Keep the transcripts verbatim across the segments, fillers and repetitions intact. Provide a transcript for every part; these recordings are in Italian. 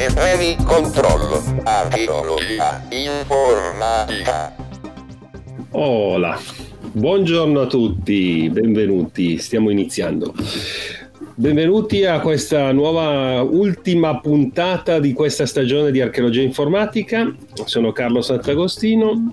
Sistemi controllo. Archeologia informatica. Hola, buongiorno a tutti, benvenuti, stiamo iniziando. Benvenuti a questa nuova ultima puntata di questa stagione di Archeologia Informatica. Sono Carlo Sant'Agostino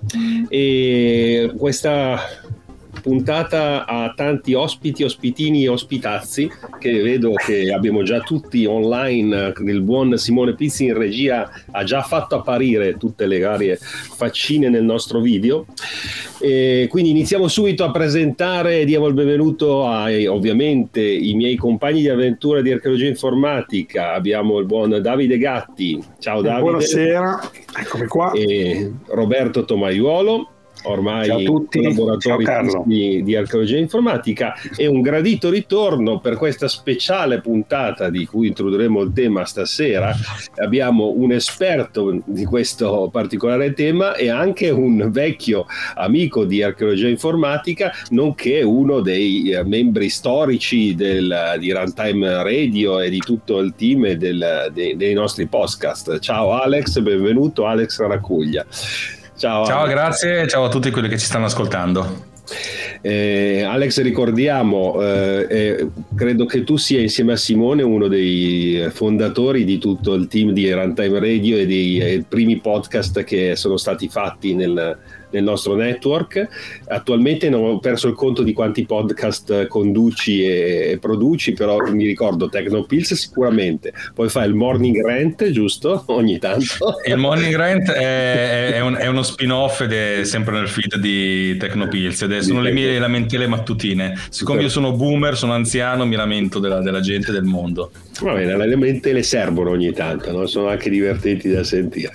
e questa puntata ha tanti ospiti, ospitini e ospitazzi che vedo che abbiamo già tutti online. Il buon Simone Pizzi in regia ha già fatto apparire tutte le varie faccine nel nostro video. E quindi iniziamo subito a presentare e diamo il benvenuto ai, ovviamente, i miei compagni di avventura di Archeologia Informatica. Abbiamo il buon Davide Gatti. Ciao Davide. Buonasera, eccomi qua. E Roberto Tomaiuolo, ormai ciao a tutti. collaboratori di, di Archeologia Informatica, e un gradito ritorno per questa speciale puntata di cui introdurremo il tema stasera. Abbiamo un esperto di questo particolare tema e anche un vecchio amico di Archeologia Informatica, nonché uno dei membri storici del, di Runtime Radio e di tutto il team del, dei, dei nostri podcast. Ciao Alex, benvenuto Alex Racuglia. Ciao, ciao, grazie, ciao a tutti quelli che ci stanno ascoltando. Eh, Alex, ricordiamo, eh, eh, credo che tu sia insieme a Simone uno dei fondatori di tutto il team di Runtime Radio e dei eh, primi podcast che sono stati fatti nel, nel nostro network. Attualmente non ho perso il conto di quanti podcast conduci e, e produci, però mi ricordo Tecnopills sicuramente, poi fai il Morning Rant, giusto? Ogni tanto. Il Morning Rant è, è, un, è uno spin-off ed è sempre nel feed di Tecnopills ed è, sono le mie lamentele mattutine. Siccome io sono boomer, sono anziano, mi lamento della, della gente del mondo. Va bene, le lamentele servono ogni tanto, no? Sono anche divertenti da sentire.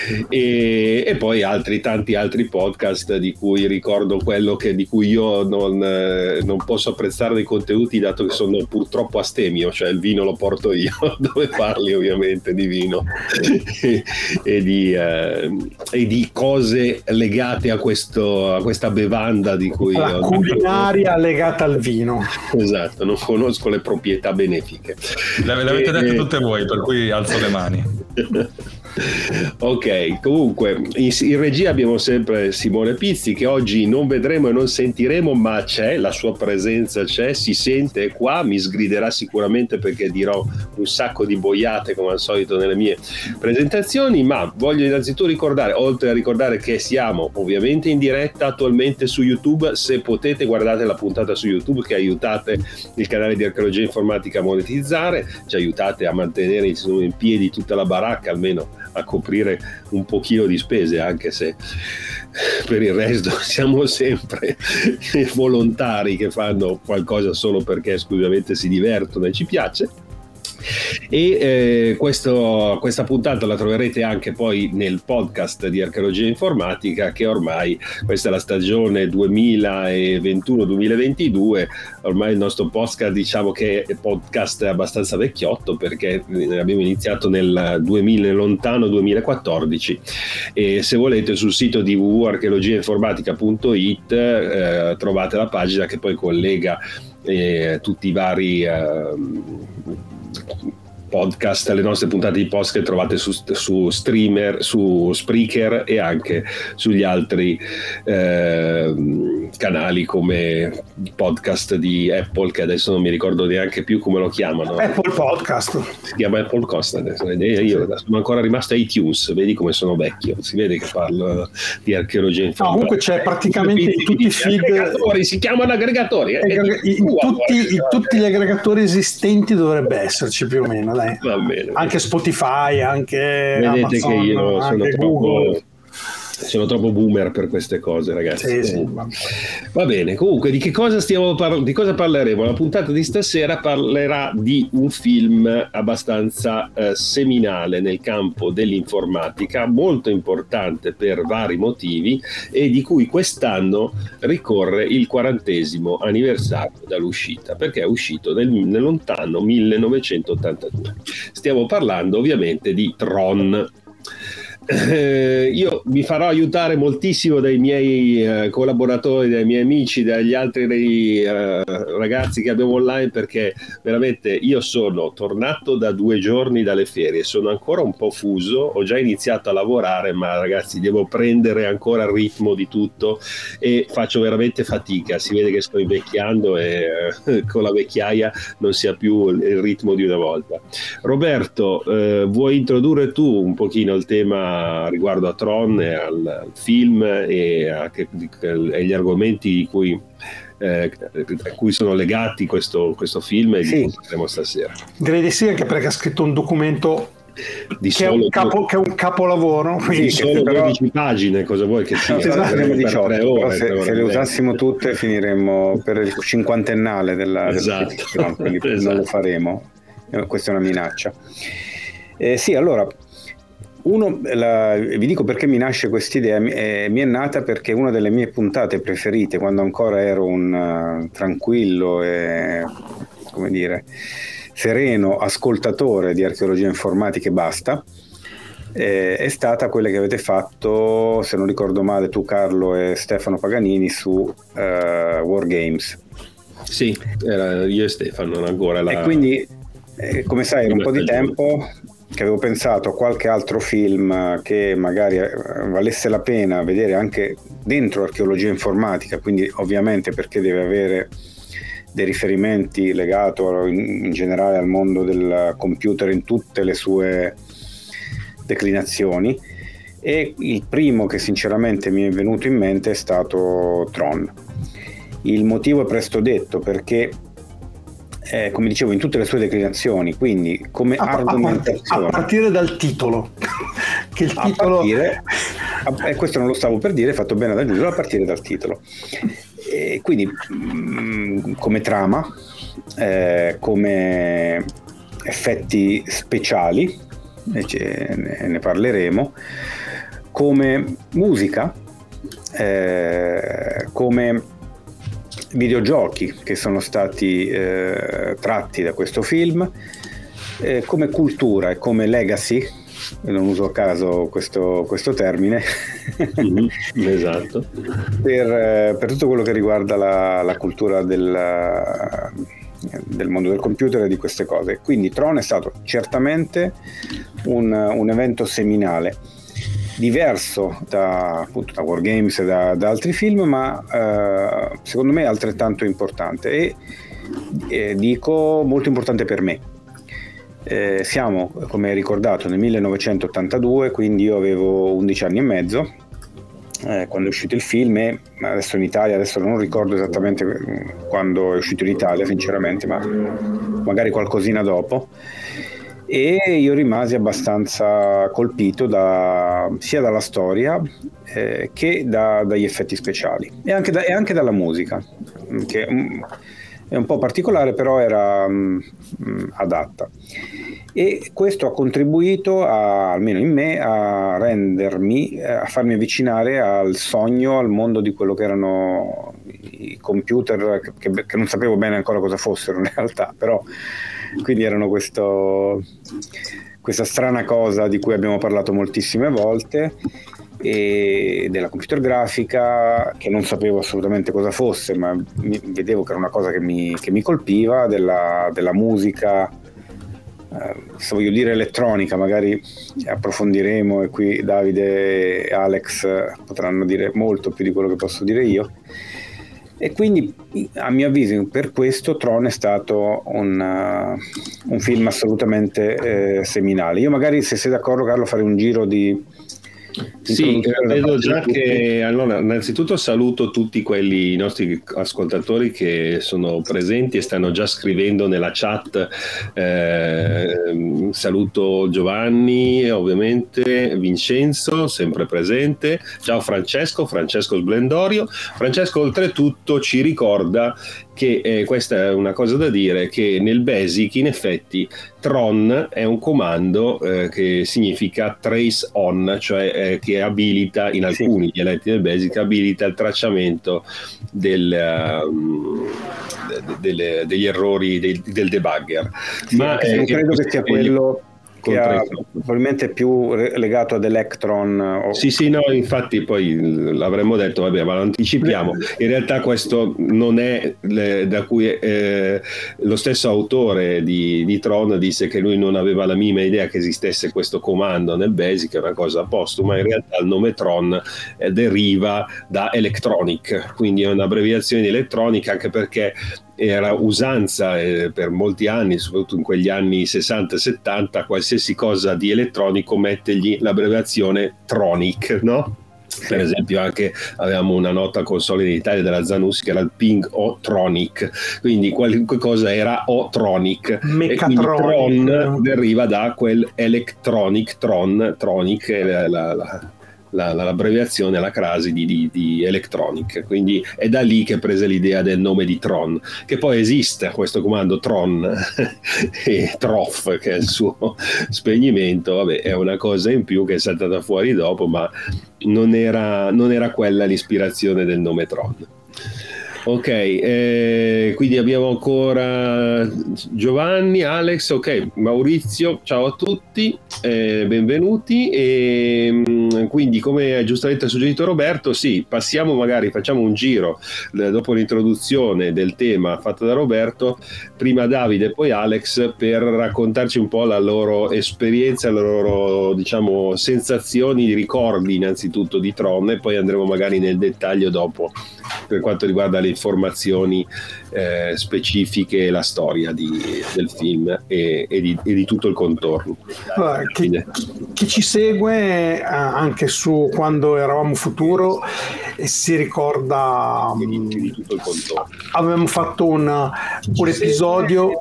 E, e poi altri tanti altri podcast di cui ricordo quello che, di cui io non, eh, non posso apprezzare dei contenuti, dato che sono purtroppo astemio, cioè il vino lo porto io, dove parli ovviamente di vino e, e, di, eh, e di cose legate a, questo, a questa bevanda di cui la culinaria non... legata al vino. Esatto, non conosco le proprietà benefiche. L'avete detto tutte voi, per cui alzo le mani. Ok, comunque in, in regia abbiamo sempre Simone Pizzi, che oggi non vedremo e non sentiremo, ma c'è, la sua presenza c'è, si sente, è qua, mi sgriderà sicuramente perché dirò un sacco di boiate come al solito nelle mie presentazioni. Ma voglio innanzitutto ricordare, oltre a ricordare che siamo ovviamente in diretta attualmente su YouTube, se potete guardate la puntata su YouTube, che aiutate il canale di Archeologia Informatica a monetizzare, ci aiutate a mantenere in piedi tutta la baracca, almeno a coprire un pochino di spese, anche se per il resto siamo sempre volontari che fanno qualcosa solo perché esclusivamente si divertono e ci piace. E eh, questo, questa puntata la troverete anche poi nel podcast di Archeologia Informatica, che ormai questa è la stagione duemilaventuno duemilaventidue. Ormai il nostro podcast, diciamo che è podcast abbastanza vecchiotto, perché abbiamo iniziato nel duemila, lontano duemilaquattordici, e se volete sul sito di w w w punto archeologia informatica punto i t eh, trovate la pagina che poi collega eh, tutti i vari eh, podcast, le nostre puntate di podcast che trovate su, su streamer, su Spreaker e anche sugli altri eh, canali come podcast di Apple, che adesso non mi ricordo neanche più come lo chiamano. Apple Podcast. Si chiama Apple Podcast adesso. Io sono ancora rimasto a iTunes, vedi come sono vecchio, si vede che parlo di archeologia informatica. No, comunque c'è praticamente in tutti i feed, aggregatori, si chiamano aggregatori. Eh? In, in, tutti, in tutti gli aggregatori esistenti dovrebbe esserci più o meno. Dai. Va bene. Anche Spotify, anche vedete Amazon, che io sono anche troppo, Google. sono troppo boomer per queste cose, ragazzi. Sì, sì. Va bene, comunque di che cosa stiamo par- di cosa parleremo? La puntata di stasera parlerà di un film abbastanza eh, seminale nel campo dell'informatica, molto importante per vari motivi, e di cui quest'anno ricorre il quarantesimo anniversario dall'uscita, perché è uscito nel, nel lontano millenovecentottantadue. Stiamo parlando ovviamente di Tron. eh, io mi farò aiutare moltissimo dai miei eh, collaboratori, dai miei amici, dagli altri eh, ragazzi che abbiamo online, perché veramente io sono tornato da due giorni dalle ferie, sono ancora un po' fuso, ho già iniziato a lavorare, ma ragazzi devo prendere ancora il ritmo di tutto e faccio veramente fatica, si vede che sto invecchiando e eh, con la vecchiaia non si ha più il ritmo di una volta. Roberto, eh, vuoi introdurre tu un pochino il tema riguardo a Tron e al, al film e a, che, agli argomenti di cui, eh, a cui sono legati questo, questo film e sì. di cui parleremo stasera? Direi di sì, anche perché ha scritto un documento di che, è un capo, che è un capolavoro, quindi sì, solo però... dodici pagine, cosa vuoi che sia? Esatto, diciotto, tre ore, se, tre ore se le usassimo tutte finiremmo per il cinquantennale della, esatto. della quindi esatto. Non lo faremo, questa è una minaccia. Eh, sì, allora Uno, la, vi dico perché mi nasce quest'idea, eh, mi è nata perché una delle mie puntate preferite, quando ancora ero un uh, tranquillo e, come dire, sereno ascoltatore di archeologia informatica e basta, eh, è stata quella che avete fatto, se non ricordo male, tu Carlo e Stefano Paganini su uh, Wargames. Sì, era io e Stefano ancora la... E quindi, eh, come sai, era un po' di tempo che avevo pensato a qualche altro film che magari valesse la pena vedere anche dentro archeologia informatica, quindi ovviamente perché deve avere dei riferimenti legati in, in generale al mondo del computer in tutte le sue declinazioni, e il primo che sinceramente mi è venuto in mente è stato Tron. Il motivo è presto detto, perché Eh, come dicevo, in tutte le sue declinazioni, quindi come a, argomentazione a partire dal titolo che il a titolo partire, a, eh, questo non lo stavo per dire, fatto bene ad aggiungere, a partire dal titolo, e quindi mh, come trama, eh, come effetti speciali, e ce, ne, ne parleremo, come musica, eh, come videogiochi che sono stati eh, tratti da questo film, eh, come cultura e come legacy, non uso a caso questo, questo termine, mm-hmm, esatto, per, eh, per tutto quello che riguarda la, la cultura del, del mondo del computer e di queste cose. Quindi Tron è stato certamente un, un evento seminale, diverso da, appunto, da Wargames e da, da altri film, ma eh, secondo me altrettanto importante e eh, dico molto importante per me. Eh, siamo, come ricordato, nel millenovecentottantadue, quindi io avevo undici anni e mezzo eh, quando è uscito il film, e adesso in Italia, adesso non ricordo esattamente quando è uscito in Italia sinceramente, ma magari qualcosina dopo. E io rimasi abbastanza colpito da, sia dalla storia eh, che da, dagli effetti speciali e anche, da, e anche dalla musica, che um, è un po' particolare, però era um, adatta, e questo ha contribuito a, almeno in me, a rendermi, a farmi avvicinare al sogno, al mondo di quello che erano i computer, che, che non sapevo bene ancora cosa fossero in realtà, però quindi erano questo, questa strana cosa di cui abbiamo parlato moltissime volte, e della computer grafica, che non sapevo assolutamente cosa fosse, ma mi, vedevo che era una cosa che mi, che mi colpiva, della, della musica, eh, se voglio dire elettronica, magari approfondiremo e qui Davide e Alex potranno dire molto più di quello che posso dire io. E quindi a mio avviso per questo Tron è stato un, uh, un film assolutamente eh, seminale. Io magari, se sei d'accordo Carlo, farei un giro di sì, vedo già che allora innanzitutto saluto tutti quelli, i nostri ascoltatori che sono presenti e stanno già scrivendo nella chat. Eh, saluto Giovanni, ovviamente Vincenzo sempre presente, ciao Francesco Francesco Sblendorio. Francesco oltretutto ci ricorda che eh, questa è una cosa da dire, che nel Basic in effetti Tron è un comando eh, che significa trace on, cioè eh, che abilita in alcuni sì. dialetti del Basic, abilita il tracciamento del, um, de, de, de, degli errori del, del debugger. Sì, ma eh, credo che sia quello sia probabilmente più legato ad Electron o... sì sì no infatti poi l'avremmo detto vabbè ma lo anticipiamo, in realtà questo non è le, da cui eh, lo stesso autore di, di Tron disse che lui non aveva la minima idea che esistesse questo comando nel BASIC, è una cosa postuma, in realtà il nome Tron eh, deriva da Electronic, quindi è un'abbreviazione di elettronica, anche perché era usanza eh, per molti anni, soprattutto in quegli anni sessanta settanta, qualsiasi cosa di elettronico mettergli l'abbreviazione Tronic, no? Per esempio anche avevamo una nota console in Italia della Zanussi che era il Ping O-Tronic, quindi qualunque cosa era O-Tronic, e quindi Tron deriva da quel Electronic, Tron, Tronic è la, la, la La, la, l'abbreviazione, la crasi di, di, di Electronic, quindi è da lì che prese l'idea del nome di Tron, che poi esiste questo comando Tron e Trof che è il suo spegnimento, vabbè è una cosa in più che è saltata fuori dopo, ma non era, non era quella l'ispirazione del nome Tron. Ok, eh, quindi abbiamo ancora Giovanni, Alex, ok, Maurizio, ciao a tutti, eh, benvenuti. E quindi, come giustamente suggerito Roberto, sì, passiamo magari, facciamo un giro eh, dopo l'introduzione del tema fatta da Roberto, prima Davide e poi Alex, per raccontarci un po' la loro esperienza, le loro, diciamo, sensazioni, ricordi innanzitutto di Tron, e poi andremo magari nel dettaglio dopo per quanto riguarda le informazioni eh, specifiche e la storia di, del film e, e, di, e di tutto il contorno. Allora, chi, chi ci segue eh, anche su Quando eravamo futuro e si ricorda di, di tutto il contorno. Avevamo fatto un, un episodio.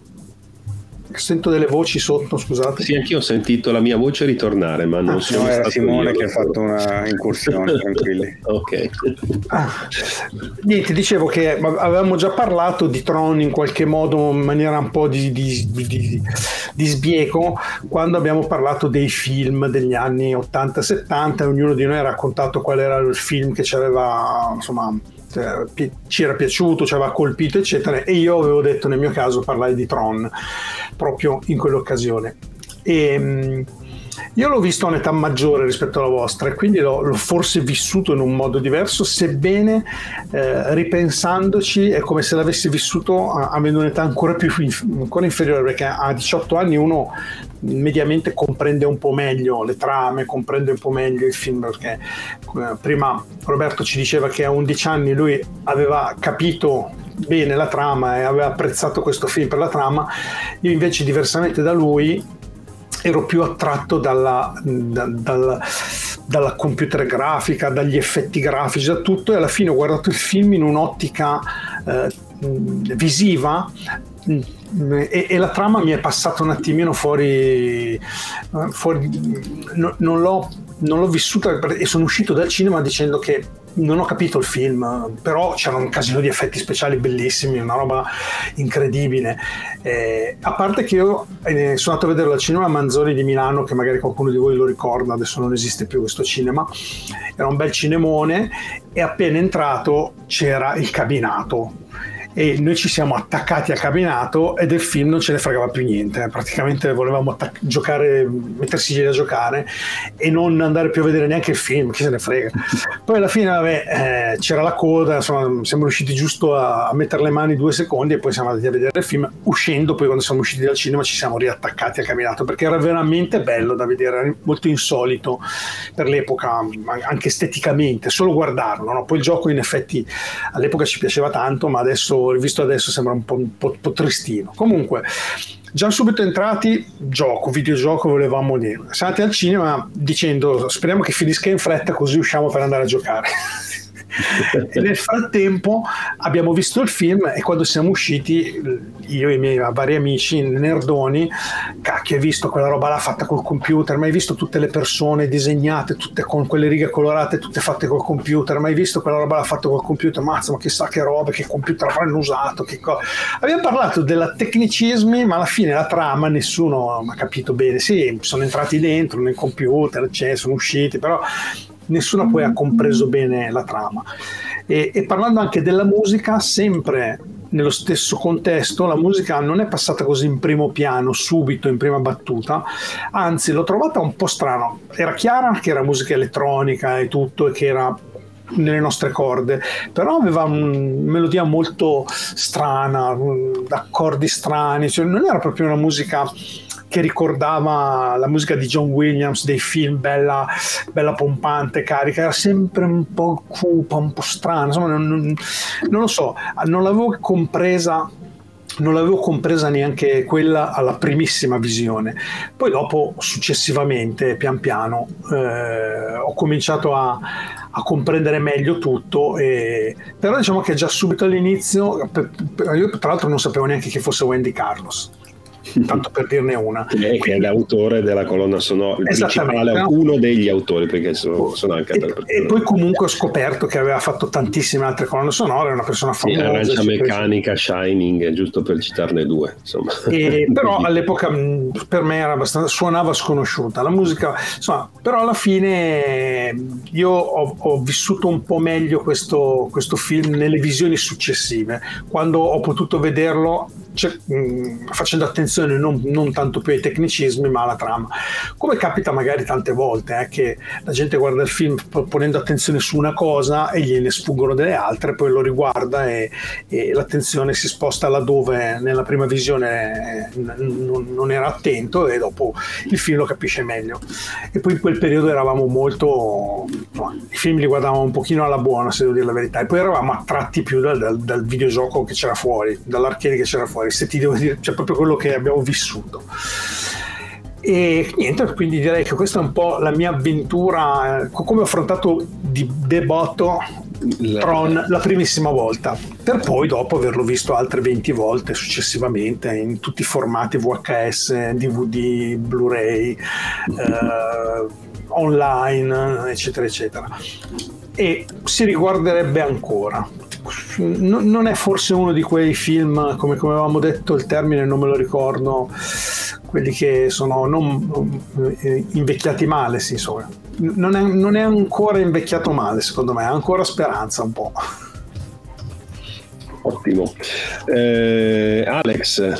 Sento delle voci sotto, scusate. Sì, anch'io ho sentito la mia voce ritornare, ma non ah, sono no, stato era Simone io. Che ha fatto una incursione, tranquilli. Ok. Ah, niente, dicevo che avevamo già parlato di Tron in qualche modo, in maniera un po' di, di, di, di, di sbieco, quando abbiamo parlato dei film degli anni ottanta settanta, e ognuno di noi ha raccontato qual era il film che ci aveva, insomma, ci era piaciuto, ci aveva colpito eccetera, e io avevo detto nel mio caso parlare di Tron proprio in quell'occasione. E io l'ho visto a un'età maggiore rispetto alla vostra e quindi l'ho, l'ho forse vissuto in un modo diverso, sebbene eh, ripensandoci è come se l'avessi vissuto avendo un'età ancora più ancora inferiore, perché a diciotto anni uno mediamente comprende un po' meglio le trame, comprende un po' meglio il film, perché eh, prima Roberto ci diceva che a undici anni lui aveva capito bene la trama e aveva apprezzato questo film per la trama. Io invece, diversamente da lui, ero più attratto dalla, da, dalla, dalla computer grafica, dagli effetti grafici, da tutto, e alla fine ho guardato il film in un'ottica eh, visiva e, e la trama mi è passata un attimino fuori, fuori no, non l'ho non l'ho vissuta e sono uscito dal cinema dicendo che non ho capito il film, però c'era un casino di effetti speciali bellissimi, una roba incredibile, eh, a parte che io eh, sono andato a vederlo al cinema Manzoni di Milano, che magari qualcuno di voi lo ricorda, adesso non esiste più questo cinema, era un bel cinemone, e appena entrato c'era il cabinato e noi ci siamo attaccati al cabinato e del film non ce ne fregava più niente, praticamente volevamo attac- giocare, mettersi lì a giocare e non andare più a vedere neanche il film, chi se ne frega. Poi alla fine vabbè, eh, c'era la coda, insomma siamo riusciti giusto a, a mettere le mani due secondi e poi siamo andati a vedere il film. Uscendo poi, quando siamo usciti dal cinema, ci siamo riattaccati al cabinato perché era veramente bello da vedere, era molto insolito per l'epoca, anche esteticamente, solo guardarlo, no? Poi il gioco in effetti all'epoca ci piaceva tanto, ma adesso, rivisto adesso, sembra un po', un po', un po' tristino. Comunque, già subito entrati, gioco, videogioco volevamo dire. Siamo andati al cinema dicendo speriamo che finisca in fretta così usciamo per andare a giocare. E nel frattempo abbiamo visto il film e quando siamo usciti, io e i miei vari amici nerdoni, cacchio, hai visto quella roba là fatta col computer? Ma hai visto tutte le persone disegnate tutte con quelle righe colorate tutte fatte col computer? Ma hai visto quella roba là fatta col computer? Mazza, ma chissà che roba, che computer avranno usato, che co-. Abbiamo parlato della tecnicismi, ma alla fine la trama nessuno ha capito bene. Sì, sono entrati dentro nel computer, cioè, sono usciti, però nessuno poi ha compreso bene la trama. E, e parlando anche della musica, sempre nello stesso contesto la musica non è passata così in primo piano, subito, in prima battuta, anzi l'ho trovata un po' strano. Era chiara che era musica elettronica e tutto, e che era nelle nostre corde, però aveva una melodia molto strana, accordi strani, cioè non era proprio una musica che ricordava la musica di John Williams dei film, bella, bella pompante, carica, era sempre un po' cupa, un po' strana, insomma, non, non, non lo so, non l'avevo compresa non l'avevo compresa neanche quella alla primissima visione. Poi dopo, successivamente, pian piano, eh, ho cominciato a, a comprendere meglio tutto, e, però diciamo che già subito all'inizio, per, per, io tra l'altro non sapevo neanche chi fosse Wendy Carlos, tanto per dirne una, che è l'autore della colonna sonora, il principale, uno degli autori, perché sono, sono anche e, e poi comunque ho scoperto che aveva fatto tantissime altre colonne sonore, è una persona famosa, sì, Arancia Meccanica, Shining, giusto per citarne due, insomma. E, però all'epoca per me era abbastanza, suonava sconosciuta la musica, insomma, però alla fine io ho, ho vissuto un po' meglio questo, questo film nelle visioni successive, quando ho potuto vederlo, cioè, mh, facendo attenzione non, non tanto più ai tecnicismi ma alla trama, come capita magari tante volte, eh, che la gente guarda il film ponendo attenzione su una cosa e gliene sfuggono delle altre, poi lo riguarda e, e l'attenzione si sposta laddove nella prima visione non, non era attento, e dopo il film lo capisce meglio. E poi in quel periodo eravamo molto, no, i film li guardavamo un pochino alla buona, se devo dire la verità, e poi eravamo attratti più dal, dal, dal videogioco che c'era fuori, dall'arcade che c'era fuori, se ti devo dire, cioè proprio quello che abbiamo vissuto. E niente, quindi direi che questa è un po' la mia avventura, eh, come ho affrontato di debotto Tron la primissima volta, per poi dopo averlo visto altre venti volte successivamente in tutti i formati V H S, D V D, Blu-ray, eh, online, eccetera eccetera, e si riguarderebbe ancora. Non è forse uno di quei film, come, come avevamo detto, il termine non me lo ricordo, quelli che sono non invecchiati male, sì, insomma. Non è, non è ancora invecchiato male, secondo me, ha ancora speranza un po'. Ottimo. eh, Alex?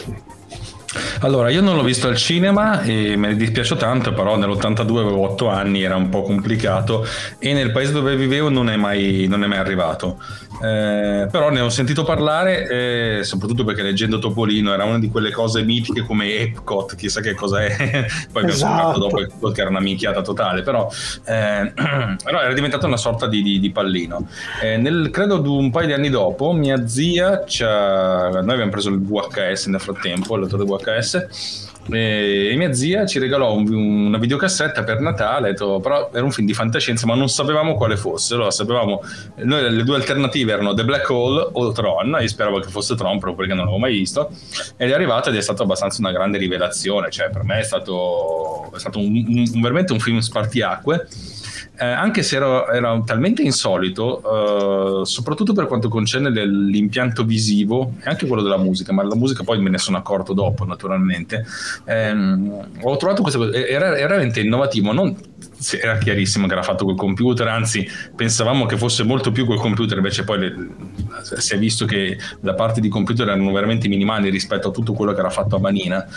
Allora, io non l'ho visto al cinema e me ne dispiace tanto, però nell'ottantadue avevo otto anni, era un po' complicato, e nel paese dove vivevo non è mai, non è mai arrivato. Eh, però ne ho sentito parlare, eh, soprattutto perché leggendo Topolino era una di quelle cose mitiche come Epcot, chissà che cosa è. Poi abbiamo Esatto. scoperto dopo che era una minchiata totale, però, eh, però era diventata una sorta di, di, di pallino. Eh, nel, credo un paio di anni dopo mia zia c'ha, noi abbiamo preso il V H S nel frattempo, il lettore V H S, e mia zia ci regalò un, una videocassetta per Natale, detto, però era un film di fantascienza ma non sapevamo quale fosse. Allora sapevamo, noi le due alternative erano The Black Hole o Tron, io speravo che fosse Tron proprio perché non l'avevo mai visto, ed è arrivato ed è stato abbastanza una grande rivelazione, cioè per me è stato, è stato un, un, veramente un film spartiacque. Eh, anche se era, era talmente insolito, eh, soprattutto per quanto concerne l'impianto visivo e anche quello della musica, ma la musica poi me ne sono accorto dopo, naturalmente. Eh, ho trovato questa cosa, era, era veramente innovativo, non era chiarissimo che era fatto col computer, anzi pensavamo che fosse molto più col computer, invece poi le, si è visto che la parte di computer erano veramente minimali rispetto a tutto quello che era fatto a manina.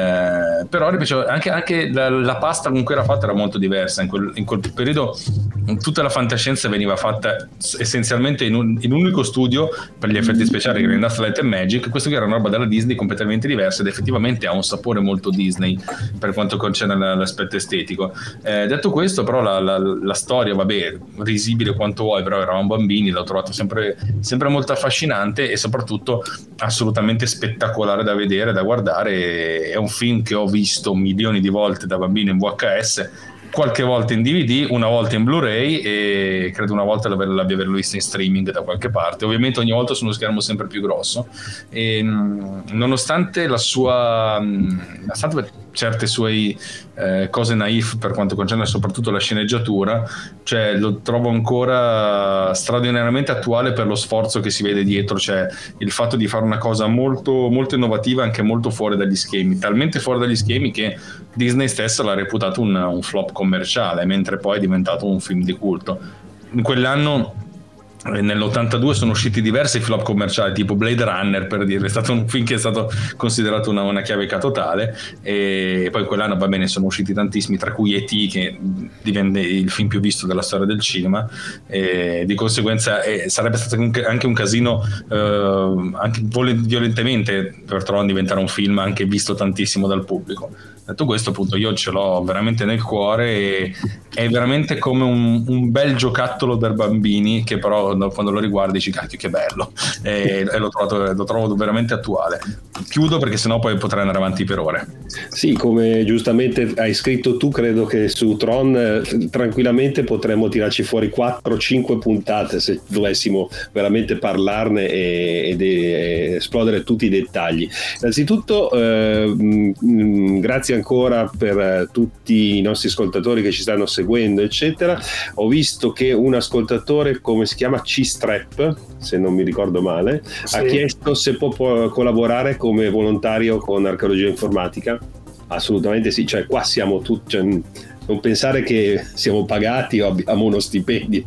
Eh, però ripeto, anche, anche la, la pasta con cui era fatta era molto diversa. In quel, in quel periodo tutta la fantascienza veniva fatta essenzialmente in un, in un unico studio per gli effetti speciali, che era Industrial Light and Magic. Questo che era una roba della Disney completamente diversa, ed effettivamente ha un sapore molto Disney per quanto concerne l'aspetto estetico. Eh, detto questo, però la, la, la storia, vabbè, risibile quanto vuoi, però eravamo bambini, l'ho trovato sempre, sempre molto affascinante e soprattutto assolutamente spettacolare da vedere, da guardare. È un film che ho visto milioni di volte da bambino in V H S, qualche volta in D V D, una volta in Blu-ray e credo una volta l'abbia averlo visto in streaming da qualche parte, ovviamente ogni volta su uno schermo sempre più grosso. E, nonostante la sua nonostante certe sue eh, cose naif per quanto concerne soprattutto la sceneggiatura, cioè lo trovo ancora straordinariamente attuale per lo sforzo che si vede dietro, cioè il fatto di fare una cosa molto, molto innovativa, anche molto fuori dagli schemi, talmente fuori dagli schemi che Disney stessa l'ha reputato un, un flop commerciale, mentre poi è diventato un film di culto. In quell'anno nell'ottantadue sono usciti diversi flop commerciali tipo Blade Runner, per dire, è stato un film che è stato considerato una, una chiavica totale, e poi quell'anno va bene sono usciti tantissimi, tra cui E T che divenne il film più visto della storia del cinema, e di conseguenza eh, sarebbe stato anche un casino eh, anche violentemente per Tron diventare un film anche visto tantissimo dal pubblico. Detto questo, appunto, io ce l'ho veramente nel cuore e è veramente come un, un bel giocattolo per bambini che però quando lo riguardi dici cacchio che bello, e, e l'ho trovato, lo trovo veramente attuale. Chiudo perché sennò poi potrei andare avanti per ore. Sì, come giustamente hai scritto tu, credo che su Tron eh, tranquillamente potremmo tirarci fuori quattro cinque puntate se dovessimo veramente parlarne e, ed e esplodere tutti i dettagli. Innanzitutto eh, mh, grazie ancora per tutti i nostri ascoltatori che ci stanno seguendo eccetera. Ho visto che un ascoltatore, come si chiama, C-Strap, se non mi ricordo male, sì, ha chiesto se può, può collaborare come volontario con Archeologia Informatica. Assolutamente sì, cioè qua siamo tutti, cioè, non pensare che siamo pagati o abbiamo uno stipendio.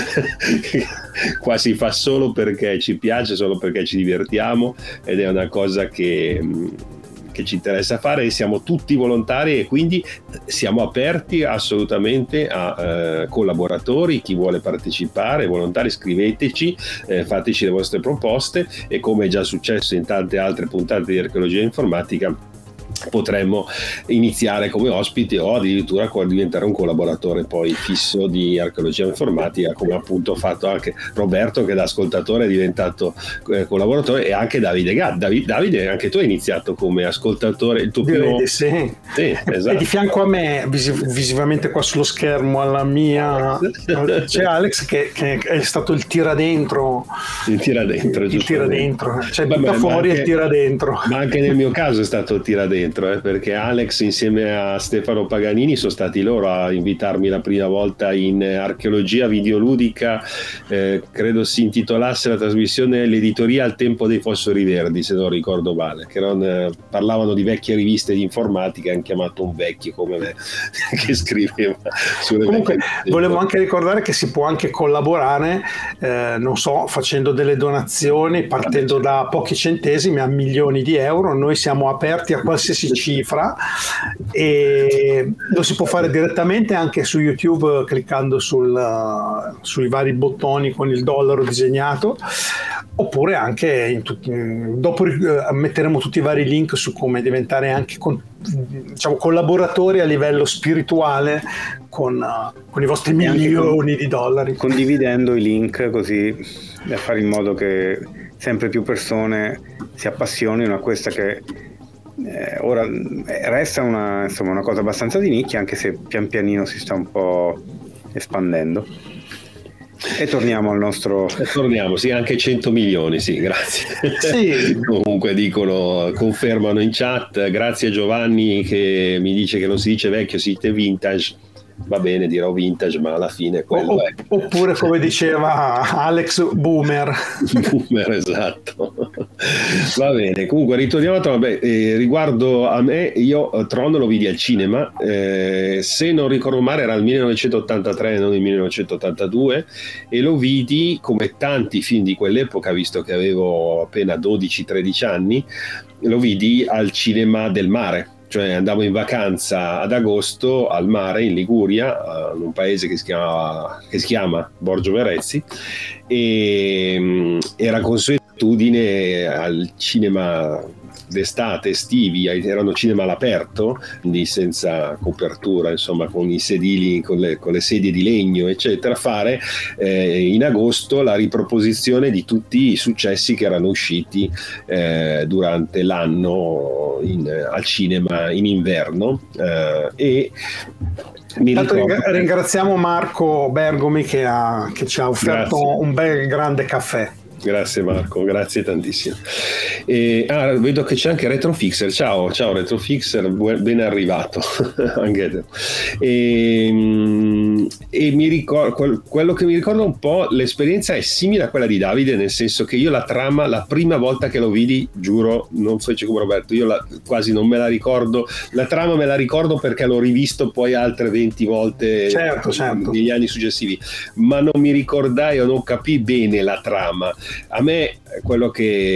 Qua si fa solo perché ci piace, solo perché ci divertiamo, ed è una cosa che che ci interessa fare, e siamo tutti volontari e quindi siamo aperti assolutamente a eh, collaboratori, chi vuole partecipare, volontari, scriveteci, eh, fateci le vostre proposte, e come è già successo in tante altre puntate di Archeologia Informatica potremmo iniziare come ospiti o addirittura diventare un collaboratore poi fisso di Archeologia Informatica, come appunto ha fatto anche Roberto, che da ascoltatore è diventato eh, collaboratore, e anche Davide Gadd. Davide, Davide, anche tu hai iniziato come ascoltatore, il tuo primo... sì. Sì, esatto. E di fianco a me vis- visivamente qua sullo schermo alla mia c'è Alex che, che è stato il tiradentro il tiradentro il tiradentro cioè Vabbè, butta fuori anche, e tira dentro, ma anche nel mio caso è stato il tiradentro. Eh, perché Alex insieme a Stefano Paganini sono stati loro a invitarmi la prima volta in archeologia videoludica, eh, credo si intitolasse la trasmissione L'editoria al tempo dei fosfori verdi, se non ricordo male, che non, eh, parlavano di vecchie riviste di informatica, hanno chiamato un vecchio come me che scriveva sulle comunque volevo anche ricordare che si può anche collaborare, eh, non so, facendo delle donazioni partendo da pochi centesimi a milioni di euro. Noi siamo aperti a qualsiasi cifra e lo si può fare direttamente anche su YouTube cliccando sul, uh, sui vari bottoni con il dollaro disegnato, oppure anche in tutti, dopo uh, metteremo tutti i vari link su come diventare anche con, diciamo, collaboratori a livello spirituale con, uh, con i vostri milioni con, di dollari, condividendo i link così da fare in modo che sempre più persone si appassionino a questa che Eh, ora resta una, insomma, una cosa abbastanza di nicchia, anche se pian pianino si sta un po' espandendo. E torniamo al nostro e torniamo, sì, anche cento milioni, sì, grazie. Sì. Comunque dicono, confermano in chat, grazie a Giovanni che mi dice che non si dice vecchio, si dice vintage. Va bene, dirò vintage, ma alla fine quello o, è. Oppure come diceva Alex, boomer. Boomer, esatto. Va bene, comunque ritorniamo a Tron. Beh, eh, riguardo a me, io Tron lo vidi al cinema, eh, se non ricordo male era il millenovecentottantatré, non il millenovecentottantadue, e lo vidi come tanti film di quell'epoca, visto che avevo appena dodici tredici anni, lo vidi al cinema del mare. Cioè andavo in vacanza ad agosto al mare in Liguria, in un paese che si chiama, che si chiama Borgio Verezzi, e mh, era consuetudine al cinema d'estate, estivi, erano cinema all'aperto, quindi senza copertura, insomma con i sedili, con le, con le sedie di legno eccetera, fare eh, in agosto la riproposizione di tutti i successi che erano usciti eh, durante l'anno in, al cinema in inverno, eh, e mi ricordo... ringraziamo Marco Bergomi che, ha, che ci ha offerto Grazie. un bel grande caffè. Grazie Marco, grazie tantissimo. E, ah, vedo che c'è anche Retrofixer. Ciao, ciao Retrofixer, ben arrivato. Anche te. E, e mi ricordo, quello che mi ricordo un po', l'esperienza è simile a quella di Davide, nel senso che io la trama, la prima volta che lo vidi, giuro, non fece come Roberto, io la, quasi non me la ricordo. La trama me la ricordo perché l'ho rivisto poi altre venti volte, certo, certo, negli anni successivi, ma non mi ricordai o non capii bene la trama. A me quello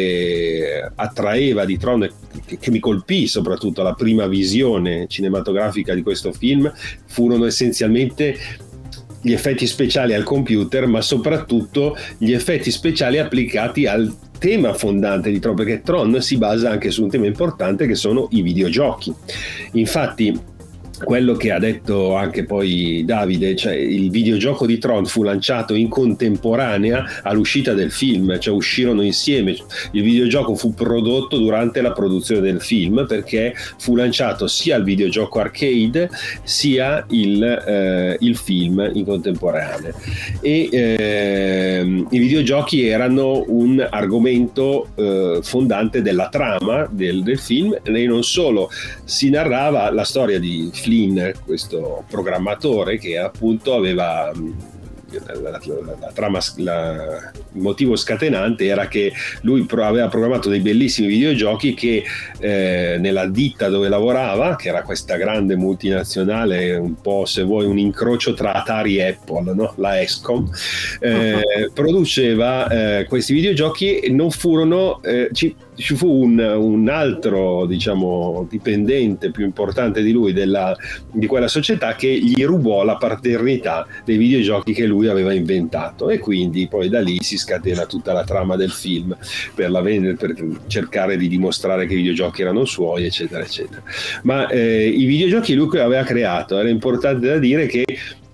che attraeva di Tron, che, che mi colpì soprattutto la prima visione cinematografica di questo film, furono essenzialmente gli effetti speciali al computer, ma soprattutto gli effetti speciali applicati al tema fondante di Tron, perché Tron si basa anche su un tema importante che sono i videogiochi. Infatti quello che ha detto anche poi Davide, cioè il videogioco di Tron fu lanciato in contemporanea all'uscita del film, cioè uscirono insieme. Il videogioco fu prodotto durante la produzione del film, perché fu lanciato sia il videogioco arcade sia il, eh, il film in contemporanea. E eh, i videogiochi erano un argomento eh, fondante della trama del, del film, e non solo, si narrava la storia di Flynn, questo programmatore che appunto aveva la, la, la, la trama, la, il motivo scatenante era che lui pro, aveva programmato dei bellissimi videogiochi che eh, nella ditta dove lavorava, che era questa grande multinazionale, un po' se vuoi un incrocio tra Atari e Apple, no? La Escom, eh, uh-huh. produceva eh, questi videogiochi e non furono eh, ci, ci fu un, un altro, diciamo, dipendente più importante di lui della, di quella società, che gli rubò la paternità dei videogiochi che lui aveva inventato, e quindi poi da lì si scatena tutta la trama del film per, la vendere, per cercare di dimostrare che i videogiochi erano suoi, eccetera eccetera. Ma eh, i videogiochi lui aveva creato, era importante da dire che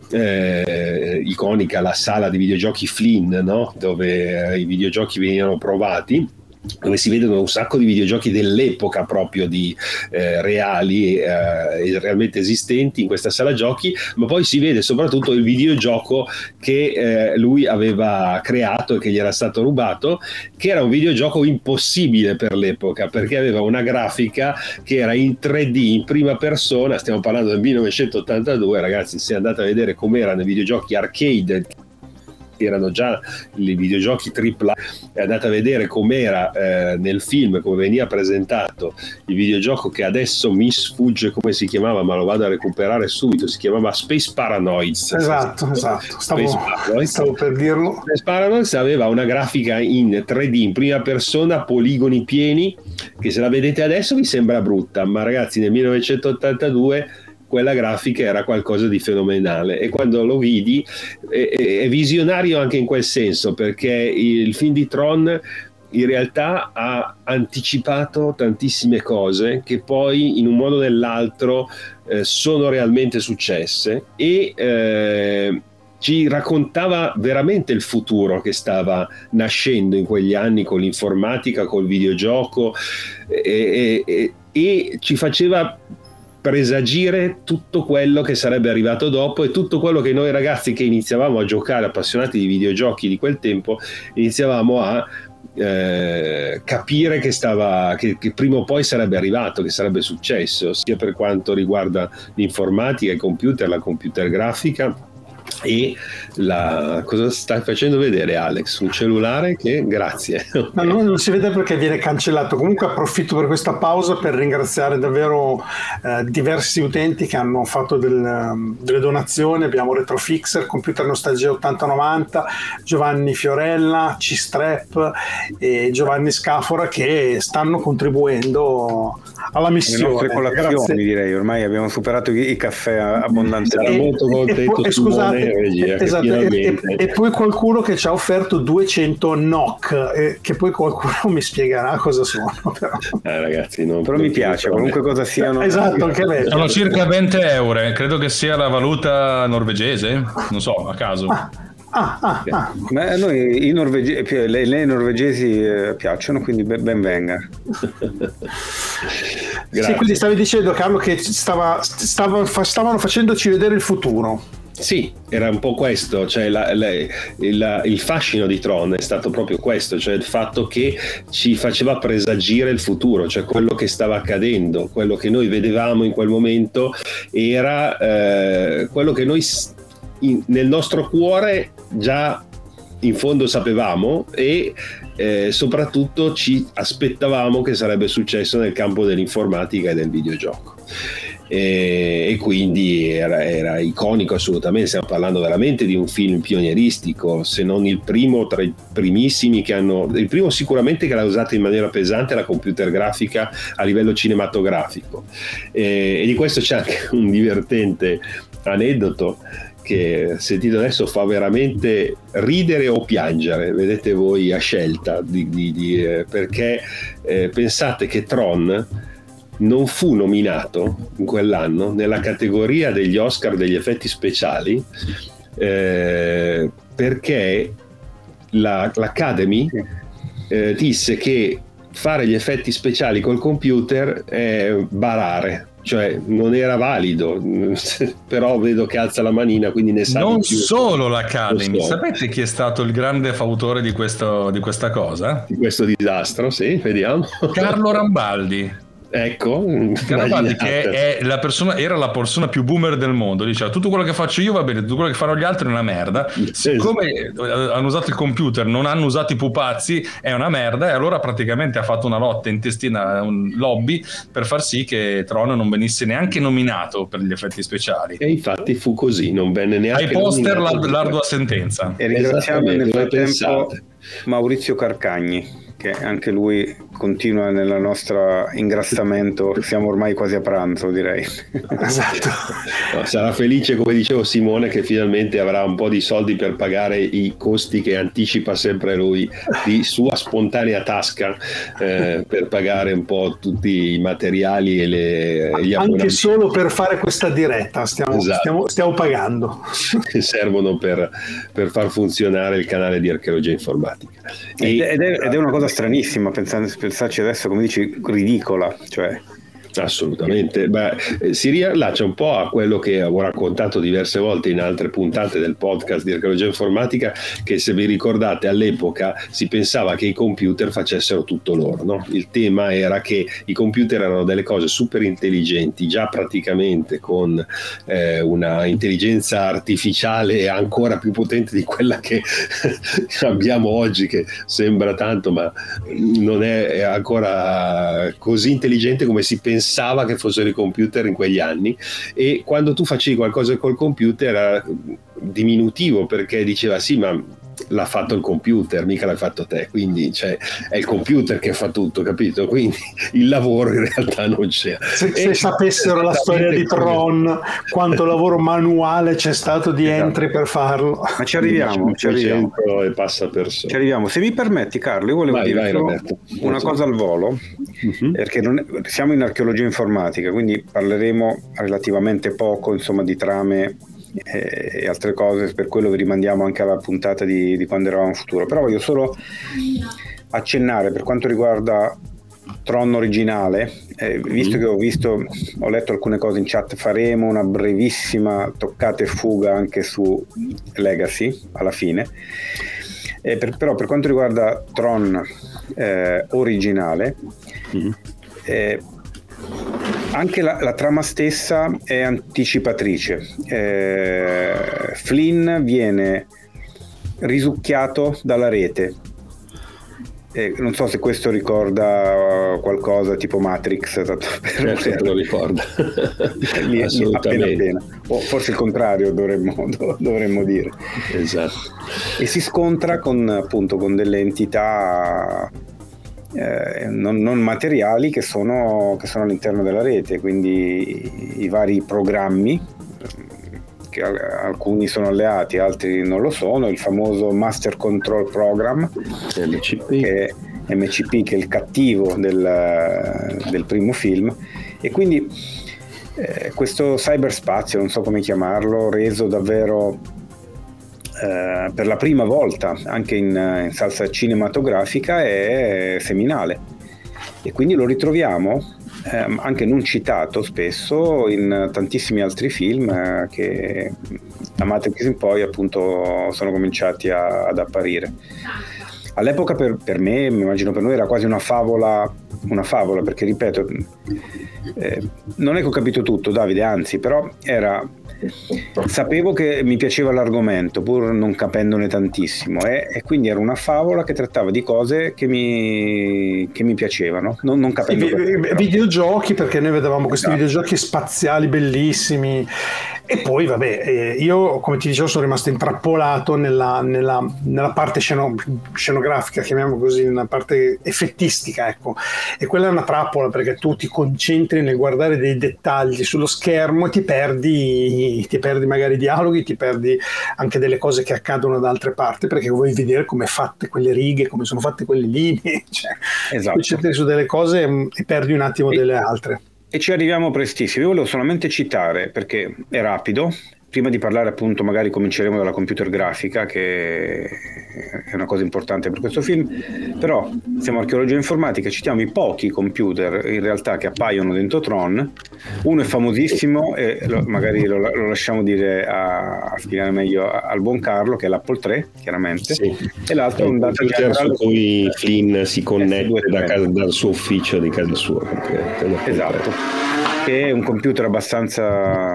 eh, iconica la sala di videogiochi Flynn, no? Dove eh, i videogiochi venivano provati, dove si vedono un sacco di videogiochi dell'epoca proprio di eh, reali eh, realmente esistenti in questa sala giochi, ma poi si vede soprattutto il videogioco che eh, lui aveva creato e che gli era stato rubato, che era un videogioco impossibile per l'epoca, perché aveva una grafica che era in tre D, in prima persona. Stiamo parlando del millenovecentottantadue, ragazzi, se andate a vedere com'erano i videogiochi arcade, erano già i videogiochi tripla A, e andate a vedere com'era eh, nel film, come veniva presentato il videogioco, che adesso mi sfugge come si chiamava, ma lo vado a recuperare subito. Si chiamava Space Paranoids. Esatto, esatto. Stavo, Paranoids. stavo per dirlo. Space Paranoids aveva una grafica in tre D, in prima persona, poligoni pieni, che se la vedete adesso vi sembra brutta, ma ragazzi nel millenovecentottantadue quella grafica era qualcosa di fenomenale, e quando lo vidi è, è visionario anche in quel senso, perché il film di Tron in realtà ha anticipato tantissime cose che poi in un modo o nell'altro eh, sono realmente successe, e eh, ci raccontava veramente il futuro che stava nascendo in quegli anni con l'informatica, col videogioco, e, e, e ci faceva presagire tutto quello che sarebbe arrivato dopo, e tutto quello che noi ragazzi che iniziavamo a giocare, appassionati di videogiochi di quel tempo, iniziavamo a eh, capire che stava che, che prima o poi sarebbe arrivato, che sarebbe successo, sia per quanto riguarda l'informatica, il computer, la computer grafica. E la cosa stai facendo vedere, Alex? Un cellulare che grazie. No, no, non si vede perché viene cancellato. Comunque approfitto per questa pausa per ringraziare davvero eh, diversi utenti che hanno fatto del, delle donazioni. Abbiamo Retrofixer, Computer Nostalgia ottanta novanta, Giovanni Fiorella, C-Strap e Giovanni Scafora, che stanno contribuendo alla missione. Le nostre colazioni, grazie. Direi ormai abbiamo superato i, i caffè abbondantemente. Sarà molto contento. E, e, scusate, regia, esatto, e, e, e poi qualcuno che ci ha offerto duecento N O C, eh, che poi qualcuno mi spiegherà cosa sono. Però, eh, ragazzi, non però mi piace, qualunque cosa siano. Esatto, anche lei. Sono circa venti euro, credo che sia la valuta norvegese, non so, a caso. Ah. Ah, ah, ah. Ma a noi i norvegesi, le, le norvegesi eh, piacciono, quindi ben, ben venga. Sì, quindi stavi dicendo, Carlo, che stava, stava, stavano facendoci vedere il futuro. Sì, era un po' questo, cioè la, la, il, il fascino di Tron è stato proprio questo, cioè il fatto che ci faceva presagire il futuro, cioè quello che stava accadendo, quello che noi vedevamo in quel momento era eh, quello che noi in, nel nostro cuore già in fondo sapevamo e eh, soprattutto ci aspettavamo che sarebbe successo nel campo dell'informatica e del videogioco. E, e quindi era, era iconico assolutamente. Stiamo parlando veramente di un film pionieristico, se non il primo tra i primissimi che hanno, il primo sicuramente che l'ha usato in maniera pesante la computer grafica a livello cinematografico, e, e di questo c'è anche un divertente aneddoto che, sentito adesso, fa veramente ridere o piangere, vedete voi a scelta di, di, di, eh, perché eh, pensate che Tron non fu nominato in quell'anno nella categoria degli Oscar degli effetti speciali eh, perché la, l'Academy eh, disse che fare gli effetti speciali col computer è barare, cioè non era valido. Però vedo che alza la manina, quindi ne sa non di più. Solo l'Academy, so. Sapete chi è stato il grande fautore di, questo, di questa cosa? Di questo disastro, sì, vediamo. Carlo Rambaldi. Ecco, Rambaldi, che è la persona, era la persona più boomer del mondo, diceva tutto quello che faccio io va bene, tutto quello che fanno gli altri è una merda. Siccome hanno usato il computer, non hanno usato i pupazzi, è una merda, e allora praticamente ha fatto una lotta intestina, un lobby per far sì che Tron non venisse neanche nominato per gli effetti speciali, e infatti fu così, non venne neanche ai poster nominato. l'ardua sentenza. E ringraziamo nel frattempo Maurizio Carcagni, che anche lui continua nel nostro ingrassamento, siamo ormai quasi a pranzo, direi. Esatto. No, sarà felice, come dicevo Simone, che finalmente avrà un po' di soldi per pagare i costi che anticipa sempre lui di sua spontanea tasca, eh, per pagare un po' tutti i materiali e, le, e gli abbonamenti. Anche solo per fare questa diretta stiamo, esatto. stiamo, stiamo pagando. Che servono per, per far funzionare il canale di Archeologia Informatica. Ed, ed, è, ed è una cosa stranissima, pensando, pensarci adesso, come dici, ridicola, cioè assolutamente. Beh, si riallaccia un po' a quello che avevo raccontato diverse volte in altre puntate del podcast di Archeologia Informatica, che, se vi ricordate, all'epoca si pensava che i computer facessero tutto loro, no? Il tema era che i computer erano delle cose super intelligenti, già praticamente con eh, una intelligenza artificiale ancora più potente di quella che abbiamo oggi, che sembra tanto ma non è ancora così intelligente come si pensava pensava che fossero i computer in quegli anni. E quando tu facevi qualcosa col computer era diminutivo, perché diceva sì, ma l'ha fatto il computer, mica l'hai fatto te, quindi cioè, è il computer che fa tutto, capito? Quindi il lavoro in realtà non c'è. Se, se sapessero la storia di Tron, quanto lavoro manuale c'è stato di esatto. entry per farlo. Ma ci arriviamo, ci arriviamo. E passa persone. Ci arriviamo. Se mi permetti, Carlo, io volevo vai, dire vai, una cosa al volo, uh-huh. perché non è, siamo in archeologia informatica, quindi parleremo relativamente poco, insomma, di trame e altre cose, per quello vi rimandiamo anche alla puntata di, di quando eravamo in futuro. Però voglio solo accennare, per quanto riguarda Tron originale, eh, visto mm. che ho visto, ho letto alcune cose in chat, faremo una brevissima toccata e fuga anche su Legacy alla fine, eh, per, però per quanto riguarda Tron eh, originale, mm. eh, anche la, la trama stessa è anticipatrice. eh, Flynn viene risucchiato dalla rete, eh, non so se questo ricorda qualcosa tipo Matrix, tanto per certo, lo ricorda. Lì, appena appena, o forse il contrario dovremmo, dovremmo dire. Esatto. E si scontra con, appunto, con delle entità Eh, non, non materiali che sono, che sono all'interno della rete, quindi i, i vari programmi, che alcuni sono alleati, altri non lo sono, il famoso Master Control Program, M C P, che è M C P, che è il cattivo del, del primo film, e quindi eh, questo cyberspazio, non so come chiamarlo, reso davvero Uh, per la prima volta anche in, in salsa cinematografica, è seminale, e quindi lo ritroviamo um, anche non citato spesso in tantissimi altri film uh, che da Matrix in poi appunto sono cominciati a, ad apparire. All'epoca per, per me, mi immagino per noi, era quasi una favola, una favola perché ripeto, eh, non è che ho capito tutto, Davide, anzi, però era, sapevo che mi piaceva l'argomento pur non capendone tantissimo eh, e quindi era una favola che trattava di cose che mi, che mi piacevano, non, non capendo sì, perché, videogiochi, perché noi vedevamo questi esatto. videogiochi spaziali bellissimi. E poi vabbè, eh, io come ti dicevo sono rimasto intrappolato nella, nella, nella parte sceno, scenografica, chiamiamo così, nella parte effettistica, ecco, e quella è una trappola perché tu ti concentri nel guardare dei dettagli sullo schermo e ti perdi, ti perdi magari dialoghi, ti perdi anche delle cose che accadono da altre parti perché vuoi vedere come fatte quelle righe, come sono fatte quelle linee, cioè, esatto. ti concentri su delle cose e perdi un attimo e- delle altre. E ci arriviamo prestissimo. Io volevo solamente citare, perché è rapido, prima di parlare appunto magari cominceremo dalla computer grafica, che è una cosa importante per questo film, però siamo archeologia informatica, citiamo i pochi computer in realtà che appaiono dentro Tron. Uno è famosissimo e lo, magari lo, lo lasciamo dire a, a spiegare meglio al buon Carlo, che è l'Apple tre chiaramente, sì. E l'altro è un data computer su cui Flynn si connette eh, da casa, dal suo ufficio di casa sua, esatto, che è un computer abbastanza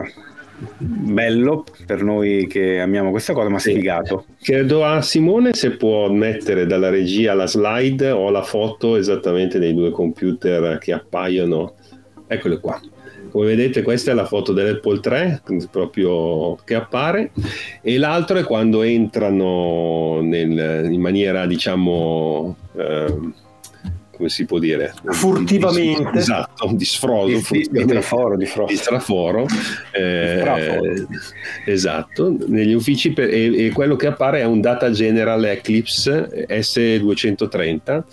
bello per noi che amiamo questa cosa, ma sì. sfigato. Chiedo a Simone se può mettere dalla regia la slide o la foto esattamente dei due computer che appaiono. Eccole qua. Come vedete, questa è la foto dell'Apple tre proprio che appare, e l'altro è quando entrano nel, in maniera diciamo eh, come si può dire, furtivamente, di, esatto, di sfroso, di, di traforo, di, di straforo, eh, esatto, negli uffici per, e, e quello che appare è un Data General Eclipse S duecentotrenta,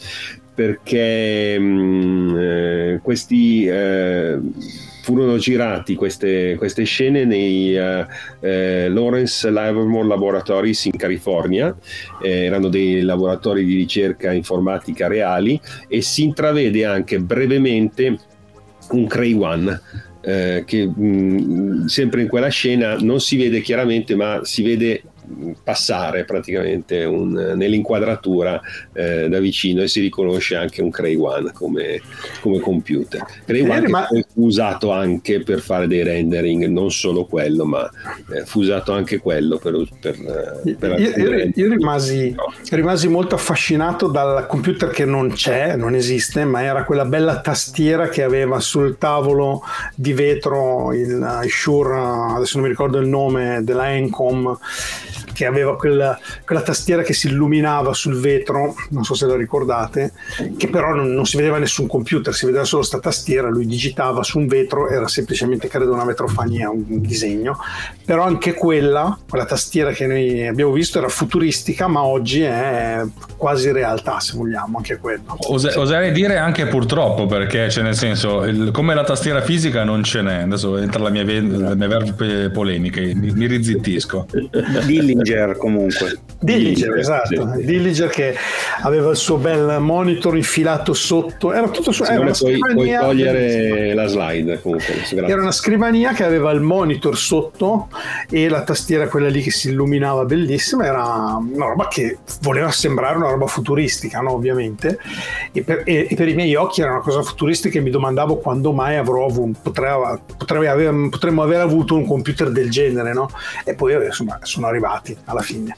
perché mh, eh, questi eh, furono girati queste, queste scene nei uh, eh, Lawrence Livermore Laboratories in California, eh, erano dei laboratori di ricerca informatica reali, e si intravede anche brevemente un Cray One, eh, che mh, sempre in quella scena non si vede chiaramente, ma si vede passare praticamente un, nell'inquadratura eh, da vicino, e si riconosce anche un Cray One come, come computer. Cray One ma... che fu usato anche per fare dei rendering, non solo quello, ma eh, fu usato anche quello per, per, per io, io, io rimasi, no. rimasi molto affascinato dal computer che non c'è, non esiste, ma era quella bella tastiera che aveva sul tavolo di vetro il, il Shure, adesso non mi ricordo il nome, della Encom, che aveva quella, quella tastiera che si illuminava sul vetro, non so se la ricordate, che però non, non si vedeva nessun computer, si vedeva solo sta tastiera, lui digitava su un vetro, era semplicemente, credo, una vetrofania, un disegno, però anche quella, quella tastiera che noi abbiamo visto era futuristica, ma oggi è quasi realtà, se vogliamo, anche quello. Ose, oserei dire anche purtroppo, perché c'è, nel senso, il, come la tastiera fisica non ce n'è, adesso entra la mia, la mia verve polemiche, mi, mi rizzittisco. Dillinger comunque Dillinger, esatto, sì. Dillinger che aveva il suo bel monitor infilato sotto, era tutto su, era una puoi, puoi togliere del... la slide comunque, era una scrivania che aveva il monitor sotto e la tastiera quella lì che si illuminava, bellissima, era una roba che voleva sembrare una roba futuristica, no? Ovviamente, e per, e, e per i miei occhi era una cosa futuristica, e mi domandavo quando mai avrò avuto, potrei, potrei aver, potremmo aver avuto un computer del genere, no? E poi insomma sono arrivati alla fine.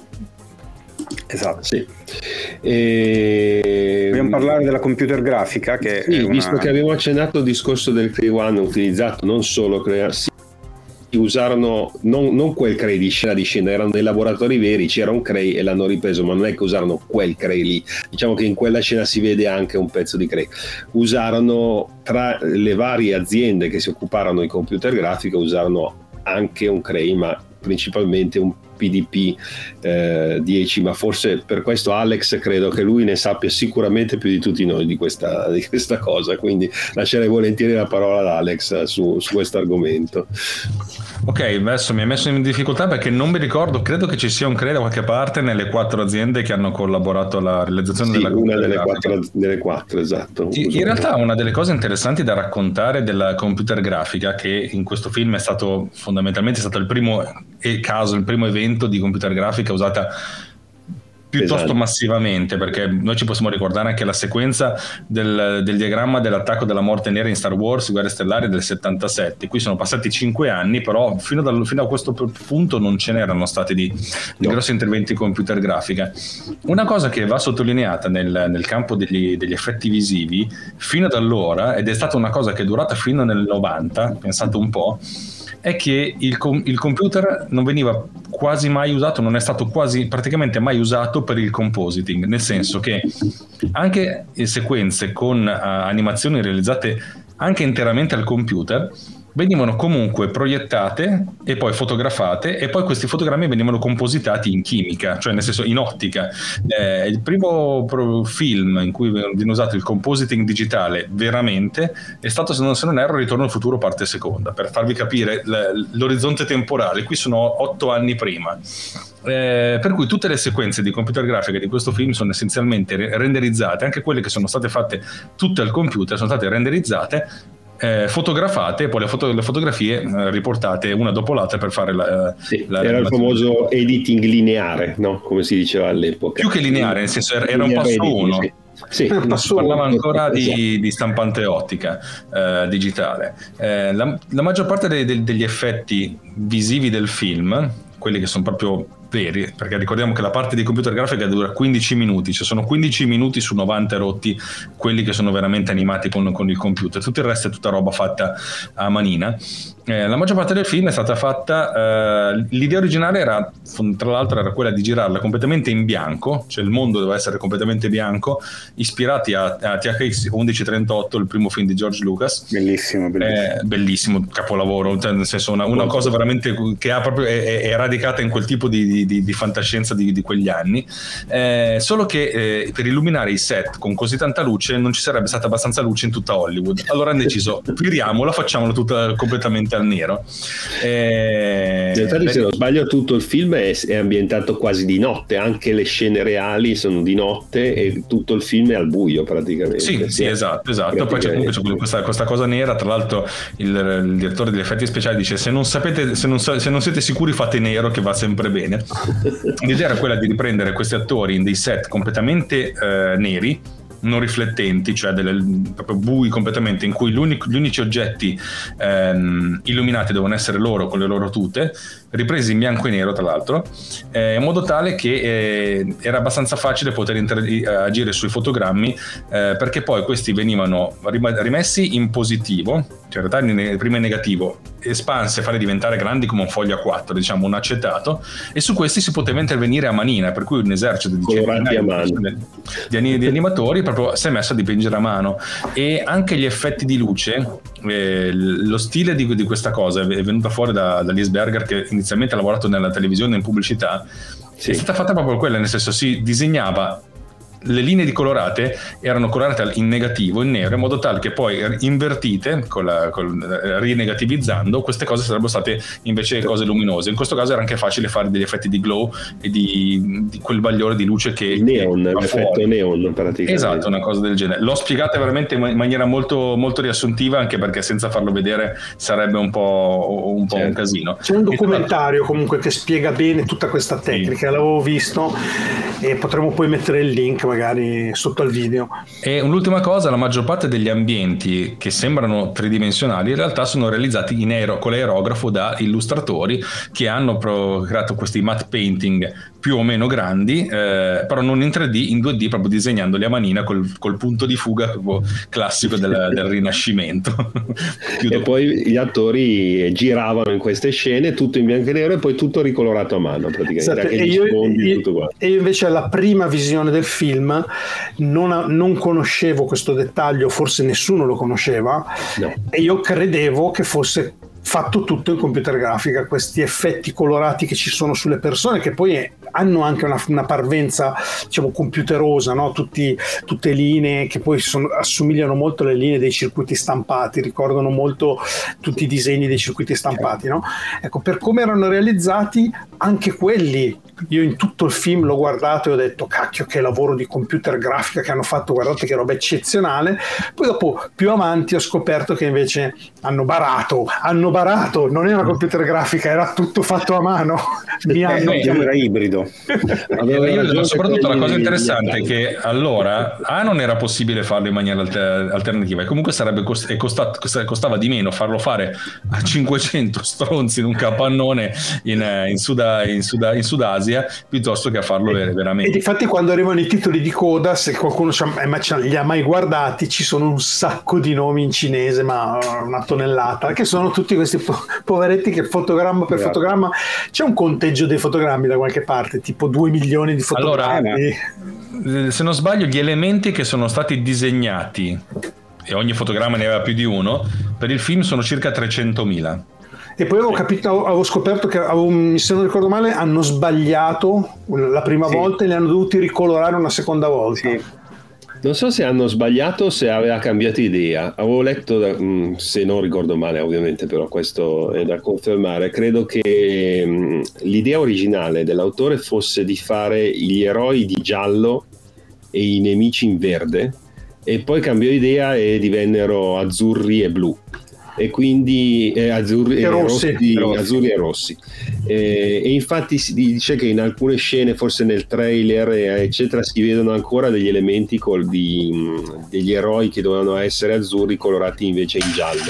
Esatto, sì. E... Vogliamo parlare della computer grafica, che sì, è una... visto che abbiamo accennato al discorso del Cray One utilizzato non solo crea... si usarono non, non quel Cray di scena di scena, erano dei laboratori veri, c'era un Cray e l'hanno ripreso, ma non è che usarono quel Cray lì, diciamo che in quella scena si vede anche un pezzo di Cray. Usarono, tra le varie aziende che si occuparono di computer grafica, usarono anche un Cray, ma principalmente un P D P eh, dieci, ma forse per questo Alex credo che lui ne sappia sicuramente più di tutti noi di questa, di questa cosa, quindi lascerei volentieri la parola ad Alex su, su questo argomento. Ok, adesso mi hai messo in difficoltà perché non mi ricordo, credo che ci sia un credo da qualche parte nelle quattro aziende che hanno collaborato alla realizzazione sì, della una delle quattro, delle quattro, esatto. In, in realtà una delle cose interessanti da raccontare della computer grafica, che in questo film è stato fondamentalmente stato il primo caso, il primo evento di computer grafica usata piuttosto esatto. massivamente, perché noi ci possiamo ricordare anche la sequenza del, del diagramma dell'attacco della morte nera in Star Wars Guerre Stellari del settantasette. Qui sono passati cinque anni, però fino, dal, fino a questo punto non ce n'erano stati di, di no. grossi interventi in computer grafica. Una cosa che va sottolineata nel, nel campo degli, degli effetti visivi fino ad allora, ed è stata una cosa che è durata fino nel novanta, pensate un po', è che il, com- il computer non veniva quasi mai usato, non è stato quasi praticamente mai usato per il compositing, nel senso che anche sequenze con uh, animazioni realizzate anche interamente al computer venivano comunque proiettate e poi fotografate, e poi questi fotogrammi venivano compositati in chimica, cioè nel senso in ottica. Eh, il primo film in cui viene usato il compositing digitale veramente è stato, se non, se non erro, Ritorno al futuro parte seconda, per farvi capire l- l'orizzonte temporale. Qui sono otto anni prima. Eh, per cui tutte le sequenze di computer grafica di questo film sono essenzialmente renderizzate, anche quelle che sono state fatte tutte al computer sono state renderizzate, Eh, fotografate, e poi le, foto- le fotografie eh, riportate una dopo l'altra per fare la, sì, la era il famoso editing lineare, no? Come si diceva all'epoca, più che lineare, nel senso era, era un passo editing, uno sì. Sì, non si parlava ancora di, di stampante ottica eh, digitale. Eh, la, la maggior parte dei, dei, degli effetti visivi del film, quelli che sono proprio veri, perché ricordiamo che la parte di computer grafica dura quindici minuti, cioè sono quindici minuti su novanta rotti quelli che sono veramente animati con, con il computer, tutto il resto è tutta roba fatta a manina. Eh, la maggior parte del film è stata fatta, eh, l'idea originale era, tra l'altro, era quella di girarla completamente in bianco, cioè il mondo doveva essere completamente bianco, ispirati a, a T H X undici trentotto, il primo film di George Lucas. Bellissimo, bellissimo, eh, bellissimo capolavoro, cioè, nel senso una, una cosa veramente che ha proprio, è, è radicata in quel tipo di, di, di fantascienza di, di quegli anni, eh, solo che eh, per illuminare i set con così tanta luce non ci sarebbe stata abbastanza luce in tutta Hollywood, allora hanno deciso viriamola, facciamola tutta completamente al nero. Eh, in realtà, se non sbaglio, tutto il film è, è ambientato quasi di notte, anche le scene reali sono di notte e tutto il film è al buio praticamente. Sì, sì, esatto, esatto. Poi c'è comunque c'è questa, questa cosa nera, tra l'altro il, il direttore degli effetti speciali dice se non sapete, se non, se non siete sicuri fate nero che va sempre bene. L'idea era quella di riprendere questi attori in dei set completamente eh, neri, non riflettenti, cioè delle, proprio bui completamente, in cui gli unici oggetti ehm, illuminati devono essere loro con le loro tute, ripresi in bianco e nero tra l'altro, eh, in modo tale che eh, era abbastanza facile poter inter- agire sui fotogrammi, eh, perché poi questi venivano rimessi in positivo, cioè in realtà prima in negativo, espanse, farli diventare grandi come un foglio A quattro, diciamo un acetato, e su questi si poteva intervenire a manina, per cui un esercito di, di, di animatori proprio si è messo a dipingere a mano. E anche gli effetti di luce, eh, lo stile di, di questa cosa è venuta fuori da, da Liz Berger, che inizialmente ha lavorato nella televisione e in pubblicità. Sì. È stata fatta proprio quella, nel senso si disegnava, le linee di colorate erano colorate in negativo, in nero, in modo tale che poi invertite, con la, con, rinegativizzando, queste cose sarebbero state invece cose luminose. In questo caso era anche facile fare degli effetti di glow e di, di quel bagliore di luce che... Il neon, l'effetto neon praticamente. Esatto, una cosa del genere. L'ho spiegata veramente in maniera molto, molto riassuntiva, anche perché senza farlo vedere sarebbe un po', un, po' certo. un casino. C'è un documentario comunque che spiega bene tutta questa tecnica, sì. L'avevo visto e potremo poi mettere il link magari sotto al video. E un'ultima cosa, la maggior parte degli ambienti che sembrano tridimensionali in realtà sono realizzati in aero, con l'aerografo da illustratori che hanno pro- creato questi matte painting più o meno grandi, eh, però non in tre D, in due D, proprio disegnandoli a manina col, col punto di fuga classico del, del Rinascimento. E poi gli attori giravano in queste scene tutto in bianco e nero e poi tutto ricolorato a mano praticamente. Esatto. E, io, io, tutto e io invece alla prima visione del film non, non conoscevo questo dettaglio, forse nessuno lo conosceva, no. E io credevo che fosse fatto tutto in computer grafica, questi effetti colorati che ci sono sulle persone, che poi è, hanno anche una, una parvenza, diciamo, computerosa, no? Tutti, tutte linee che poi sono, assomigliano molto alle linee dei circuiti stampati, ricordano molto tutti i disegni dei circuiti stampati, no? Ecco, per come erano realizzati anche quelli, io in tutto il film l'ho guardato e ho detto cacchio che lavoro di computer grafica che hanno fatto, guardate che roba eccezionale. Poi dopo più avanti ho scoperto che invece hanno barato hanno barato non era computer grafica, era tutto fatto a mano. Mi hanno eh, era ibrido. Allora, io, soprattutto la cosa interessante è che allora A non era possibile farlo in maniera alter- alternativa e comunque sarebbe cost- costato, costava di meno farlo fare a cinquecento stronzi in un capannone in, in, Sud- in, Sud- in Sudasia piuttosto che a farlo veramente. E infatti quando arrivano i titoli di coda, se qualcuno li ha mai guardati, ci sono un sacco di nomi in cinese, ma una tonnellata, che sono tutti questi po- poveretti che fotogramma per esatto. fotogramma, c'è un conteggio dei fotogrammi da qualche parte, tipo due milioni di fotogrammi. Allora, se non sbaglio, gli elementi che sono stati disegnati, e ogni fotogramma ne aveva più di uno, per il film sono circa trecentomila. E poi avevo capito, avevo scoperto che avevo, se non ricordo male, hanno sbagliato la prima sì. volta e li hanno dovuti ricolorare una seconda volta. Sì. Non so se hanno sbagliato o se aveva cambiato idea. Avevo letto, da, mh, se non ricordo male ovviamente, però questo è da confermare, credo che mh, l'idea originale dell'autore fosse di fare gli eroi di giallo e i nemici in verde, e poi cambiò idea e divennero azzurri e blu. E quindi eh, azzurri, e rossi, rossi, rossi. azzurri e rossi eh, e infatti si dice che in alcune scene, forse nel trailer eccetera, si vedono ancora degli elementi col di, degli eroi che dovevano essere azzurri colorati invece in giallo.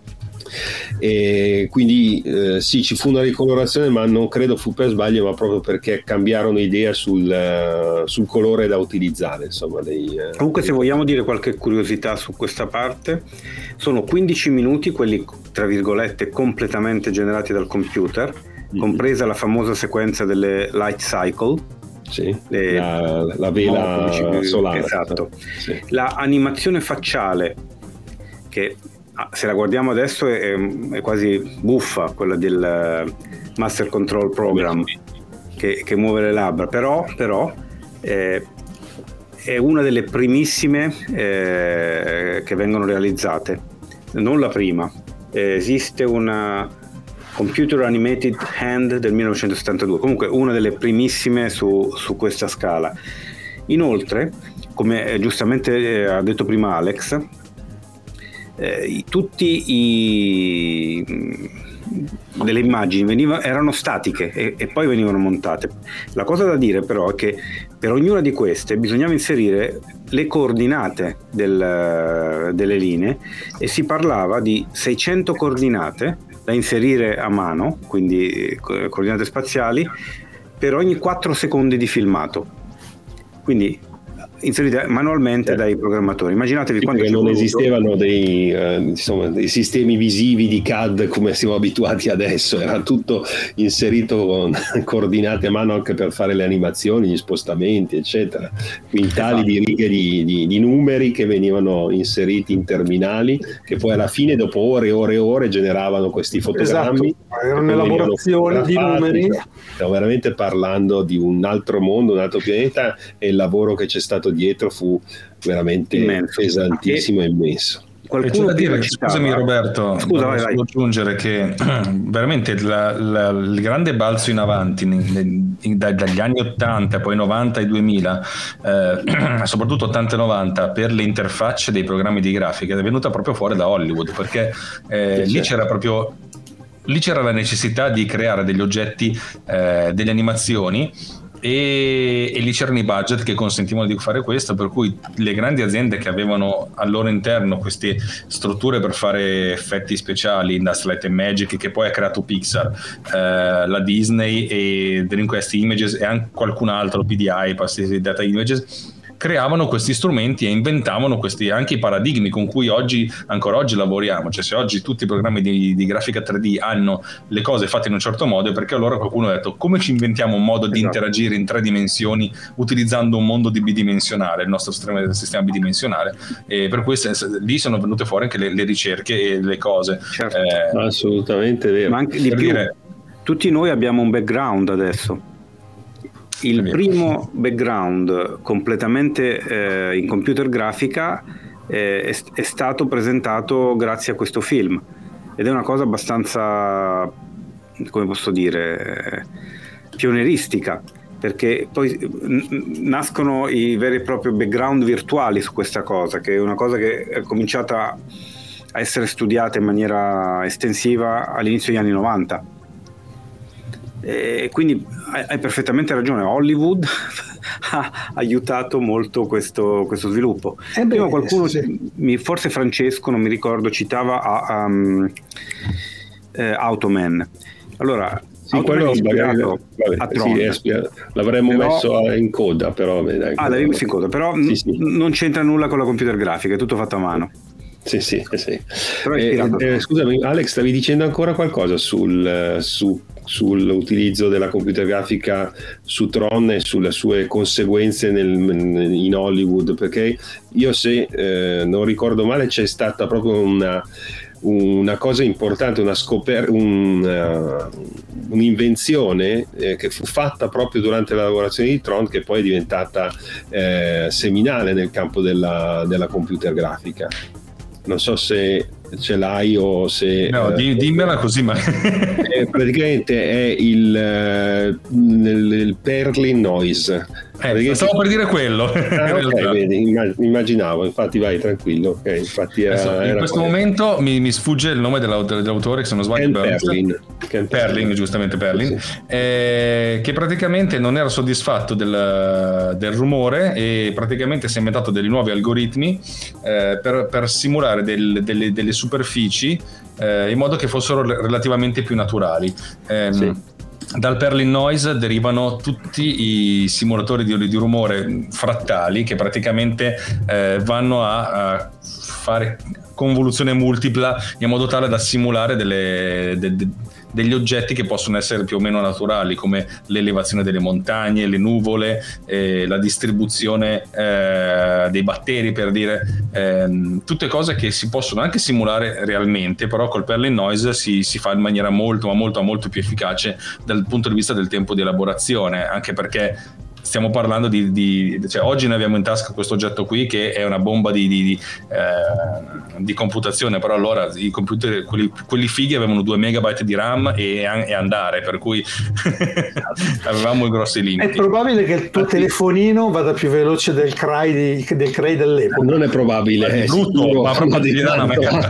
E quindi eh, sì, ci fu una ricolorazione, ma non credo fu per sbaglio, ma proprio perché cambiarono idea sul, uh, sul colore da utilizzare, insomma, dei, uh, comunque se vogliamo dire qualche curiosità su questa parte, sono quindici minuti quelli tra virgolette completamente generati dal computer, mm-hmm. compresa la famosa sequenza delle light cycle. Sì, le, la, la vela no, solare, esatto. Sì. La animazione facciale, che se la guardiamo adesso è, è quasi buffa, quella del Master Control Program che, che muove le labbra, però, però eh, è una delle primissime eh, che vengono realizzate, non la prima. Eh, esiste una Computer Animated Hand del millenovecentosettantadue, comunque una delle primissime su, su questa scala. Inoltre, come giustamente eh, ha detto prima Alex, Eh, tutti i delle immagini veniva, erano statiche e, e poi venivano montate. La cosa da dire però è che per ognuna di queste bisognava inserire le coordinate del, delle linee, e si parlava di seicento coordinate da inserire a mano, quindi coordinate spaziali, per ogni quattro secondi di filmato, quindi inserite manualmente eh. dai programmatori. Immaginatevi sì, quando non voluto... esistevano dei, eh, insomma, dei sistemi visivi di C A D come siamo abituati adesso, era tutto inserito con coordinate a mano anche per fare le animazioni, gli spostamenti eccetera, quintali esatto. di righe di, di, di numeri che venivano inseriti in terminali, che poi alla fine dopo ore e ore e ore generavano questi fotogrammi. Esatto. Era un'elaborazione di numeri. Stiamo veramente parlando di un altro mondo, un altro pianeta, e il lavoro che c'è stato dietro fu veramente immenso, pesantissimo e immenso. Qualcuno da dire, scusami Roberto, Scusa, vai, vai. aggiungere che veramente la, la, il grande balzo in avanti in, in, da, dagli anni ottanta poi novanta ai duemila, eh, soprattutto ottanta e novanta, per le interfacce dei programmi di grafica è venuta proprio fuori da Hollywood, perché eh, lì c'era proprio lì c'era la necessità di creare degli oggetti, eh, delle animazioni, e, e lì c'erano i budget che consentivano di fare questo, per cui le grandi aziende che avevano al loro interno queste strutture per fare effetti speciali, Industrial Light and Magic, che poi ha creato Pixar, eh, la Disney e Dreamcast Images e anche qualcun altro, P D I, Pacific Data Images, creavano questi strumenti e inventavano questi anche i paradigmi con cui oggi ancora oggi lavoriamo. Cioè, se oggi tutti i programmi di, di grafica tre D hanno le cose fatte in un certo modo, è perché allora qualcuno ha detto: come ci inventiamo un modo di esatto. interagire in tre dimensioni utilizzando un mondo di bidimensionale, il nostro sistema, sistema bidimensionale, e per questo lì sono venute fuori anche le, le ricerche e le cose. Certo. Eh, assolutamente vero. Ma anche di più, dire... tutti noi abbiamo un background adesso. Il primo background completamente eh, in computer grafica eh, è, è stato presentato grazie a questo film, ed è una cosa abbastanza, come posso dire, pionieristica, perché poi n- nascono i veri e propri background virtuali su questa cosa, che è una cosa che è cominciata a essere studiata in maniera estensiva all'inizio degli anni novanta. E quindi hai, hai perfettamente ragione, Hollywood ha aiutato molto questo, questo sviluppo. Eh beh, Prima qualcuno, sì. mi, forse Francesco, non mi ricordo, citava a, um, eh, Automan. Allora, sì, quello magari, vabbè, sì, è spiegato. L'avremmo però, messo in coda, però dai, ah, l'avevi messo in coda, però sì, sì. n- non c'entra nulla con la computer grafica, è tutto fatto a mano. Sì, sì, sì. Però è eh, eh, scusami, Alex, stavi dicendo ancora qualcosa sul, su, sull'utilizzo della computer grafica su Tron e sulle sue conseguenze nel, in Hollywood? Perché io, se eh, non ricordo male, c'è stata proprio una, una cosa importante, una scoperta, un, uh, un'invenzione eh, che fu fatta proprio durante la lavorazione di Tron, che poi è diventata eh, seminale nel campo della, della computer grafica. Non so se ce l'hai o se... No, eh, dimmela così, ma... eh, praticamente è il, uh, il, il Perlin Noise. Eh, stavo per dire quello. Ah, ok, vedi, immaginavo, infatti vai tranquillo. Okay, infatti era, Adesso, in era questo quello. momento mi, mi sfugge il nome dell'autore, dell'autore che se non sbaglio Ken Perlin. Ken Perlin, giustamente Perlin, sì. eh, che praticamente non era soddisfatto del, del rumore e praticamente si è inventato dei nuovi algoritmi eh, per, per simulare del, delle, delle superfici eh, in modo che fossero relativamente più naturali. Eh, Sì. Dal Perlin Noise derivano tutti i simulatori di, di rumore frattali che praticamente eh, vanno a, a fare convoluzione multipla in modo tale da simulare delle, de, de, degli oggetti che possono essere più o meno naturali, come l'elevazione delle montagne, le nuvole, eh, la distribuzione eh, dei batteri, per dire, eh, tutte cose che si possono anche simulare realmente, però col Perlin Noise si, si fa in maniera molto ma molto molto più efficace dal punto di vista del tempo di elaborazione, anche perché stiamo parlando di, di cioè oggi noi abbiamo in tasca questo oggetto qui che è una bomba di, di, di, eh, di computazione, però allora i computer, quelli, quelli fighi, avevano due megabyte di RAM e, e andare, per cui avevamo i grossi limiti. È probabile che il tuo telefonino vada più veloce del Cray, di, del Cray dell'epoca. Non è probabile, è brutto, sicuro, ma proprio di di una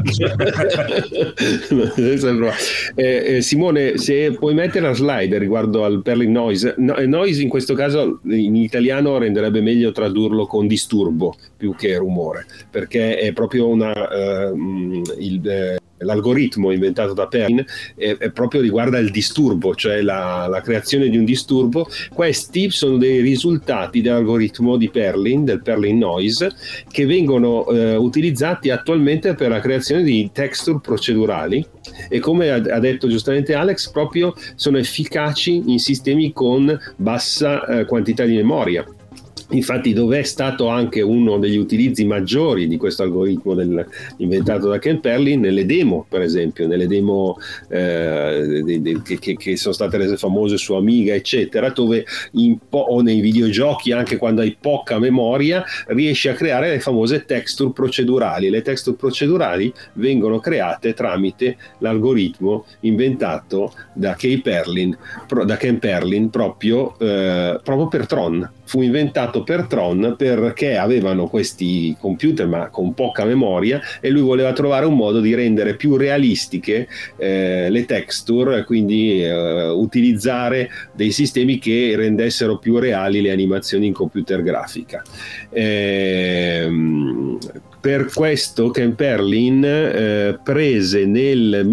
eh, eh, Simone, se puoi mettere la slide riguardo al Perlin Noise. No, noise in questo caso in italiano renderebbe meglio tradurlo con disturbo più che rumore, perché è proprio una uh, il, eh, l'algoritmo inventato da Perlin è, è proprio riguarda il disturbo, cioè la, la creazione di un disturbo. Questi sono dei risultati dell'algoritmo di Perlin, del Perlin Noise, che vengono eh, utilizzati attualmente per la creazione di texture procedurali e, come ha, ha detto giustamente Alex, proprio sono efficaci in sistemi con bassa eh, quantità di memoria. Infatti, dove è stato anche uno degli utilizzi maggiori di questo algoritmo del, inventato da Ken Perlin, nelle demo, per esempio, nelle demo eh, de, de, che, che sono state rese famose su Amiga, eccetera, dove in po- o nei videogiochi, anche quando hai poca memoria, riesci a creare le famose texture procedurali. Le texture procedurali vengono create tramite l'algoritmo inventato da Ken Perlin, pro, da Ken Perlin proprio, eh, proprio per Tron. Fu inventato per Tron perché avevano questi computer ma con poca memoria e lui voleva trovare un modo di rendere più realistiche eh, le texture, quindi eh, utilizzare dei sistemi che rendessero più reali le animazioni in computer grafica. Eh, per questo Ken Perlin eh, prese nel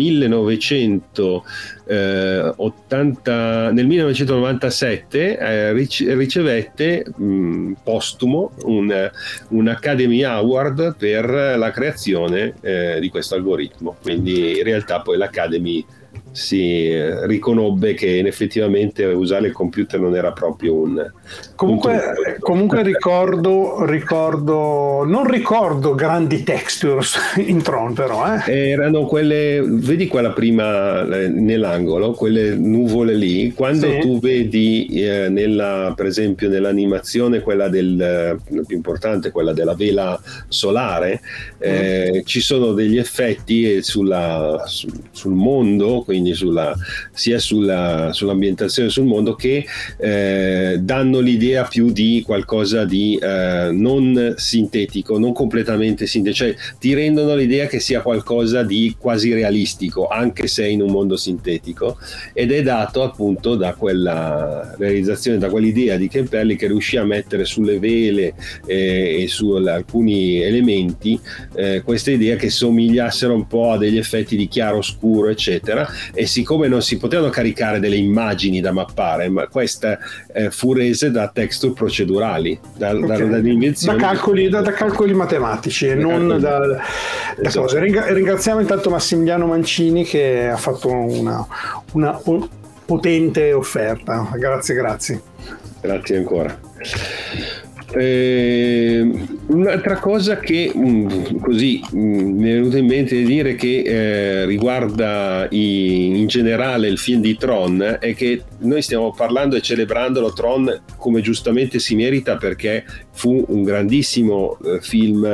millenovecentottanta, nel millenovecentonovantasette eh, ricevette mh, postumo un, un Academy Award per la creazione eh, di questo algoritmo. Quindi in realtà poi l'Academy si riconobbe che effettivamente usare il computer non era proprio un comunque, un comunque ricordo ricordo non ricordo grandi textures in Tron, però eh. erano quelle, vedi quella prima nell'angolo, quelle nuvole lì, quando sì. tu vedi eh, nella, per esempio nell'animazione quella del più importante, quella della vela solare, eh, mm. ci sono degli effetti sulla, su, sul mondo, quindi sulla, sia sulla, sull'ambientazione sul mondo, che eh, danno l'idea più di qualcosa di eh, non sintetico, non completamente sintetico, cioè ti rendono l'idea che sia qualcosa di quasi realistico anche se in un mondo sintetico, ed è dato appunto da quella realizzazione, da quell'idea di Ken Perlin che riuscì a mettere sulle vele eh, e su alcuni elementi eh, questa idea che somigliassero un po' a degli effetti di chiaro scuro eccetera. E siccome non si potevano caricare delle immagini da mappare, ma questa eh, fu resa da texture procedurali, da, okay. da, da, da, calcoli, da, da calcoli matematici e non calcoli. da, da esatto. cose. Ringraziamo intanto Massimiliano Mancini che ha fatto una, una potente offerta. Grazie, grazie. Grazie ancora. Eh, un'altra cosa che mh, così mh, mi è venuta in mente di dire che eh, riguarda i, in generale il film di Tron è che noi stiamo parlando e celebrandolo Tron come giustamente si merita, perché fu un grandissimo eh, film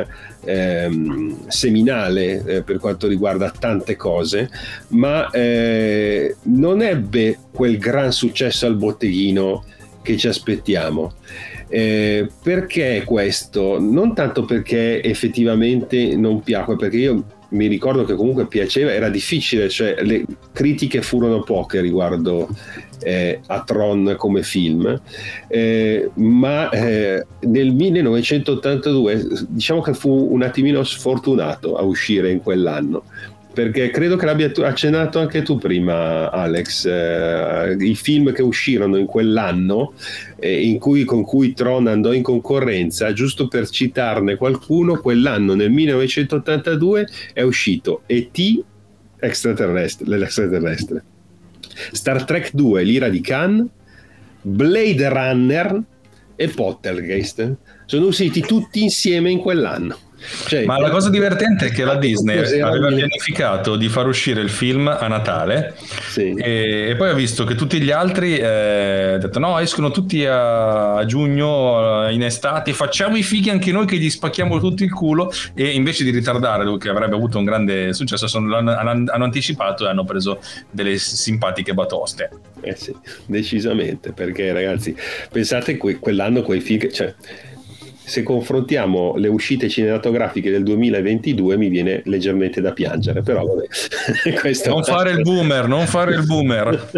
ehm, seminale eh, per quanto riguarda tante cose, ma eh, non ebbe quel gran successo al botteghino che ci aspettiamo. Eh, perché questo? Non tanto perché effettivamente non piacque, perché io mi ricordo che comunque piaceva, era difficile, cioè le critiche furono poche riguardo eh, a Tron come film, eh, ma eh, nel millenovecentottantadue diciamo che fu un attimino sfortunato a uscire in quell'anno, perché credo che l'abbia accennato anche tu prima, Alex, eh, i film che uscirono in quell'anno eh, in cui, con cui Tron andò in concorrenza, giusto per citarne qualcuno, quell'anno nel millenovecentottantadue è uscito E T extraterrestre, l'extraterrestre, Star Trek due, l'ira di Khan, Blade Runner e Poltergeist. Sono usciti tutti insieme in quell'anno. Cioè, ma la cosa divertente è che la Disney aveva pianificato di far uscire il film a Natale, sì. e, e poi ha visto che tutti gli altri eh, ha detto no, escono tutti a, a giugno, in estate, facciamo i fighi anche noi che gli spacchiamo tutto il culo, e invece di ritardare, che avrebbe avuto un grande successo, sono, hanno, hanno anticipato e hanno preso delle simpatiche batoste. Eh sì, decisamente, perché ragazzi pensate que- quell'anno quei film, cioè se confrontiamo le uscite cinematografiche del duemilaventidue mi viene leggermente da piangere, però vabbè. Questo non fare il boomer, non fare il boomer.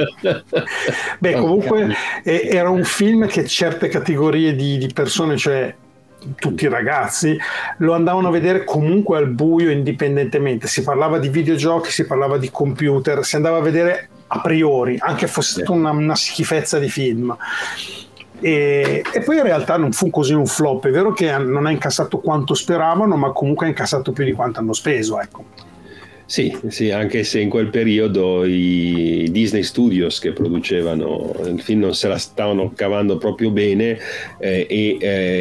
Beh, comunque eh, era un film che certe categorie di, di persone, cioè tutti i ragazzi, lo andavano a vedere comunque al buio indipendentemente. Si parlava di videogiochi, si parlava di computer, si andava a vedere a priori, anche fosse una, una schifezza di film. E, e poi in realtà non fu così un flop. È vero che non ha incassato quanto speravano, ma comunque ha incassato più di quanto hanno speso, ecco. Sì, sì, anche se in quel periodo i Disney Studios che producevano il film non se la stavano cavando proprio bene, eh, e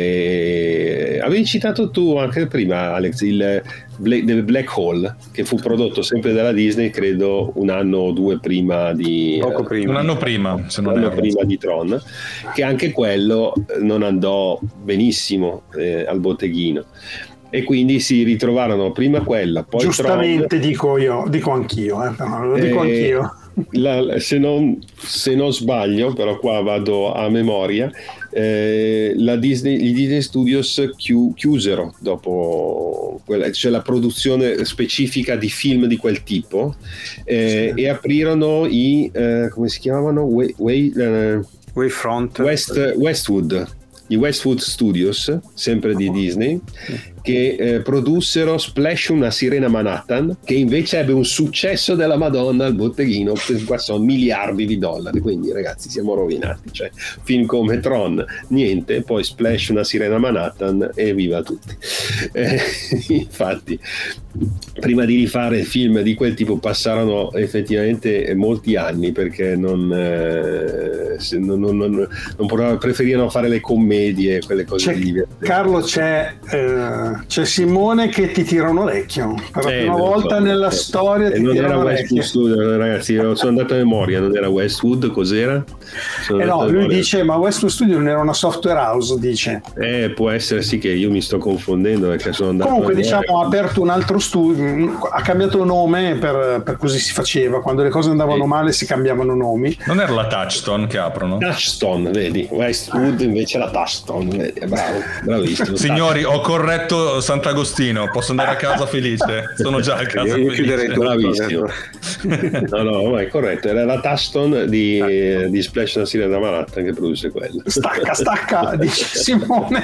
eh, avevi citato tu anche prima, Alex, il Black, Black Hole, che fu prodotto sempre dalla Disney, credo un anno o due prima di Poco prima. un anno prima, se non un anno prima di Tron, che anche quello non andò benissimo eh, al botteghino. E quindi si ritrovarono prima quella, poi giustamente Tron, dico io, dico anch'io, eh, però lo dico eh, anch'io. La, se, non, se non sbaglio, però qua vado a memoria, eh, la Disney, i Disney Studios chi, chiusero dopo quella, cioè la produzione specifica di film di quel tipo, eh, sì. E aprirono i eh, come si chiamavano? Way, way, uh, Wavefront West, Westwood. I Westwood Studios, sempre di Disney, che eh, produssero Splash, una sirena Manhattan, che invece ebbe un successo della Madonna al botteghino, qua sono miliardi di dollari, quindi ragazzi siamo rovinati, cioè film come Tron niente, poi Splash, una sirena Manhattan e viva tutti. Eh, infatti prima di rifare film di quel tipo passarono effettivamente molti anni, perché non, eh, non, non, non, non preferivano fare le commedie, quelle cose c'è, divertenti. Carlo, c'è, eh, c'è Simone che ti tira un orecchio per la eh, prima volta so, nella eh, storia. Ti non tira era un Westwood Studio, ragazzi, io sono andato a memoria, non era Westwood, cos'era? Eh no, lui dice, ma Westwood Studio non era una software house, dice. Eh, può essere sì che io mi sto confondendo, perché sono andato comunque diciamo ha aperto un altro studio, ha cambiato nome per, per così si faceva, quando le cose andavano sì. male si cambiavano nomi. Non era la Touchstone che aprono? Touchstone, vedi, Westwood invece la Touchstone, vedi, bravo, bravissimo. Signori, ho corretto Sant'Agostino, posso andare a casa felice, sono già a casa io, io felice. Bravissimo. no no, ma è corretto, era la Touchstone di, ah. di Splash, una sirena Manhattan che produce quello. Stacca, stacca, dice Simone.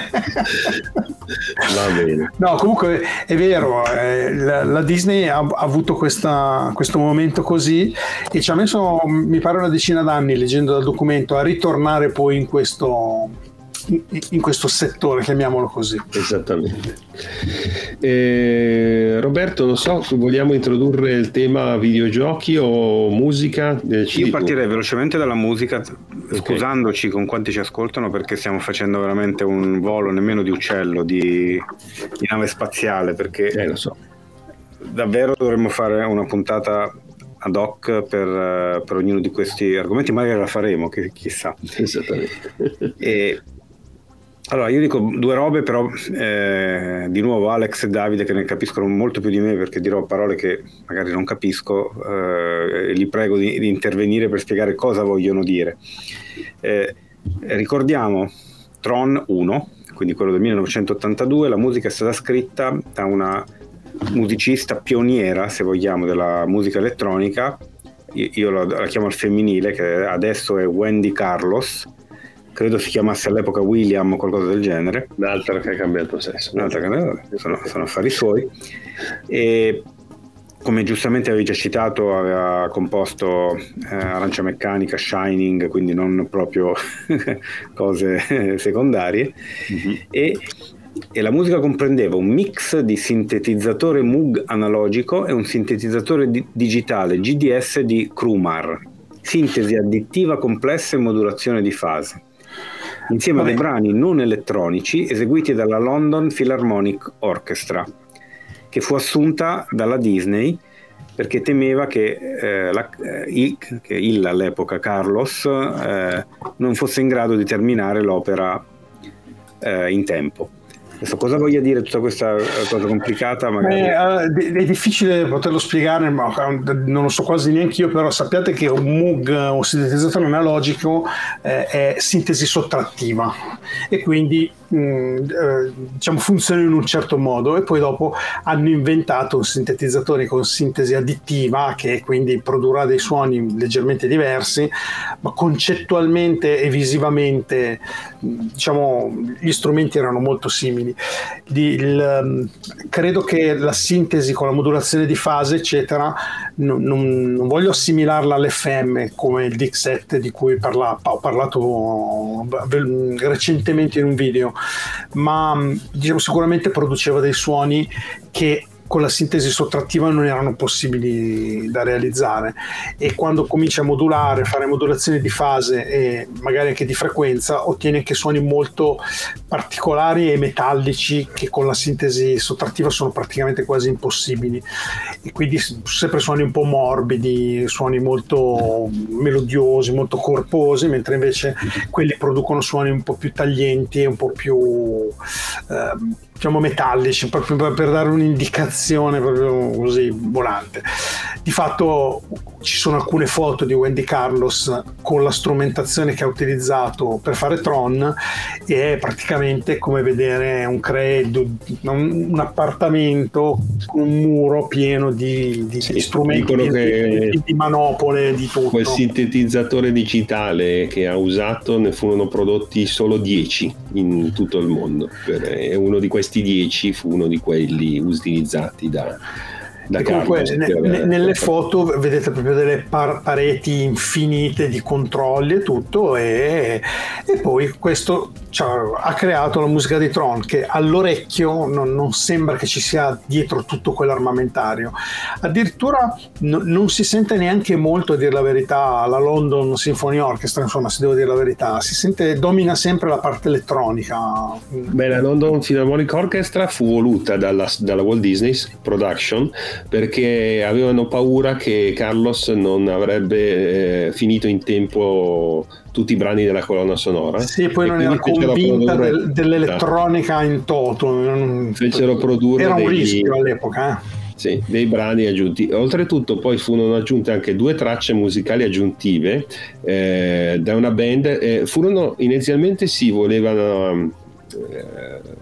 Va bene. No, comunque è vero, eh, la, la Disney ha, ha avuto questa, questo momento così e ci ha messo, mi pare, una decina d'anni, leggendo dal documento, a ritornare poi in questo in, in questo settore, chiamiamolo così. Esattamente. Eh, Roberto, non so, vogliamo introdurre il tema videogiochi o musica? Eh, Io partirei tu. velocemente dalla musica, okay. scusandoci con quanti ci ascoltano, perché stiamo facendo veramente un volo nemmeno di uccello, di, di nave spaziale, perché eh, lo so. davvero dovremmo fare una puntata ad hoc per, per ognuno di questi argomenti, magari la faremo, che, chissà. Esattamente. E allora io dico due robe, però eh, di nuovo Alex e Davide, che ne capiscono molto più di me, perché dirò parole che magari non capisco, eh, e li prego di, di intervenire per spiegare cosa vogliono dire. Eh, ricordiamo Tron uno, quindi quello del millenovecentottantadue, la musica è stata scritta da una musicista pioniera, se vogliamo, della musica elettronica. Io, io la, la chiamo al femminile, che adesso è Wendy Carlos, credo si chiamasse all'epoca William o qualcosa del genere. Un'altra che ha cambiato sesso. Un'altra che ha cambiato, sono, sono affari suoi. E come giustamente avevi già citato, aveva composto eh, Arancia Meccanica, Shining, quindi non proprio cose secondarie. Mm-hmm. E e la musica comprendeva un mix di sintetizzatore Moog analogico e un sintetizzatore di- digitale G D S di Crumar, sintesi additiva complessa e modulazione di fase, insieme a dei brani non elettronici eseguiti dalla London Philharmonic Orchestra, che fu assunta dalla Disney perché temeva che, eh, la, eh, il, che il all'epoca Carlos eh, non fosse in grado di terminare l'opera eh, in tempo. Adesso cosa voglia dire tutta questa cosa complicata? Magari. Eh, è difficile poterlo spiegare, ma non lo so quasi neanche io, però sappiate che un Moog, un sintetizzatore analogico, eh, è sintesi sottrattiva e quindi mh, eh, diciamo funziona in un certo modo, e poi dopo hanno inventato un sintetizzatore con sintesi additiva che quindi produrrà dei suoni leggermente diversi, ma concettualmente e visivamente diciamo gli strumenti erano molto simili. Il, credo che la sintesi con la modulazione di fase eccetera non, non, non voglio assimilarla all'F M come il D X sette di cui parla, ho parlato recentemente in un video, ma diciamo sicuramente produceva dei suoni che con la sintesi sottrattiva non erano possibili da realizzare, e quando cominci a modulare, fare modulazioni di fase e magari anche di frequenza, ottieni anche suoni molto particolari e metallici che con la sintesi sottrattiva sono praticamente quasi impossibili, e quindi sempre suoni un po' morbidi, suoni molto melodiosi, molto corposi, mentre invece quelli producono suoni un po' più taglienti e un po' più eh, diciamo metallici, proprio per dare un'indicazione proprio così volante. di fatto ci sono alcune foto di Wendy Carlos con la strumentazione che ha utilizzato per fare Tron, e è praticamente come vedere un credo, un, un appartamento con un muro pieno di, di, sì, di strumenti, di, che di, di manopole, di tutto. Quel sintetizzatore digitale che ha usato, ne furono prodotti solo dieci in tutto il mondo, e uno di questi dieci fu uno di quelli utilizzati da Da e comunque Carlos, ne, per, nelle per... foto vedete proprio delle par- pareti infinite di controlli e tutto, e, e poi questo cioè, ha creato la musica di Tron, che all'orecchio non, non sembra che ci sia dietro tutto quell'armamentario, addirittura no, non si sente neanche molto, a dire la verità, la London Symphony Orchestra, insomma, se devo dire la verità, si sente, domina sempre la parte elettronica. Beh, la London Philharmonic Orchestra fu voluta dalla, dalla Walt Disney Production, perché avevano paura che Carlos non avrebbe eh, finito in tempo tutti i brani della colonna sonora. Sì, poi non era convinta del, dell'elettronica in toto. Non... Fecero produrre era un dei, rischio all'epoca. Eh? Sì, dei brani aggiunti. Oltretutto poi furono aggiunte anche due tracce musicali aggiuntive eh, da una band. Eh, furono inizialmente si volevano... Eh,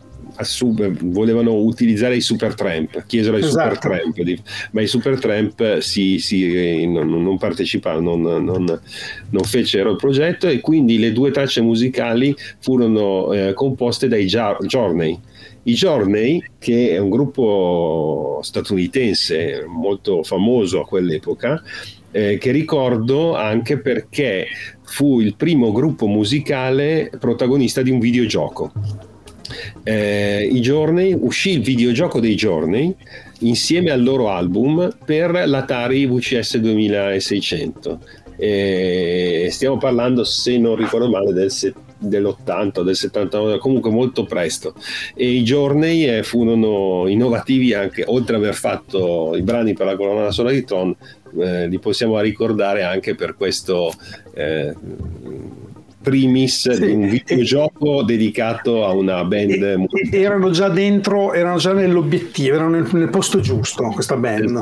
volevano utilizzare i Supertramp, chiesero ai esatto. Supertramp, ma i Supertramp si, si, non, non parteciparono, non, non, non fecero il progetto, e quindi le due tracce musicali furono eh, composte dai Journey. I Journey, che è un gruppo statunitense molto famoso a quell'epoca, eh, che ricordo anche perché fu il primo gruppo musicale protagonista di un videogioco. Eh, i Journey, uscì il videogioco dei Journey insieme al loro album per l'Atari V C S duemilaseicento. Eh, stiamo parlando, se non ricordo male, del dell'ottanta o del settantanove, comunque molto presto, e i Journey eh, furono innovativi anche, oltre ad aver fatto i brani per la colonna sonora di Tron, eh, li possiamo ricordare anche per questo eh, primis sì, di un videogioco e, dedicato a una band. E, erano già dentro, erano già nell'obiettivo, erano nel, nel posto giusto, questa band.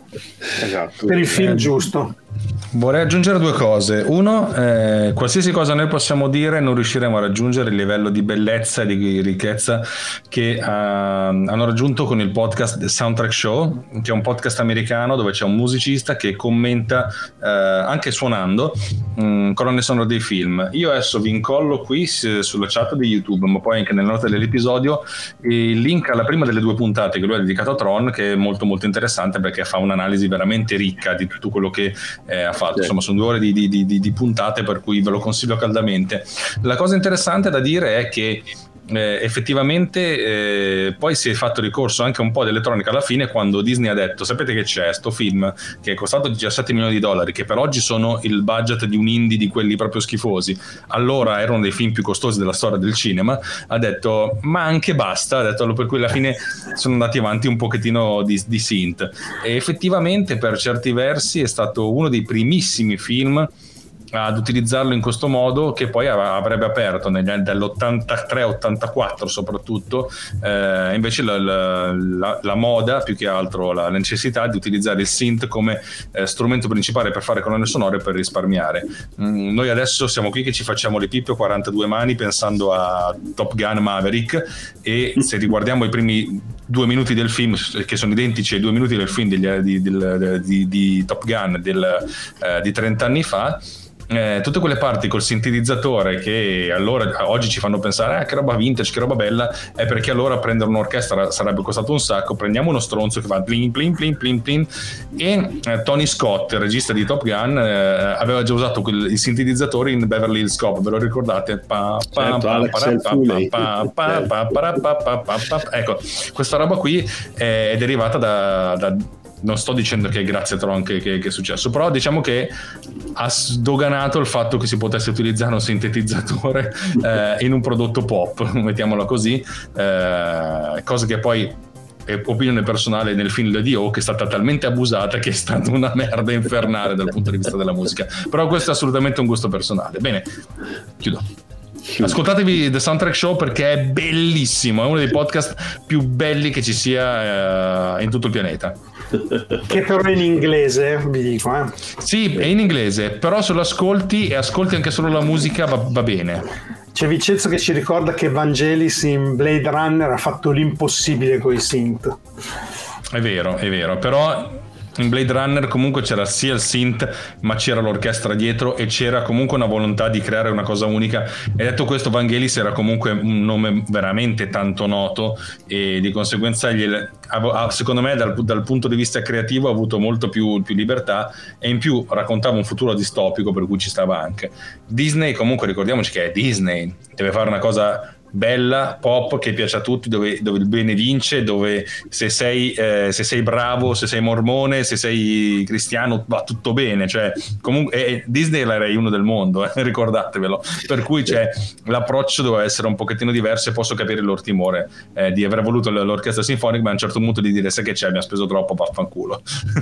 Esatto. Per il film eh, giusto. Vorrei aggiungere due cose. Uno, eh, qualsiasi cosa noi possiamo dire non riusciremo a raggiungere il livello di bellezza e di ricchezza che uh, hanno raggiunto con il podcast The Soundtrack Show, che è un podcast americano dove c'è un musicista che commenta uh, anche suonando um, colonne sonore dei film. Io adesso vi incollo qui s- sulla chat di YouTube, ma poi anche nelle note dell'episodio, il link alla prima delle due puntate che lui ha dedicato a Tron, che è molto molto interessante perché fa un'analisi veramente ricca di tutto quello che eh, ha fatto. Insomma, sono due ore di, di, di, di puntate, per cui ve lo consiglio caldamente. La cosa interessante da dire è che eh, effettivamente eh, poi si è fatto ricorso anche un po' di elettronica alla fine, quando Disney ha detto: sapete che c'è sto film che è costato diciassette milioni di dollari, che per oggi sono il budget di un indie di quelli proprio schifosi, allora era uno dei film più costosi della storia del cinema, ha detto ma anche basta, ha detto, per cui alla fine sono andati avanti un pochettino di, di synth, e effettivamente per certi versi è stato uno dei primissimi film ad utilizzarlo in questo modo, che poi avrebbe aperto negli anni dell'ottantatré ottantaquattro soprattutto eh, invece la, la, la, la moda, più che altro la necessità di utilizzare il synth come eh, strumento principale per fare colonne sonore, per risparmiare. Mm, noi adesso siamo qui che ci facciamo le pippe a quarantadue mani pensando a Top Gun Maverick, e se riguardiamo i primi due minuti del film, che sono identici ai due minuti del film degli, di, di, di, di Top Gun del, eh, di trenta anni fa, Eh, tutte quelle parti col sintetizzatore che allora oggi ci fanno pensare ah, che roba vintage, che roba bella, è perché allora prendere un'orchestra sarebbe costato un sacco. Prendiamo uno stronzo che fa plin plin plin plin plin, e eh, Tony Scott, il regista di Top Gun, eh, aveva già usato quel, il sintetizzatore in Beverly Hills Cop, ve lo ricordate? Ecco, questa roba qui è derivata da, da non sto dicendo che è grazie a Tron che, che, che è successo, però diciamo che ha sdoganato il fatto che si potesse utilizzare un sintetizzatore eh, in un prodotto pop, mettiamola così, eh, cosa che poi è opinione personale nel film di O, che è stata talmente abusata che è stata una merda infernale dal punto di vista della musica, però questo è assolutamente un gusto personale. Bene, chiudo. Ascoltatevi The Soundtrack Show perché è bellissimo, è uno dei podcast più belli che ci sia eh, in tutto il pianeta. Che però è in inglese, vi dico. Eh. Sì, è in inglese, però se lo ascolti e ascolti anche solo la musica va, va bene. C'è Vincenzo che ci ricorda che Vangelis in Blade Runner ha fatto l'impossibile con i synth. È vero, è vero, però in Blade Runner comunque c'era sia il synth, ma c'era l'orchestra dietro e c'era comunque una volontà di creare una cosa unica. E detto questo, Vangelis era comunque un nome veramente tanto noto e di conseguenza gliele, secondo me dal, dal punto di vista creativo ha avuto molto più, più libertà, e in più raccontava un futuro distopico, per cui ci stava anche. Disney comunque, ricordiamoci che è Disney, deve fare una cosa bella, pop, che piace a tutti, dove, dove il bene vince, dove se sei, eh, se sei bravo, se sei mormone, se sei cristiano va tutto bene, cioè comunque eh, Disney è la Rai uno del mondo, eh, ricordatevelo, per cui cioè, l'approccio doveva essere un pochettino diverso, e posso capire il loro timore eh, di aver voluto l'orchestra sinfonica, ma a un certo punto di dire sai che c'è, mi ha speso troppo, vaffanculo.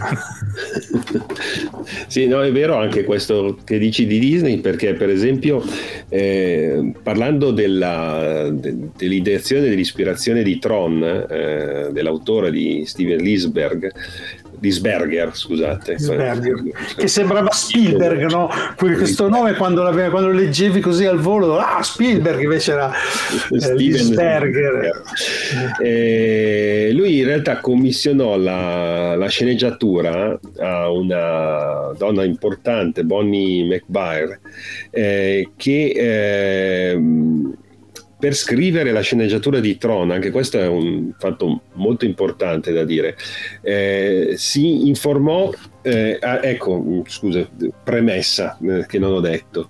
Sì, no, è vero anche questo che dici di Disney, perché per esempio eh, parlando della dell'ideazione, dell'ispirazione di Tron, eh, dell'autore di Steven Lisberg, Lisberger, scusate, Lisberger, che sembrava Spielberg, no? Questo nome quando, quando lo leggevi così al volo, ah, Spielberg, invece era eh, Lisberger. Eh, lui in realtà commissionò la, la sceneggiatura a una donna importante, Bonnie McBair, eh, che eh, per scrivere la sceneggiatura di Tron, anche questo è un fatto molto importante da dire, eh, si informò, eh, ah, ecco, scusa, premessa eh, che non ho detto,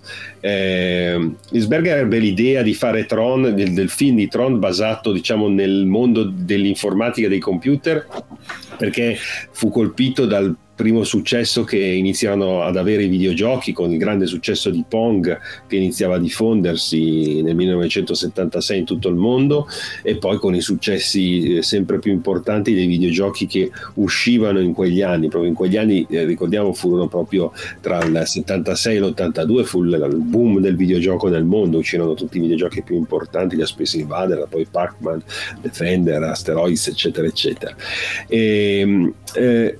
eh, Lisberger ebbe l'idea di fare Tron, del, del film di Tron basato diciamo nel mondo dell'informatica dei computer, perché fu colpito dal primo successo che iniziarono ad avere i videogiochi, con il grande successo di Pong che iniziava a diffondersi nel millenovecentosettantasei in tutto il mondo, e poi con i successi sempre più importanti dei videogiochi che uscivano in quegli anni. Proprio in quegli anni, eh, ricordiamo, furono proprio tra il settantasei e l'ottantadue, fu il boom del videogioco nel mondo, uscirono tutti i videogiochi più importanti, da Space Invader, poi Pac-Man, Defender, Asteroids, eccetera eccetera. E, eh,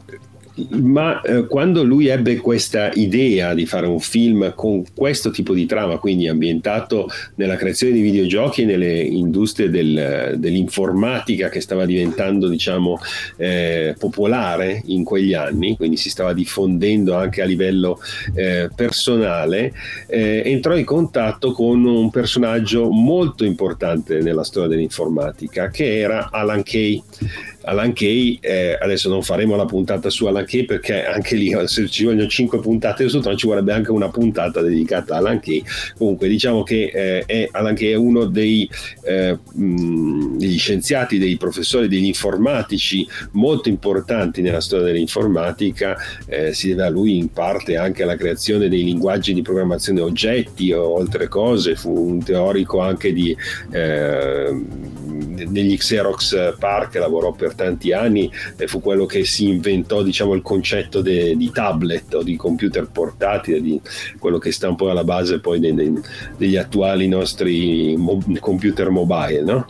ma eh, quando lui ebbe questa idea di fare un film con questo tipo di trama, quindi ambientato nella creazione di videogiochi e nelle industrie del, dell'informatica che stava diventando diciamo eh, popolare in quegli anni, quindi si stava diffondendo anche a livello eh, personale, eh, entrò in contatto con un personaggio molto importante nella storia dell'informatica, che era Alan Kay. Alan Kay, eh, adesso non faremo la puntata su Alan Kay, perché anche lì se ci vogliono cinque puntate su Tron ci vorrebbe anche una puntata dedicata a Alan Kay. Comunque diciamo che eh, è, Alan Kay è uno dei, eh, mh, degli scienziati, dei professori, degli informatici molto importanti nella storia dell'informatica. Eh, si deve a lui in parte anche alla creazione dei linguaggi di programmazione oggetti o altre cose. Fu un teorico anche di eh, negli Xerox PARC, lavorò per tanti anni, e fu quello che si inventò diciamo il concetto de, di tablet o di computer portatile, di quello che sta un po' alla base poi dei, dei, degli attuali nostri mo- computer mobile, no?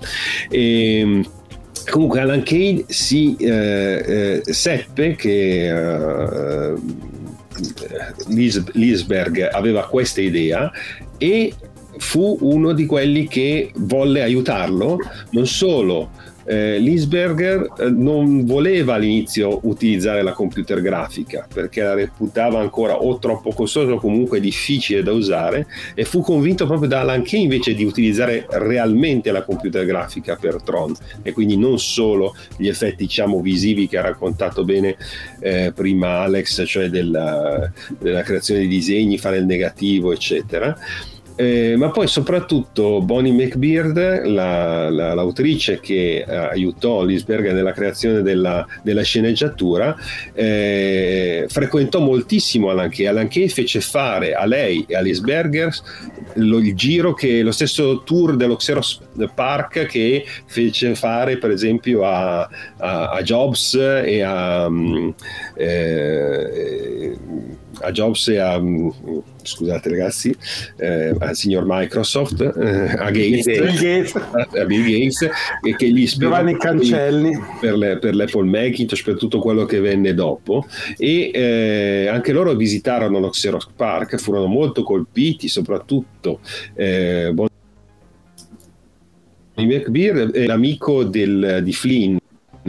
E comunque Alan Kay si eh, eh, seppe che eh, Lis- Lisberg aveva questa idea, e fu uno di quelli che volle aiutarlo. Non solo, eh, Lisberger eh, non voleva all'inizio utilizzare la computer grafica perché la reputava ancora o troppo costosa o comunque difficile da usare, e fu convinto proprio da Alan Kay invece di utilizzare realmente la computer grafica per Tron, e quindi non solo gli effetti diciamo visivi che ha raccontato bene eh, prima Alex, cioè della, della creazione di disegni, fare il negativo eccetera. Eh, ma poi soprattutto Bonnie McBeard, la, la, l'autrice che eh, aiutò Lisberger nella creazione della, della sceneggiatura, eh, frequentò moltissimo Alan Kay. Alan Kay fece fare a lei e a Lisberger lo, il giro, che lo stesso tour dello Xerox PARC che fece fare per esempio a, a, a Jobs e a um, eh, a Jobs e a scusate ragazzi eh, al signor Microsoft, eh, a Gates, Bill Gates. a Bill Gates, e che gli ispirò Giovanni Cancelli per, le, per l'Apple Macintosh, per tutto quello che venne dopo, e eh, anche loro visitarono lo Xerox Park, furono molto colpiti, soprattutto eh, McBeard, eh, l'amico del, di Flynn,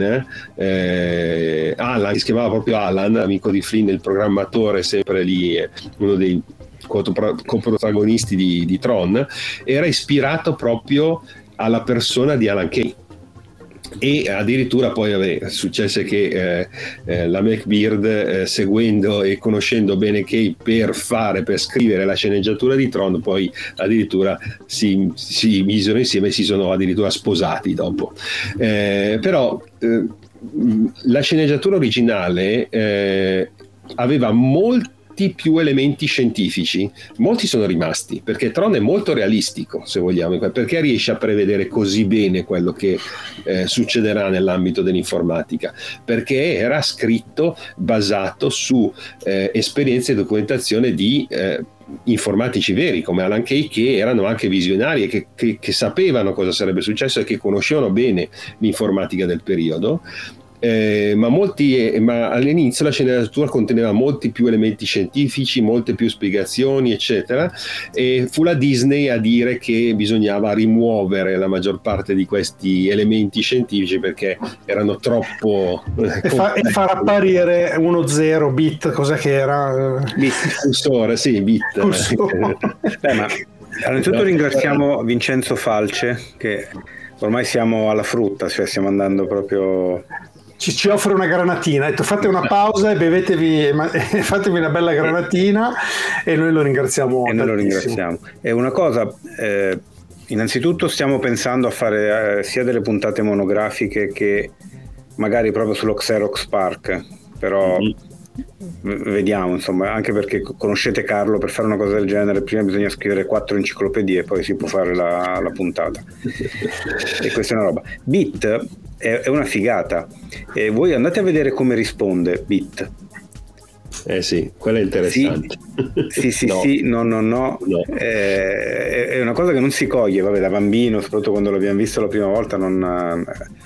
eh, Alan, che si chiamava proprio Alan, amico di Flynn, il programmatore, sempre lì, eh, uno dei coprotagonisti di, di Tron, era ispirato proprio alla persona di Alan Kay. E addirittura poi vabbè, successe che eh, eh, la McBeard, eh, seguendo e conoscendo bene Kay per fare, per scrivere la sceneggiatura di Tron, poi addirittura si, si misero insieme e si sono addirittura sposati dopo. Eh, però eh, la sceneggiatura originale eh, aveva molti più elementi scientifici, molti sono rimasti perché Tron è molto realistico, se vogliamo, perché riesce a prevedere così bene quello che eh, succederà nell'ambito dell'informatica, perché era scritto basato su eh, esperienze e documentazione di eh, informatici veri come Alan Kay, che erano anche visionari e che, che, che sapevano cosa sarebbe successo e che conoscevano bene l'informatica del periodo. Eh, ma, molti, eh, ma all'inizio la sceneggiatura conteneva molti più elementi scientifici, molte più spiegazioni eccetera, e fu la Disney a dire che bisognava rimuovere la maggior parte di questi elementi scientifici perché erano troppo e, fa, e far apparire uno zero bit, cos'è che era? Bit, cursore, sì, bit. Cursore. Beh, ma innanzitutto ringraziamo Vincenzo Falce, che ormai siamo alla frutta, cioè stiamo andando proprio... Ci, ci offre una granatina, ha detto fate una pausa e bevetevi, ma, fatevi una bella granatina, e noi lo ringraziamo e noi lo ringraziamo. E una cosa, eh, innanzitutto stiamo pensando a fare eh, sia delle puntate monografiche che magari proprio sullo Xerox Park, però mm-hmm. vediamo, insomma, anche perché conoscete Carlo, per fare una cosa del genere prima bisogna scrivere quattro enciclopedie e poi si può fare la, la puntata. E questa è una roba. Bit è, è una figata, e voi andate a vedere come risponde Bit. Eh sì, quello è interessante. Sì, sì, sì, no. sì no, no, no. no. Eh, è una cosa che non si coglie, vabbè, da bambino, soprattutto quando l'abbiamo visto la prima volta, non...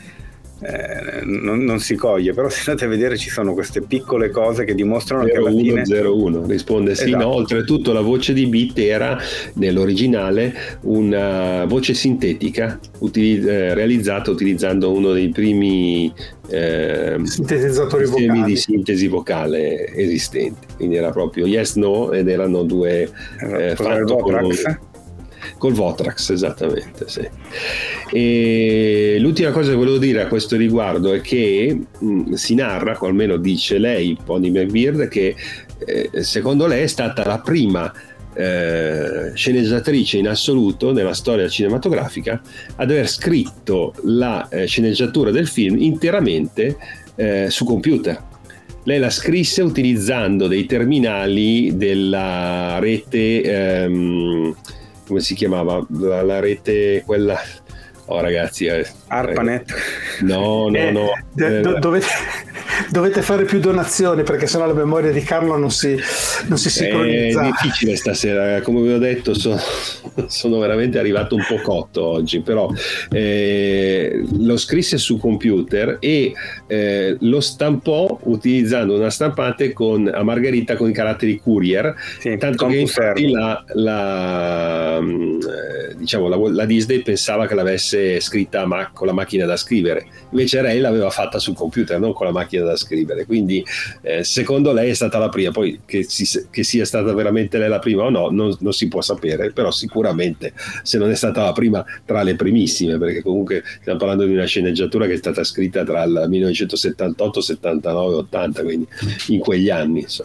Eh, non, non si coglie, però se andate a vedere ci sono queste piccole cose che dimostrano che alla fine zero uno risponde sì, esatto. No, oltretutto la voce di Bit era nell'originale una voce sintetica utilizz- eh, realizzata utilizzando uno dei primi eh, sintetizzatori sistemi vocali di sintesi vocale esistenti, quindi era proprio yes no, ed erano due eh, fatto con col Votrax, esattamente, sì. E l'ultima cosa che volevo dire a questo riguardo è che mh, si narra, o almeno dice lei, Bonnie McBeard, che eh, secondo lei è stata la prima eh, sceneggiatrice in assoluto nella storia cinematografica ad aver scritto la eh, sceneggiatura del film interamente eh, su computer. Lei la scrisse utilizzando dei terminali della rete ehm, come si chiamava la, la rete quella oh ragazzi eh, ARPANET no no eh, no do, do, dovete, dovete fare più donazioni perché sennò la memoria di Carlo non si non si sincronizza. È difficile stasera, come vi ho detto sono, sono veramente arrivato un po' cotto oggi, però eh, lo scrisse su computer e eh, lo stampò utilizzando una stampante con, a margherita con i caratteri Courier, sì, tanto che infatti la, la, eh, diciamo, la, la Disney pensava che l'avesse scritta ma- con la macchina da scrivere, invece lei l'aveva fatta sul computer, non con la macchina da scrivere, quindi eh, secondo lei è stata la prima, poi che, si, che sia stata veramente lei la prima o no non, non si può sapere, però sicuramente se non è stata la prima, tra le primissime, perché comunque stiamo parlando di una sceneggiatura che è stata scritta tra il millenovecentosettantotto, settantanove, ottanta, quindi in quegli anni, insomma.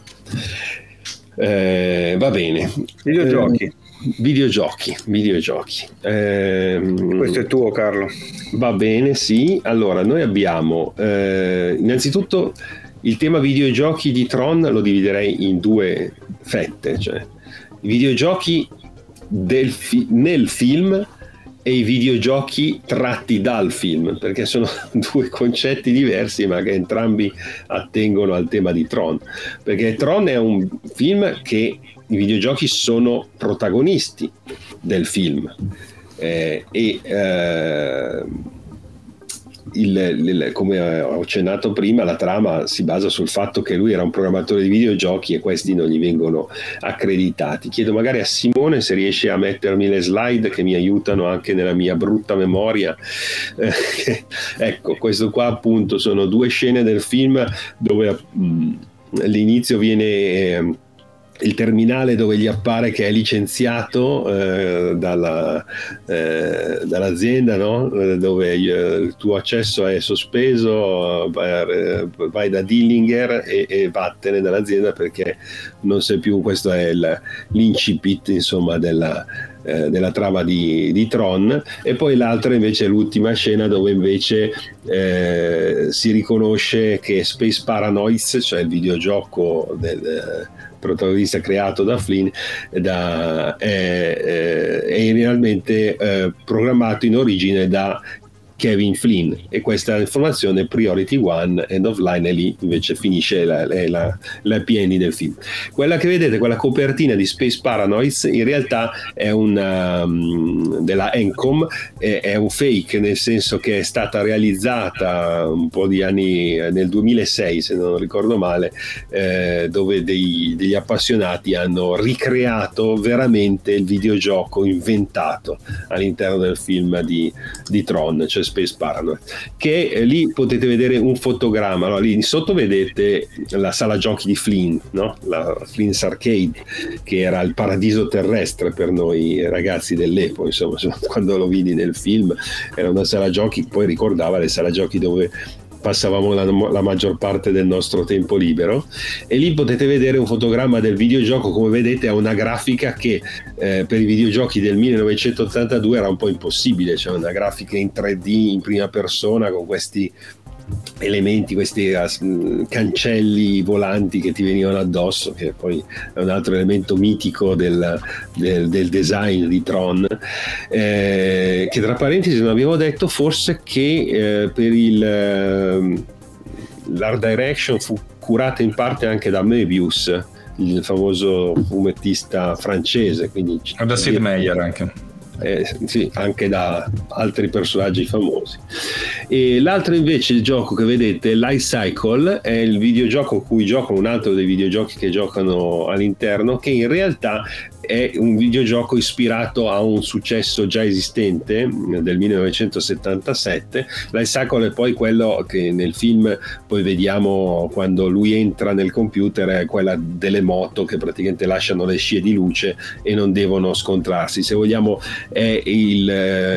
Eh, va bene. Videogiochi. Eh, videogiochi, videogiochi. Eh, Questo è tuo, Carlo. Va bene, sì. Allora, noi abbiamo eh, innanzitutto il tema videogiochi di Tron lo dividerei in due fette, cioè i videogiochi del fi- nel film e i videogiochi tratti dal film, perché sono due concetti diversi ma che entrambi attengono al tema di Tron, perché Tron è un film che i videogiochi sono protagonisti del film eh, e eh, Il, il, come ho accennato prima, la trama si basa sul fatto che lui era un programmatore di videogiochi e questi non gli vengono accreditati. Chiedo magari a Simone se riesce a mettermi le slide che mi aiutano anche nella mia brutta memoria. Eh, ecco, questo qua appunto sono due scene del film dove mh, all'inizio viene eh, il terminale dove gli appare che è licenziato eh, dalla, eh, dall'azienda, no? Dove eh, il tuo accesso è sospeso, vai, vai da Dillinger e, e vattene dall'azienda perché non sei più, questo è il, l'incipit insomma della, eh, della trama di, di Tron. E poi l'altra invece è l'ultima scena dove invece eh, si riconosce che Space Paranoids, cioè il videogioco del protagonista creato da Flynn, da, è, è realmente eh, programmato in origine da Kevin Flynn, e questa informazione Priority One, End of Line, e lì invece finisce la, la, la P N del film. Quella che vedete, quella copertina di Space Paranoids, in realtà è una um, della Encom, è, è un fake, nel senso che è stata realizzata un po' di anni, nel duemilasei se non ricordo male, eh, dove dei, degli appassionati hanno ricreato veramente il videogioco inventato all'interno del film di, di Tron, cioè Space Paranoid, che eh, lì potete vedere un fotogramma, no? Lì sotto vedete la sala giochi di Flynn, no? La Flynn's Arcade, che era il paradiso terrestre per noi ragazzi dell'epoca, insomma, quando lo vidi nel film era una sala giochi, poi ricordava le sala giochi dove passavamo la, la maggior parte del nostro tempo libero, e lì potete vedere un fotogramma del videogioco. Come vedete ha una grafica che eh, per i videogiochi del millenovecentottantadue era un po' impossibile, cioè una grafica in tre D in prima persona con questi elementi, questi uh, cancelli volanti che ti venivano addosso, che poi è un altro elemento mitico del, del, del design di Tron, eh, che tra parentesi non abbiamo detto forse che eh, per il uh, l'art direction fu curata in parte anche da Möbius, il famoso fumettista francese, quindi da Sid Meier anche. Eh, sì, anche da altri personaggi famosi. E l'altro invece, il gioco che vedete, Life Cycle, è il videogioco in cui giocano, un altro dei videogiochi che giocano all'interno, che in realtà è un videogioco ispirato a un successo già esistente del millenovecentosettantasette. Life Cycle è poi quello che nel film poi vediamo quando lui entra nel computer, è quella delle moto che praticamente lasciano le scie di luce e non devono scontrarsi. Se vogliamo è il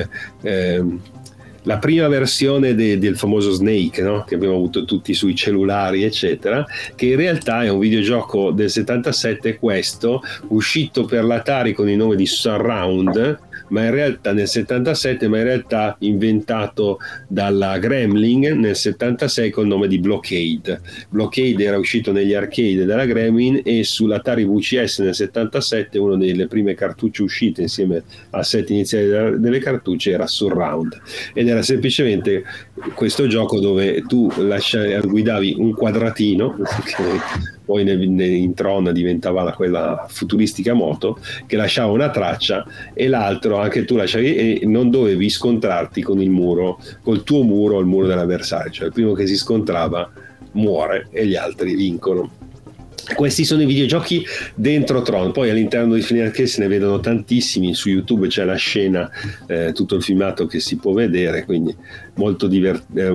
eh, la prima versione de, del famoso Snake, no? Che abbiamo avuto tutti sui cellulari eccetera, che in realtà è un videogioco del settantasette, questo uscito per l'Atari con il nome di Surround, ma in realtà nel settantasette, ma in realtà inventato dalla Gremlin nel settantasei col nome di Blockade. Blockade era uscito negli arcade della Gremlin, e sull'Atari V C S nel settantasette una delle prime cartucce uscite insieme al set iniziale delle cartucce era Surround, ed era semplicemente questo gioco dove tu lasciavi, guidavi un quadratino che poi in Tron diventava quella futuristica moto, che lasciava una traccia, e l'altro anche tu lasciavi, e non dovevi scontrarti con il muro, col tuo muro o il muro dell'avversario, cioè il primo che si scontrava muore e gli altri vincono. Questi sono i videogiochi dentro Tron. Poi all'interno di Flynn Arcade se ne vedono tantissimi, su YouTube c'è la scena, eh, tutto il filmato che si può vedere, quindi molto, diver- eh,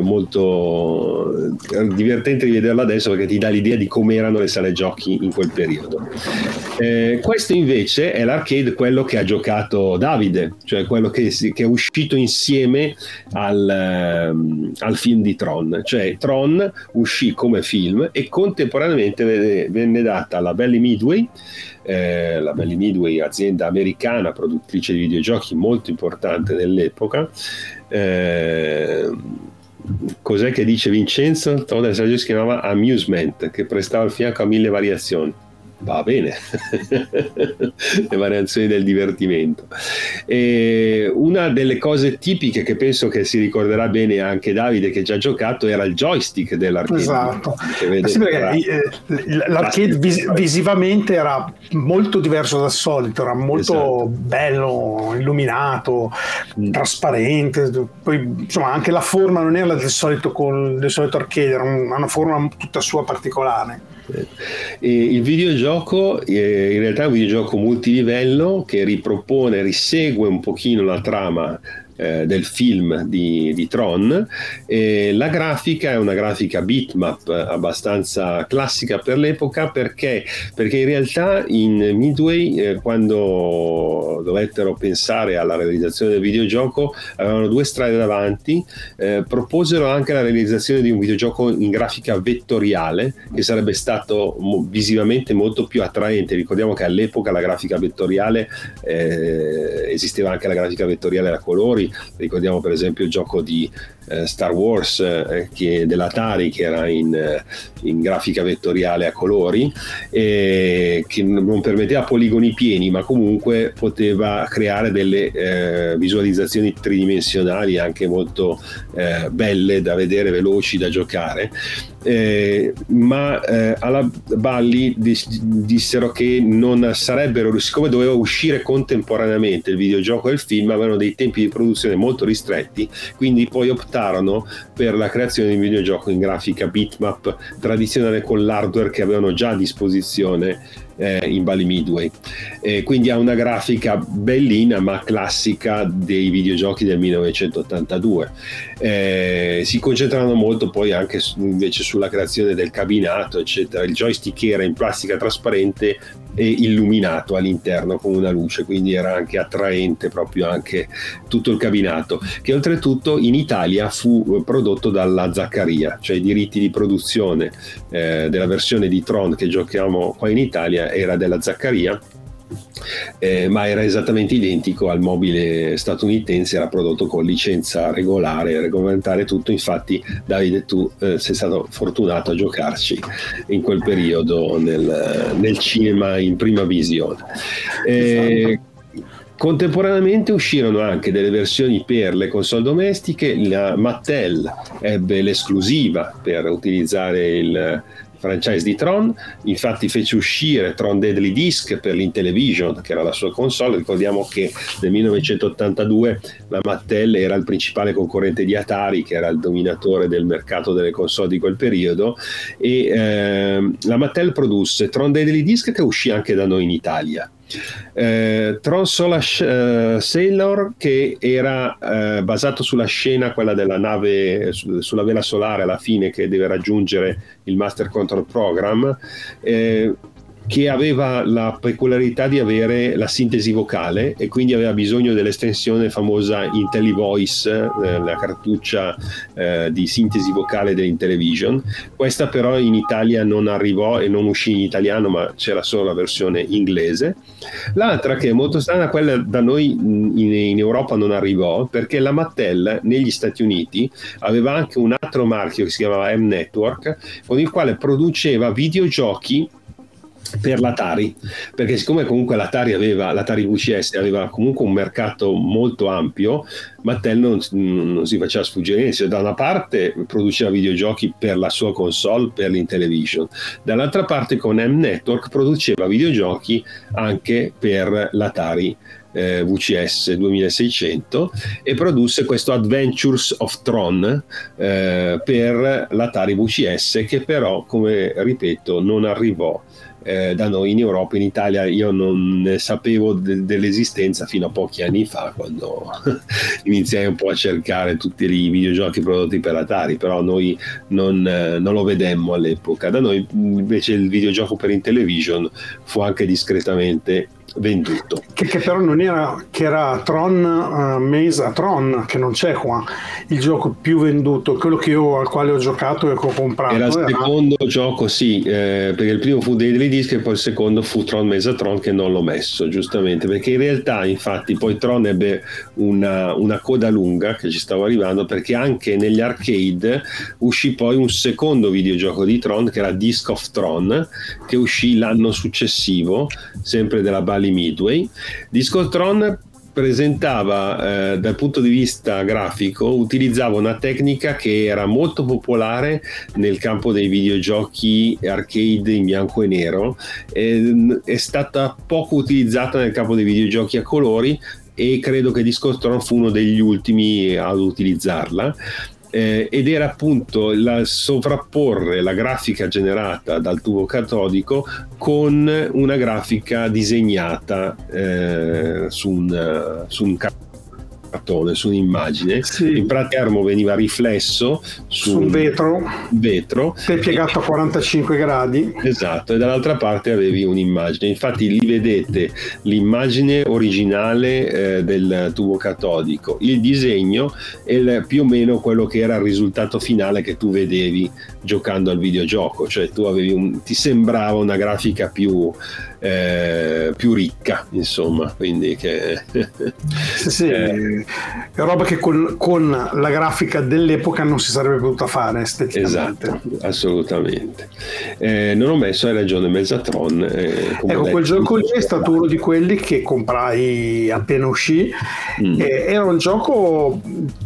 molto divertente di vederlo adesso, perché ti dà l'idea di come erano le sale giochi in quel periodo. Eh, questo invece è l'arcade, quello che ha giocato Davide, cioè quello che, si, che è uscito insieme al, um, al film di Tron. Cioè Tron uscì come film e contemporaneamente venne data alla Bally Midway, eh, la Bally Midway, azienda americana produttrice di videogiochi molto importante nell'epoca. Eh, cos'è che dice Vincenzo? Si chiamava Amusement, che prestava il fianco a Mille Variazioni. va bene. Le variazioni del divertimento. E una delle cose tipiche che penso che si ricorderà bene anche Davide, che già ha giocato, era il joystick dell'arcade. Esatto. Che vede, sì, perché era... eh, l'arcade vis- visivamente era molto diverso dal solito, era molto esatto. bello, illuminato, mm. trasparente. Poi insomma anche la forma non era del solito, con, del solito arcade, era una forma tutta sua particolare. E il videogioco eh, in realtà è un videogioco multilivello che ripropone, risegue un pochino la trama eh, del film di, di Tron. E la grafica è una grafica bitmap abbastanza classica per l'epoca, perché, perché in realtà in Midway eh, quando dovettero pensare alla realizzazione del videogioco avevano due strade davanti. Eh, proposero anche la realizzazione di un videogioco in grafica vettoriale che sarebbe stato mo- visivamente molto più attraente. Ricordiamo che all'epoca la grafica vettoriale eh, esisteva anche la grafica vettoriale a colori. Ricordiamo per esempio il gioco di eh, Star Wars eh, che, dell'Atari, che era in, in grafica vettoriale a colori, e che non permetteva poligoni pieni, ma comunque poteva creare delle eh, visualizzazioni tridimensionali anche molto eh, belle da vedere, veloci da giocare. Eh, ma eh, alla Bally dis- dissero che non sarebbero, siccome doveva uscire contemporaneamente il videogioco e il film, avevano dei tempi di produzione molto ristretti, quindi poi optarono per la creazione di un videogioco in grafica bitmap tradizionale con l'hardware che avevano già a disposizione Eh, in Bally Midway. Eh, quindi ha una grafica bellina ma classica dei videogiochi del millenovecentottantadue. Eh, si concentrano molto poi anche su, invece sulla creazione del cabinato eccetera. Il joystick era in plastica trasparente e illuminato all'interno con una luce, quindi era anche attraente proprio anche tutto il cabinato, che oltretutto in Italia fu prodotto dalla Zaccaria, cioè i diritti di produzione eh, della versione di Tron che giochiamo qua in Italia era della Zaccaria, eh, ma era esattamente identico al mobile statunitense, era prodotto con licenza regolare, regolamentare tutto. Infatti Davide, tu eh, sei stato fortunato a giocarci in quel periodo nel, nel cinema in prima visione. Eh, Contemporaneamente uscirono anche delle versioni per le console domestiche. La Mattel ebbe l'esclusiva per utilizzare il franchise di Tron, infatti fece uscire Tron Deadly Disc per l'Intellivision, che era la sua console. Ricordiamo che nel millenovecentottantadue la Mattel era il principale concorrente di Atari, che era il dominatore del mercato delle console di quel periodo, e eh, la Mattel produsse Tron Deadly Disc, che uscì anche da noi in Italia. Eh, Tron Solar uh, Sailor, che era eh, basato sulla scena, quella della nave su, sulla vela solare alla fine che deve raggiungere il Master Control Program, eh, che aveva la peculiarità di avere la sintesi vocale e quindi aveva bisogno dell'estensione famosa IntelliVoice, eh, la cartuccia eh, di sintesi vocale dell'Intellivision. Questa però in Italia non arrivò e non uscì in italiano, ma c'era solo la versione inglese. L'altra, che è molto strana, quella da noi in, in Europa non arrivò, perché la Mattel negli Stati Uniti aveva anche un altro marchio che si chiamava M-Network, con il quale produceva videogiochi per l'Atari, perché siccome comunque l'Atari aveva l'Atari V C S aveva comunque un mercato molto ampio, Mattel non, non si faceva sfuggire niente. Da una parte produceva videogiochi per la sua console, per l'Intellivision, dall'altra parte con M-Network produceva videogiochi anche per l'Atari eh, V C S duemilaseicento, e produsse questo Adventures of Tron eh, per l'Atari V C S, che però, come ripeto, non arrivò Eh, da noi in Europa. In Italia io non ne sapevo de- dell'esistenza fino a pochi anni fa, quando iniziai un po' a cercare tutti i videogiochi prodotti per Atari, però noi non, eh, non lo vedemmo all'epoca. Da noi invece il videogioco per Intellivision fu anche discretamente venduto. Che, che però non era, che era Tron uh, Mesa Tron, che non c'è qua, il gioco più venduto, quello che io, al quale ho giocato e che ho comprato. Era il era... secondo gioco, sì, eh, perché il primo fu Daedalic Disc e poi il secondo fu Tron Mesa Tron, che non l'ho messo, giustamente, perché in realtà, infatti, poi Tron ebbe una, una coda lunga, che ci stavo arrivando, perché anche negli arcade uscì poi un secondo videogioco di Tron, che era Disc of Tron, che uscì l'anno successivo, sempre della Bally Midway. Disc of Tron presentava eh, dal punto di vista grafico, utilizzava una tecnica che era molto popolare nel campo dei videogiochi arcade in bianco e nero, e, è stata poco utilizzata nel campo dei videogiochi a colori, e credo che Disc of Tron fu uno degli ultimi ad utilizzarla. Eh, ed era appunto il sovrapporre la grafica generata dal tubo catodico con una grafica disegnata eh, su un, su un cartone, su un'immagine. Sì. In pratica Ermo veniva riflesso su, su un vetro, vetro che è piegato a quarantacinque gradi. Esatto, e dall'altra parte avevi un'immagine. Infatti lì vedete l'immagine originale eh, del tubo catodico, il disegno e il, più o meno quello che era il risultato finale che tu vedevi giocando al videogioco, cioè tu avevi un, ti sembrava una grafica più eh, più ricca, insomma, quindi che sì, sì. Eh, è roba che con, con la grafica dell'epoca non si sarebbe potuta fare esteticamente. Esatto, assolutamente. Eh, non ho messo, hai ragione, Mesatron. Eh, ecco, detto, quel gioco lì è stato uno di quelli che comprai appena uscì. Mm. Eh, era un gioco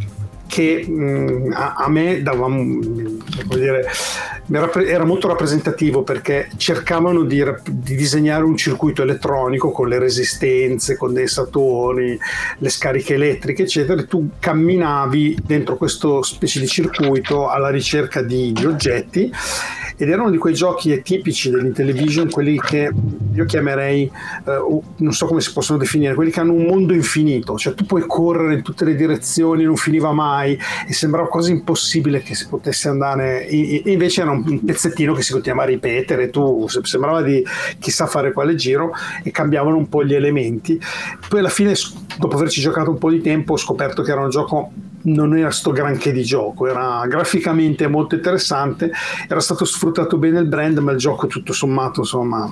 che mh, a, a me dava, come dire, era molto rappresentativo, perché cercavano di, di disegnare un circuito elettronico con le resistenze, condensatori, le scariche elettriche eccetera, e tu camminavi dentro questo specie di circuito alla ricerca di, di oggetti, ed erano di quei giochi tipici dell'Intellivision, quelli che io chiamerei eh, non so come si possono definire, quelli che hanno un mondo infinito, cioè tu puoi correre in tutte le direzioni, non finiva mai e sembrava quasi impossibile che si potesse andare, e invece era un pezzettino che si continuava a ripetere, tu sembrava di chissà fare quale giro, e cambiavano un po' gli elementi. Poi alla fine, dopo averci giocato un po' di tempo, ho scoperto che era un gioco, non era sto granché di gioco, era graficamente molto interessante, era stato sfruttato bene il brand, ma il gioco tutto sommato insomma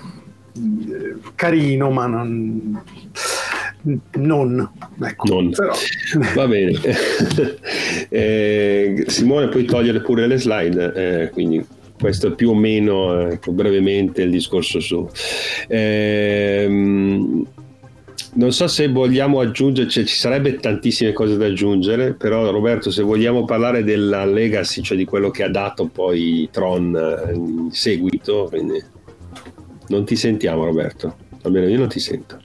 carino, ma non non, ecco. non. Però... va bene. eh, Simone, puoi togliere pure le slide, eh, quindi questo è più o meno ecco, brevemente il discorso su ehm, non so se vogliamo aggiungere, cioè, ci sarebbe tantissime cose da aggiungere, però Roberto, se vogliamo parlare della legacy, cioè di quello che ha dato poi Tron in seguito, quindi non ti sentiamo, Roberto, almeno io non ti sento.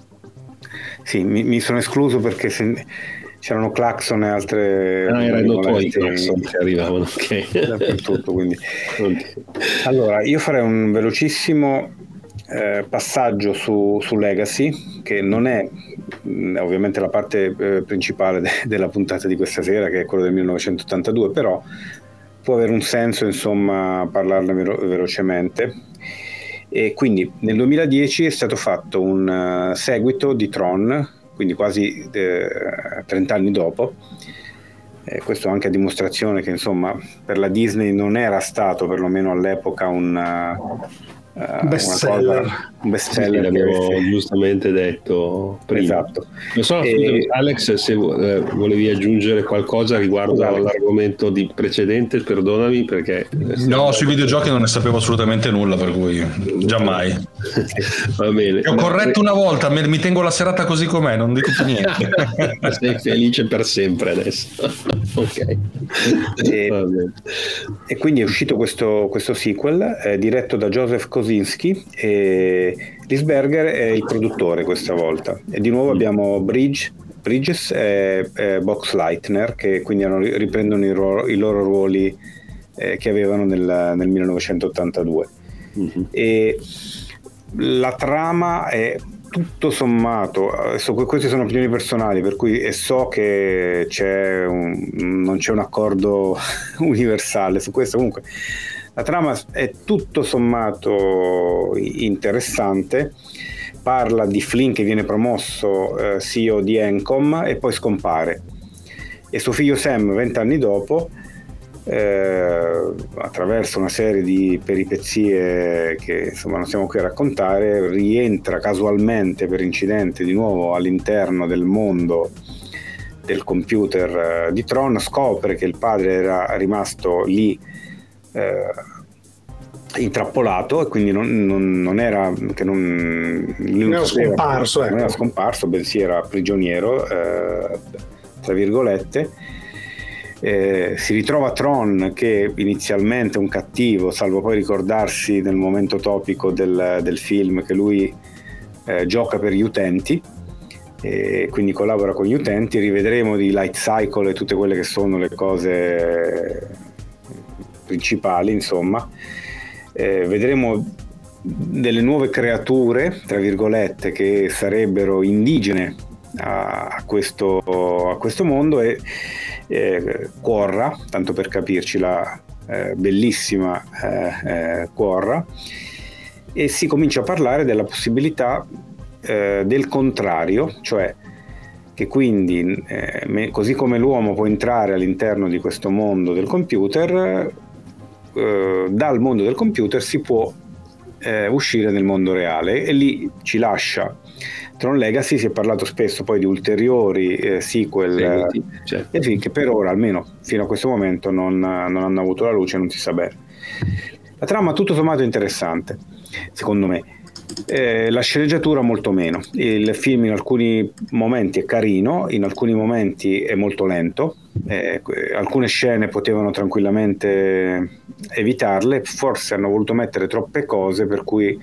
Sì, mi, mi sono escluso perché se, c'erano clacson e altre... Ah, erano tuoi clacson che arrivavano, ok. Dappertutto, quindi. Allora, io farei un velocissimo eh, passaggio su, su Legacy, che non è mh, ovviamente la parte eh, principale de- della puntata di questa sera, che è quello del millenovecentottantadue, però può avere un senso, insomma, parlarne velo- velocemente. E quindi nel duemiladieci è stato fatto un uh, seguito di Tron, quindi quasi eh, trenta anni dopo. Eh, questo anche a dimostrazione che insomma per la Disney non era stato, perlomeno all'epoca, un uh, best seller. un best seller, sì, l'avevo giustamente detto prima. Esatto. Non so, e... Alex, se eh, volevi aggiungere qualcosa riguardo esatto. all'argomento di precedente, perdonami perché no, sui videogiochi non ne sapevo assolutamente nulla, per cui già-mai. Va bene. Ho corretto una volta, mi tengo la serata così com'è, non dico più niente. Sei felice per sempre adesso. Ok. E, e quindi è uscito questo, questo sequel eh, diretto da Joseph Kosinski, e Lisberger è il produttore questa volta, e di nuovo abbiamo Bridge, Bridges e, e Box Leitner, che quindi hanno, riprendono i, ro- i loro ruoli eh, che avevano nel, nel millenovecentottantadue. Mm-hmm. E la trama è tutto sommato, adesso queste sono opinioni personali, per cui e so che c'è un, non c'è un accordo universale su questo, comunque la trama è tutto sommato interessante, parla di Flynn che viene promosso eh, C E O di Encom e poi scompare, e suo figlio Sam vent'anni dopo, eh, attraverso una serie di peripezie che insomma non stiamo qui a raccontare, rientra casualmente per incidente di nuovo all'interno del mondo del computer eh, di Tron, scopre che il padre era rimasto lì eh, intrappolato, e quindi non, non, non era che non, non era scomparso, non ecco. era scomparso, bensì era prigioniero eh, tra virgolette. Eh, si ritrova Tron, che inizialmente è un cattivo, salvo poi ricordarsi nel momento topico del, del film che lui eh, gioca per gli utenti, e quindi collabora con gli utenti. Rivedremo di Light Cycle e tutte quelle che sono le cose principali, insomma. Eh, vedremo delle nuove creature, tra virgolette, che sarebbero indigene a, a, questo, a questo mondo, e eh, Quorra, tanto per capirci, la eh, bellissima eh, eh, Quorra, e si comincia a parlare della possibilità eh, del contrario, cioè che quindi eh, me, così come l'uomo può entrare all'interno di questo mondo del computer, eh, dal mondo del computer si può eh, uscire nel mondo reale, e lì ci lascia Tron Legacy. Si è parlato spesso poi di ulteriori eh, sequel, Seguiti, certo. eh, che per ora, almeno fino a questo momento, non, non hanno avuto la luce, non si sa bene. La trama tutto sommato è interessante, secondo me. Eh, la sceneggiatura molto meno. Il film in alcuni momenti è carino, in alcuni momenti è molto lento. Eh, alcune scene potevano tranquillamente evitarle, forse hanno voluto mettere troppe cose, per cui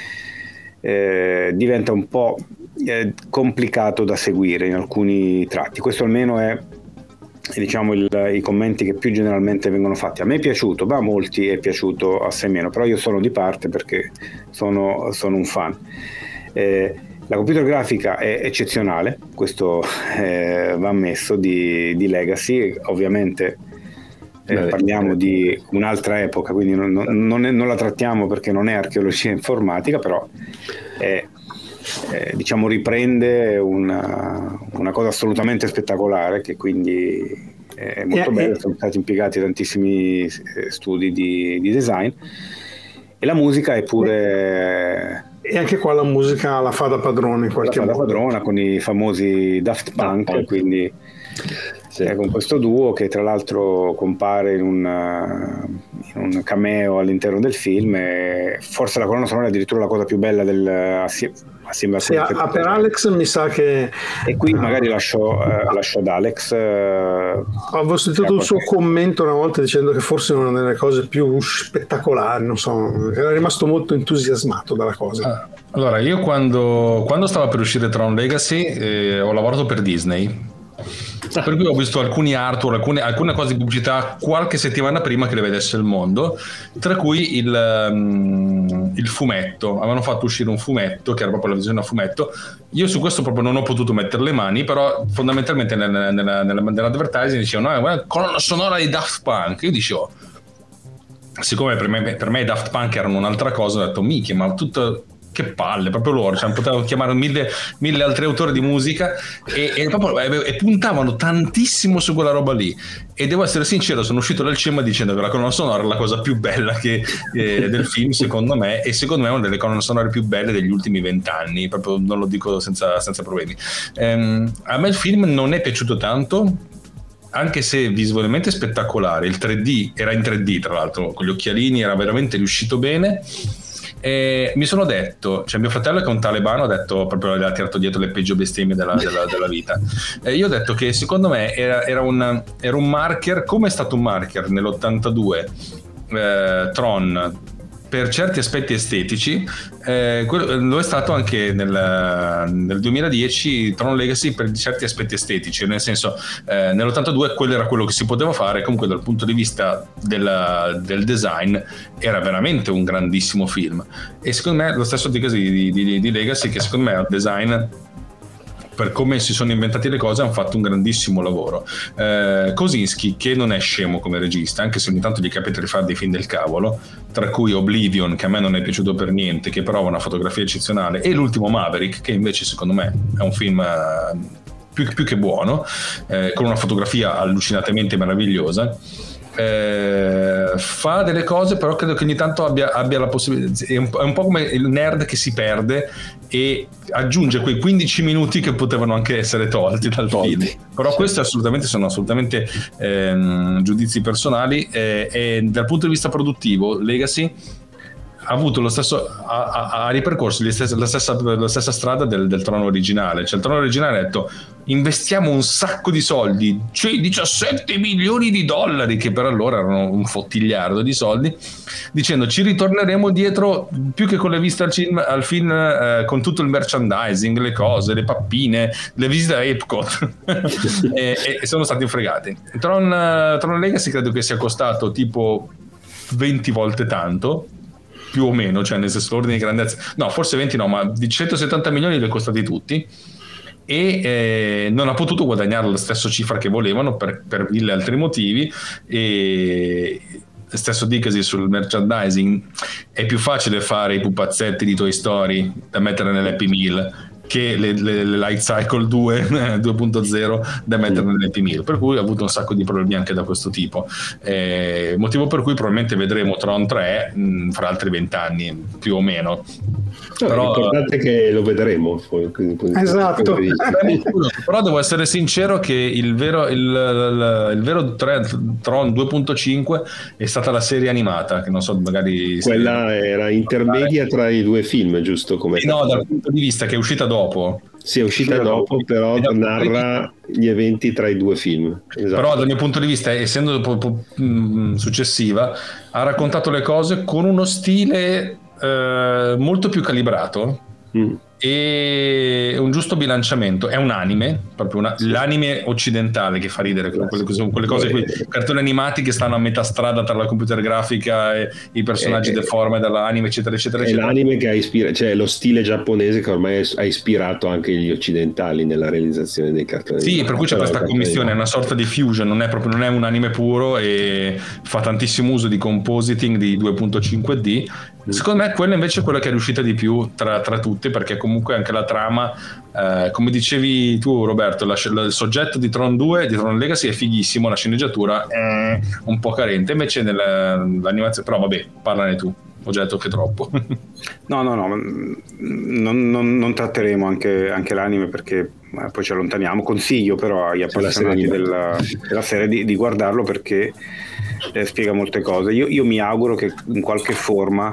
eh, diventa un po' eh, complicato da seguire in alcuni tratti. Questo almeno è, diciamo, il, i commenti che più generalmente vengono fatti. A me è piaciuto, ma a molti è piaciuto assai meno, però io sono di parte perché sono, sono un fan. Eh, la computer grafica è eccezionale, questo eh, va ammesso, di, di Legacy. Ovviamente eh, Beh, parliamo eh, di un'altra epoca, quindi non, non, è, non la trattiamo perché non è archeologia informatica, però è, eh, diciamo, riprende una, una cosa assolutamente spettacolare, che quindi è molto eh, bello. Eh. Sono stati impiegati tantissimi studi di, di design, e la musica è pure... E anche qua la musica la fa da padrone in qualche la fa modo. da padrona con i famosi Daft Punk, Daft Punk. Quindi sì. È con questo duo che tra l'altro compare in un, in un cameo all'interno del film, e forse la colonna sonora è addirittura la cosa più bella del, assieme, assieme a sì, a, a per Alex mi sa che, e qui uh, magari lascio, uh, lascio ad Alex. Uh, avevo sentito il suo commento una volta dicendo che forse è una delle cose più spettacolari, non so, era rimasto molto entusiasmato dalla cosa. Allora, io quando, quando stava per uscire Tron Legacy eh, ho lavorato per Disney, per cui ho visto alcuni artwork, alcune, alcune cose di pubblicità qualche settimana prima che le vedesse il mondo, tra cui il, um, il fumetto. Avevano fatto uscire un fumetto che era proprio la visione a fumetto. Io su questo proprio non ho potuto mettere le mani, però fondamentalmente nella, nella, nella, nell'advertising dicevano no, guarda, colonna sonora di Daft Punk. Io dicevo, siccome per me, per me i Daft Punk erano un'altra cosa, ho detto Mickey, ma tutto... che palle, proprio loro, cioè, potevano chiamare mille, mille altri autori di musica, e, e, proprio, e, e puntavano tantissimo su quella roba lì. E devo essere sincero, sono uscito dal cinema dicendo che la colonna sonora è la cosa più bella che, eh, del film, secondo me, e secondo me è una delle colonne sonore più belle degli ultimi vent'anni, proprio non lo dico senza, senza problemi. Ehm, a me il film non è piaciuto tanto, anche se visualmente spettacolare. Il tre D era in tre D, tra l'altro, con gli occhialini, era veramente riuscito bene. E mi sono detto, cioè mio fratello che è un talebano ha detto, proprio gli ha tirato dietro le peggio bestemmie della, della, della vita, e io ho detto che secondo me era, era, un, era un marker, come è stato un marker nell'ottantadue eh, Tron per certi aspetti estetici, eh, lo è stato anche nel, nel duemiladieci Tron Legacy per certi aspetti estetici, nel senso eh, nell'ottantadue quello era quello che si poteva fare, comunque dal punto di vista del, del design era veramente un grandissimo film. E secondo me lo stesso di, di, di, di Legacy, che secondo me è un design per come si sono inventati le cose hanno fatto un grandissimo lavoro. eh, Kosinski, che non è scemo come regista, anche se ogni tanto gli capita di fare dei film del cavolo, tra cui Oblivion, che a me non è piaciuto per niente, che però ha una fotografia eccezionale, e l'ultimo Maverick, che invece secondo me è un film più, più che buono, eh, con una fotografia allucinatamente meravigliosa. Eh, fa delle cose, però credo che ogni tanto abbia, abbia la possibilità, è un, è un po' come il nerd che si perde e aggiunge quei quindici minuti che potevano anche essere tolti dal tolti. film, però sì. Questi assolutamente sono assolutamente ehm, giudizi personali, eh, e dal punto di vista produttivo Legacy ha avuto lo stesso, ha, ha ripercorso la stessa, la stessa, la stessa strada del, del Trono originale. Cioè il Trono originale ha detto: investiamo un sacco di soldi, cioè diciassette milioni di dollari, che per allora erano un fottigliardo di soldi, dicendo ci ritorneremo dietro più che con le visite al film, al film eh, con tutto il merchandising, le cose, le pappine, le visite a Epcot e, e sono stati fregati. Tron, Tron Legacy credo che sia costato tipo venti volte tanto, più o meno, cioè nel senso l'ordine di grandezza, no forse venti no, ma di centosettanta milioni li ha costati tutti, e eh, non ha potuto guadagnare la stessa cifra che volevano per, per mille altri motivi. E stesso dicasi sul merchandising, è più facile fare i pupazzetti di Toy Story da mettere nell'Happy Meal che le, le, le Light Cycle due due punto zero da mettere nell'Happy Meal, per cui ha avuto un sacco di problemi anche da questo tipo, eh, motivo per cui probabilmente vedremo Tron tre mh, fra altri vent'anni più o meno. No, però l'importante è che lo vedremo. Esatto. Però devo essere sincero che il vero, il, il, il vero Tron due punto cinque è stata la serie animata, che non so, magari quella se... era intermedia tra i due film, giusto? Come no, dal punto di vista che è uscita dopo. Sì, è uscita sì, dopo, dopo, però narra gli eventi tra i due film. Esatto. Però dal mio punto di vista, essendo po- po- mh, successiva, ha raccontato le cose con uno stile Uh, molto più calibrato mm. e un giusto bilanciamento. È un anime, proprio una, sì. l'anime occidentale che fa ridere, quelle, quelle, quelle cose, quei cartoni animati che stanno a metà strada tra la computer grafica e i personaggi eh, deforme dall'anime eccetera eccetera, è eccetera. L'anime che ha ispirato, cioè lo stile giapponese che ormai ha ispirato anche gli occidentali nella realizzazione dei cartoni. Sì, per cui c'è questa commissione, è una sorta di fusion, non è proprio non è un anime puro e fa tantissimo uso di compositing di due punto cinque D. Secondo me quella invece è quella che è riuscita di più tra, tra tutte, perché comunque anche la trama, eh, come dicevi tu Roberto, la, la, il soggetto di Tron due, di Tron Legacy è fighissimo, la sceneggiatura è un po' carente, invece nell'animazione, però vabbè, parlane tu, ho già detto che troppo. No, no, no, non, non, non tratteremo anche, anche l'anime perché eh, poi ci allontaniamo. Consiglio però agli appassionati della, della serie di, di guardarlo perché Eh, spiega molte cose. Io, io mi auguro che in qualche forma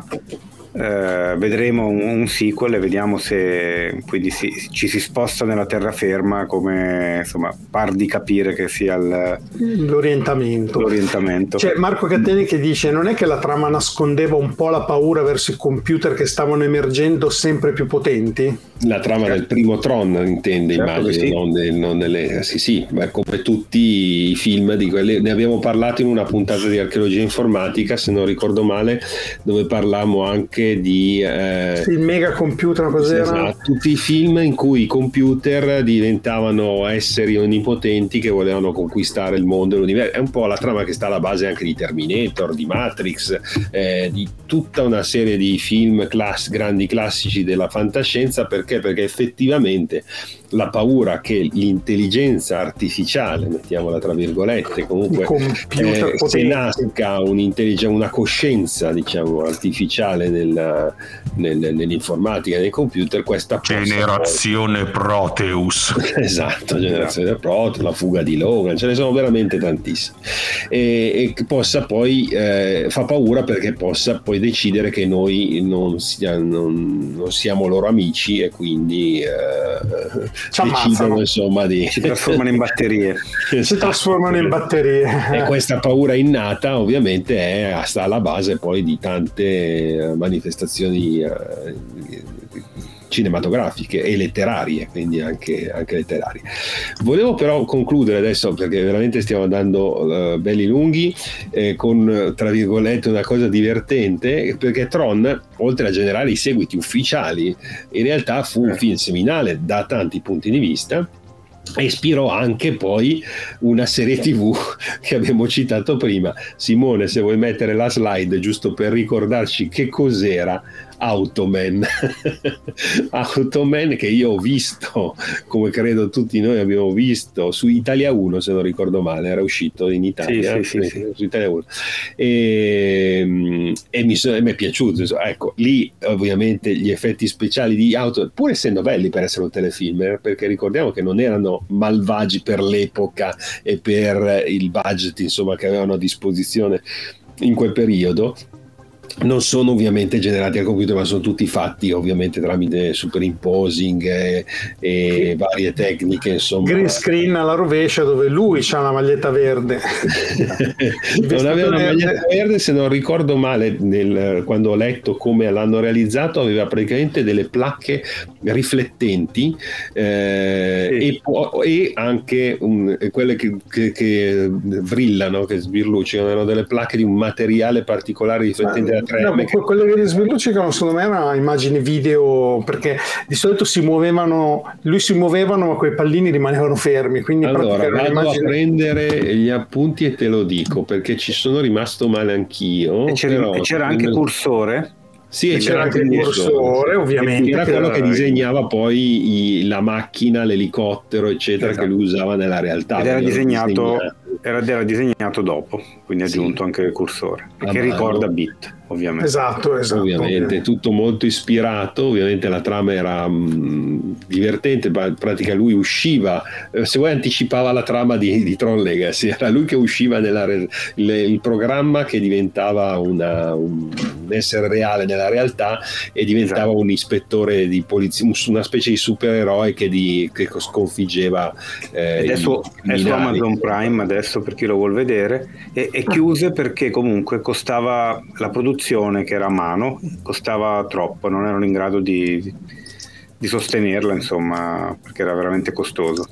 eh, vedremo un, un sequel e vediamo se quindi si, ci si sposta nella terraferma, come insomma par di capire che sia il, l'orientamento. l'orientamento. C'è Marco Cateni che dice: non è che la trama nascondeva un po' la paura verso i computer che stavano emergendo sempre più potenti? La trama del primo Tron intende, certo, immagino, sì. non, de, non delle sì sì, ma come tutti i film di quelli, ne abbiamo parlato in una puntata di archeologia informatica, se non ricordo male, dove parlammo anche di eh, il mega computer, cos'era? Esatto, tutti i film in cui i computer diventavano esseri onnipotenti che volevano conquistare il mondo e l'universo. È un po' la trama che sta alla base anche di Terminator, di Matrix, eh, di tutta una serie di film class- grandi classici della fantascienza. Perché? Perché effettivamente la paura che l'intelligenza artificiale, mettiamola tra virgolette, comunque eh, se nasca un'intelligenza, una coscienza diciamo artificiale nel, nel, nell'informatica, nei computer, questa generazione poi... Proteus. Esatto, generazione Proteus, la fuga di Logan, ce ne sono veramente tantissime, e, e possa poi eh, fa paura perché possa poi decidere che noi non, sia, non, non siamo loro amici e quindi eh, decidono insomma di si trasformano in batterie si esatto. trasformano in batterie e questa paura innata ovviamente è, sta alla base poi di tante manifestazioni eh, cinematografiche e letterarie, quindi anche, anche letterarie. Volevo però concludere adesso, perché veramente stiamo andando uh, belli lunghi, eh, con tra virgolette una cosa divertente, perché Tron, oltre a generare i seguiti ufficiali, in realtà fu un film seminale da tanti punti di vista, e ispirò anche poi una serie tv che abbiamo citato prima. Simone, se vuoi mettere la slide giusto per ricordarci che cos'era Automan. Automan, che io ho visto, come credo tutti noi abbiamo visto, su Italia uno, se non ricordo male, era uscito in Italia, sì, sì, sì, su Italia uno, e, e mi, so, mi è piaciuto, ecco, lì ovviamente gli effetti speciali di Automan, pur essendo belli per essere un telefilm, eh, perché ricordiamo che non erano malvagi per l'epoca e per il budget, insomma, che avevano a disposizione in quel periodo, non sono ovviamente generati al computer, ma sono tutti fatti ovviamente tramite superimposing e, e varie tecniche, insomma. Green screen alla rovescia, dove lui c'ha una maglietta verde. Non aveva una maglietta verde, se non ricordo male, nel, quando ho letto come l'hanno realizzato, aveva praticamente delle placche riflettenti, eh, sì. e, e anche um, quelle che, che, che brillano, che sbirluccicano, erano delle placche di un materiale particolare riflettente da tre M. No, quelle che sbirluccicano secondo me erano immagini video, perché di solito si muovevano, lui si muovevano ma quei pallini rimanevano fermi, quindi allora vado immagini... a prendere gli appunti e te lo dico, perché ci sono rimasto male anch'io. E c'era, però, e c'era anche cursore. Sì, e c'era, c'era anche il cursore, cursore ovviamente. Era quello che disegnava poi i, la macchina, l'elicottero, eccetera, esatto, che lui usava nella realtà. Ed era disegnato, era, era disegnato dopo, quindi ha aggiunto sì. anche il cursore, ah, che ricorda Bit, ovviamente. Esatto, esatto. Ovviamente, tutto molto ispirato, ovviamente la trama era mh, divertente, in pratica lui usciva, eh, se vuoi anticipava la trama di, di Tron Legacy, era lui che usciva nella il, il programma che diventava una, un, un essere reale nella realtà e diventava esatto. un ispettore di polizia, una specie di supereroe che, di, che sconfiggeva eh, adesso è su Amazon Prime adesso per chi lo vuol vedere, e, e chiuse perché comunque costava la produzione, che era a mano, costava troppo, non erano in grado di, di sostenerla, insomma, perché era veramente costoso.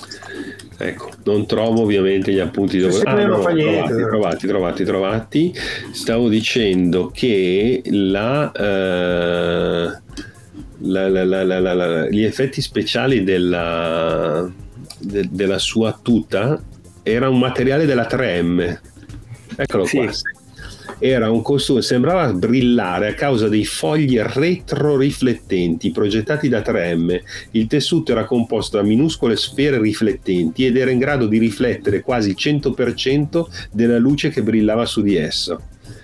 Ecco, non trovo ovviamente gli appunti dove... Ah, no, trovati, trovati, trovati, trovati. Stavo dicendo che la, eh, la, la, la, la, la, la gli effetti speciali della, de, della sua tuta era un materiale della tre M. Eccolo sì. qua. Era un costume, sembrava brillare a causa dei fogli retroriflettenti progettati da tre M. Il tessuto era composto da minuscole sfere riflettenti ed era in grado di riflettere quasi il cento per cento della luce che brillava su di esso.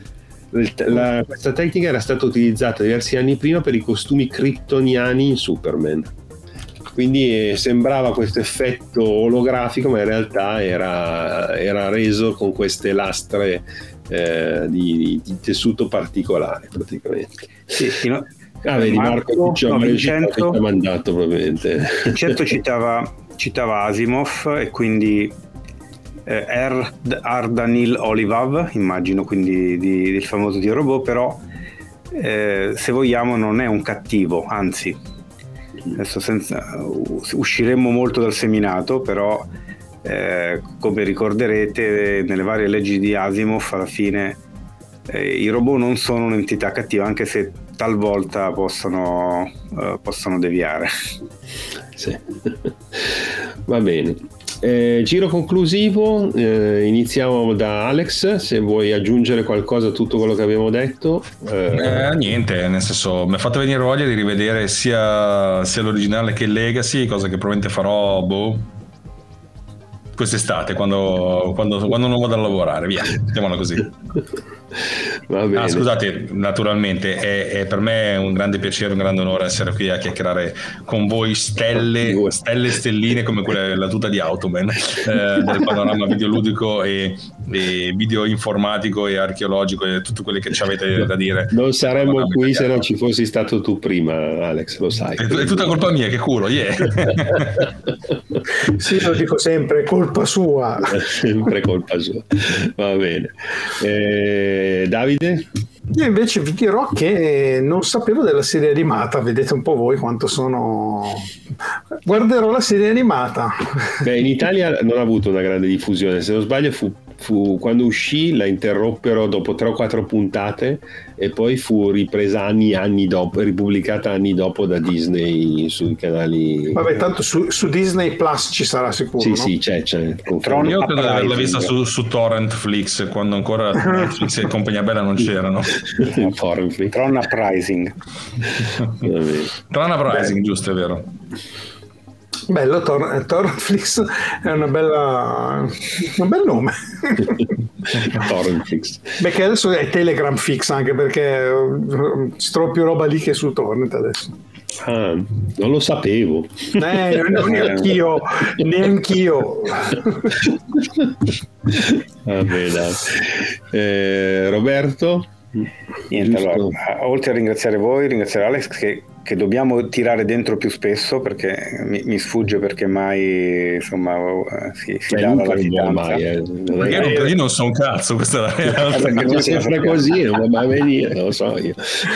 La, questa tecnica era stata utilizzata diversi anni prima per i costumi kryptoniani in Superman. Quindi eh, sembrava questo effetto olografico, ma in realtà era, era reso con queste lastre eh, di, di tessuto particolare, praticamente. Sì, sì, no? Ah, vedi, Marco, Marco no, Vincenzo, ti ha mandato probabilmente. Vincenzo citava, citava Asimov e quindi eh, R. R. Danil Olivav, immagino, quindi di, del famoso Dio Robot, però eh, se vogliamo non è un cattivo, anzi. Adesso senza, usciremmo molto dal seminato, però eh, come ricorderete nelle varie leggi di Asimov alla fine eh, i robot non sono un'entità cattiva, anche se talvolta possono, eh, possono deviare. Sì. Va bene. Eh, giro conclusivo, eh, iniziamo da Alex, se vuoi aggiungere qualcosa a tutto quello che abbiamo detto. Eh... Eh, niente, nel senso mi ha fatto venire voglia di rivedere sia, sia l'originale che il Legacy, cosa che probabilmente farò boh, quest'estate quando, quando, quando non vado a lavorare, via, mettiamola così. Va bene. Ah, scusate, naturalmente è, è per me un grande piacere, un grande onore essere qui a chiacchierare con voi, stelle, stelle stelline come quella, la tuta di Automan, eh, del panorama videoludico e, e video informatico e archeologico e tutto quello che ci avete da dire. Non saremmo qui italiano. Se non ci fossi stato tu prima, Alex, lo sai. È, è tutta colpa mia, che culo, yeah. Sì, lo dico sempre, è colpa sua. Sempre colpa sua. Va bene. Eh, Davide? Io invece vi dirò che non sapevo della serie animata, vedete un po' voi quanto sono... Guarderò la serie animata. Beh, in Italia non ha avuto una grande diffusione, se non sbaglio fu, fu quando uscì la interroppero dopo tre o quattro puntate e poi fu ripresa anni anni dopo, ripubblicata anni dopo da Disney sui canali. Vabbè, tanto su, su Disney Plus ci sarà sicuro. Sì, no? sì, c'è, c'è. Tron Io credo di averla Uprising. vista su, su Torrentflix quando ancora Netflix e compagnia bella non c'erano. Torrentflix. Tron Uprising. Tron Uprising, giusto, è vero. Bello, Tor- Torrentflix è una bella un bel nome. Torrentflix. Beh, che adesso è Telegram Fix, anche perché eh, ci trovo più roba lì che su Torrent adesso. Ah, non lo sapevo. Eh, non neanch'io, neanch'io. Vabbè, dai. Eh, Roberto? Niente, Giusto. allora, oltre a ringraziare voi, ringraziare Alex che, che dobbiamo tirare dentro più spesso, perché mi, mi sfugge perché mai insomma si, si Beh, dà la Luca non vuole latitanza. mai, eh. Non è- Perché io non, io non so un cazzo, questa è la realtà. Perché È noi sempre lo sappiamo. così, non va mai venire, non lo so io.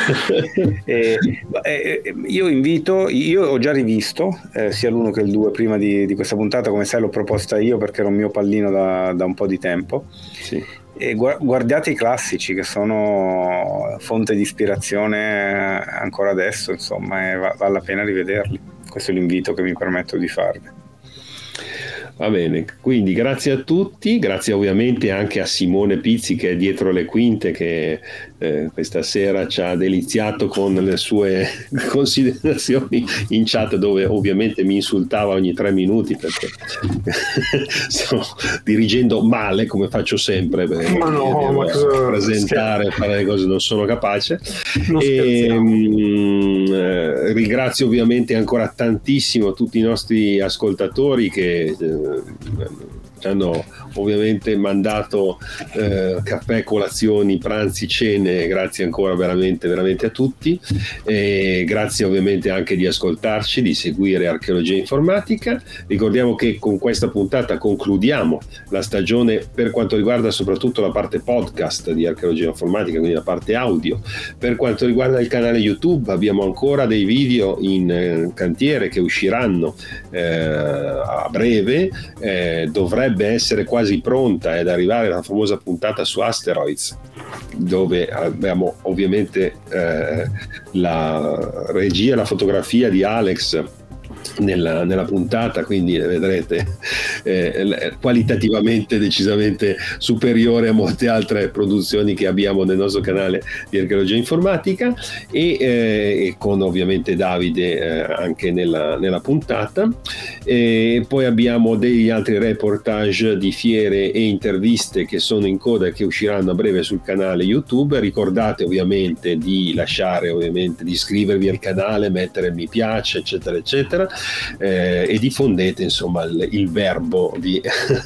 Eh, eh, io invito, io ho già rivisto eh, sia l'uno che il due prima di, di questa puntata, come sai l'ho proposta io perché era un mio pallino da, da un po' di tempo. Sì. E gua- guardate i classici che sono fonte di ispirazione ancora adesso, insomma, e va- vale la pena rivederli. Questo è l'invito che mi permetto di farvi. Va bene, quindi grazie a tutti, grazie ovviamente anche a Simone Pizzi che è dietro le quinte, che eh, questa sera ci ha deliziato con le sue considerazioni in chat, dove ovviamente mi insultava ogni tre minuti perché sto dirigendo male come faccio sempre, perché Ma no, devo ma cosa- presentare, fare le cose, non sono capace. Non E, scherziamo. mh, eh, ringrazio ovviamente ancora tantissimo tutti i nostri ascoltatori che eh, ci hanno ovviamente mandato eh, caffè, colazioni, pranzi, cene. Grazie ancora veramente veramente a tutti, e grazie ovviamente anche di ascoltarci, di seguire Archeologia Informatica. Ricordiamo che con questa puntata concludiamo la stagione per quanto riguarda soprattutto la parte podcast di Archeologia Informatica, quindi la parte audio. Per quanto riguarda il canale YouTube abbiamo ancora dei video in eh, cantiere che usciranno eh, a breve. Eh, dovrebbe essere quasi pronta ed arrivare la famosa puntata su Asteroids, dove abbiamo ovviamente eh, la regia e la fotografia di Alex nella, nella puntata, quindi vedrete eh, qualitativamente decisamente superiore a molte altre produzioni che abbiamo nel nostro canale di Archeologia Informatica, e, eh, e con ovviamente Davide eh, anche nella, nella puntata. E poi abbiamo degli altri reportage di fiere e interviste che sono in coda e che usciranno a breve sul canale YouTube. Ricordate ovviamente di lasciare, ovviamente di iscrivervi al canale, mettere mi piace eccetera eccetera, eh, e diffondete insomma il, il verbo di,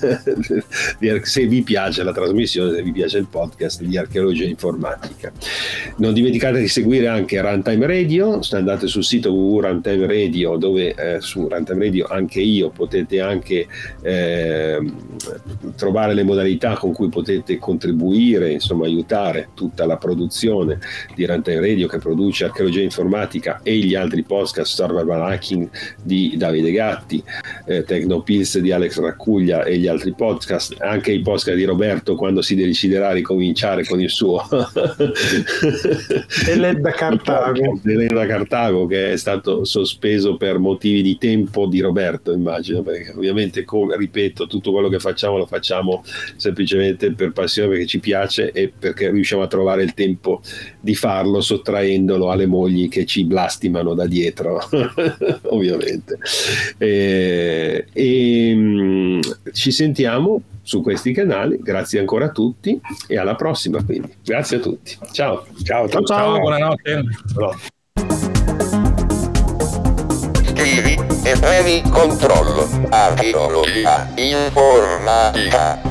di se vi piace la trasmissione, se vi piace il podcast di Archeologia Informatica. Non dimenticate di seguire anche Runtime Radio, andate sul sito w w w punto runtime radio, dove eh, su Runtime Radio anche io potete anche eh, trovare le modalità con cui potete contribuire, insomma aiutare tutta la produzione di Runtime Radio, che produce Archeologia Informatica e gli altri podcast, Survival Hacking di Davide Gatti, eh, Tecnopills di Alex Raccuglia e gli altri podcast, anche i podcast di Roberto quando si deciderà a ricominciare con il suo Eled da Cartago. Eled da Cartago, che è stato sospeso per motivi di tempo di Roberto, immagino, perché ovviamente, come ripeto, tutto quello che facciamo lo facciamo semplicemente per passione, perché ci piace e perché riusciamo a trovare il tempo di farlo sottraendolo alle mogli che ci blastimano da dietro ovviamente. E, e mh, ci sentiamo su questi canali. Grazie ancora a tutti e alla prossima, quindi grazie a tutti, ciao Ciao, Ciao, ciao. Ciao, buonanotte. Scrivi e premi controllo. Archeologia Informatica.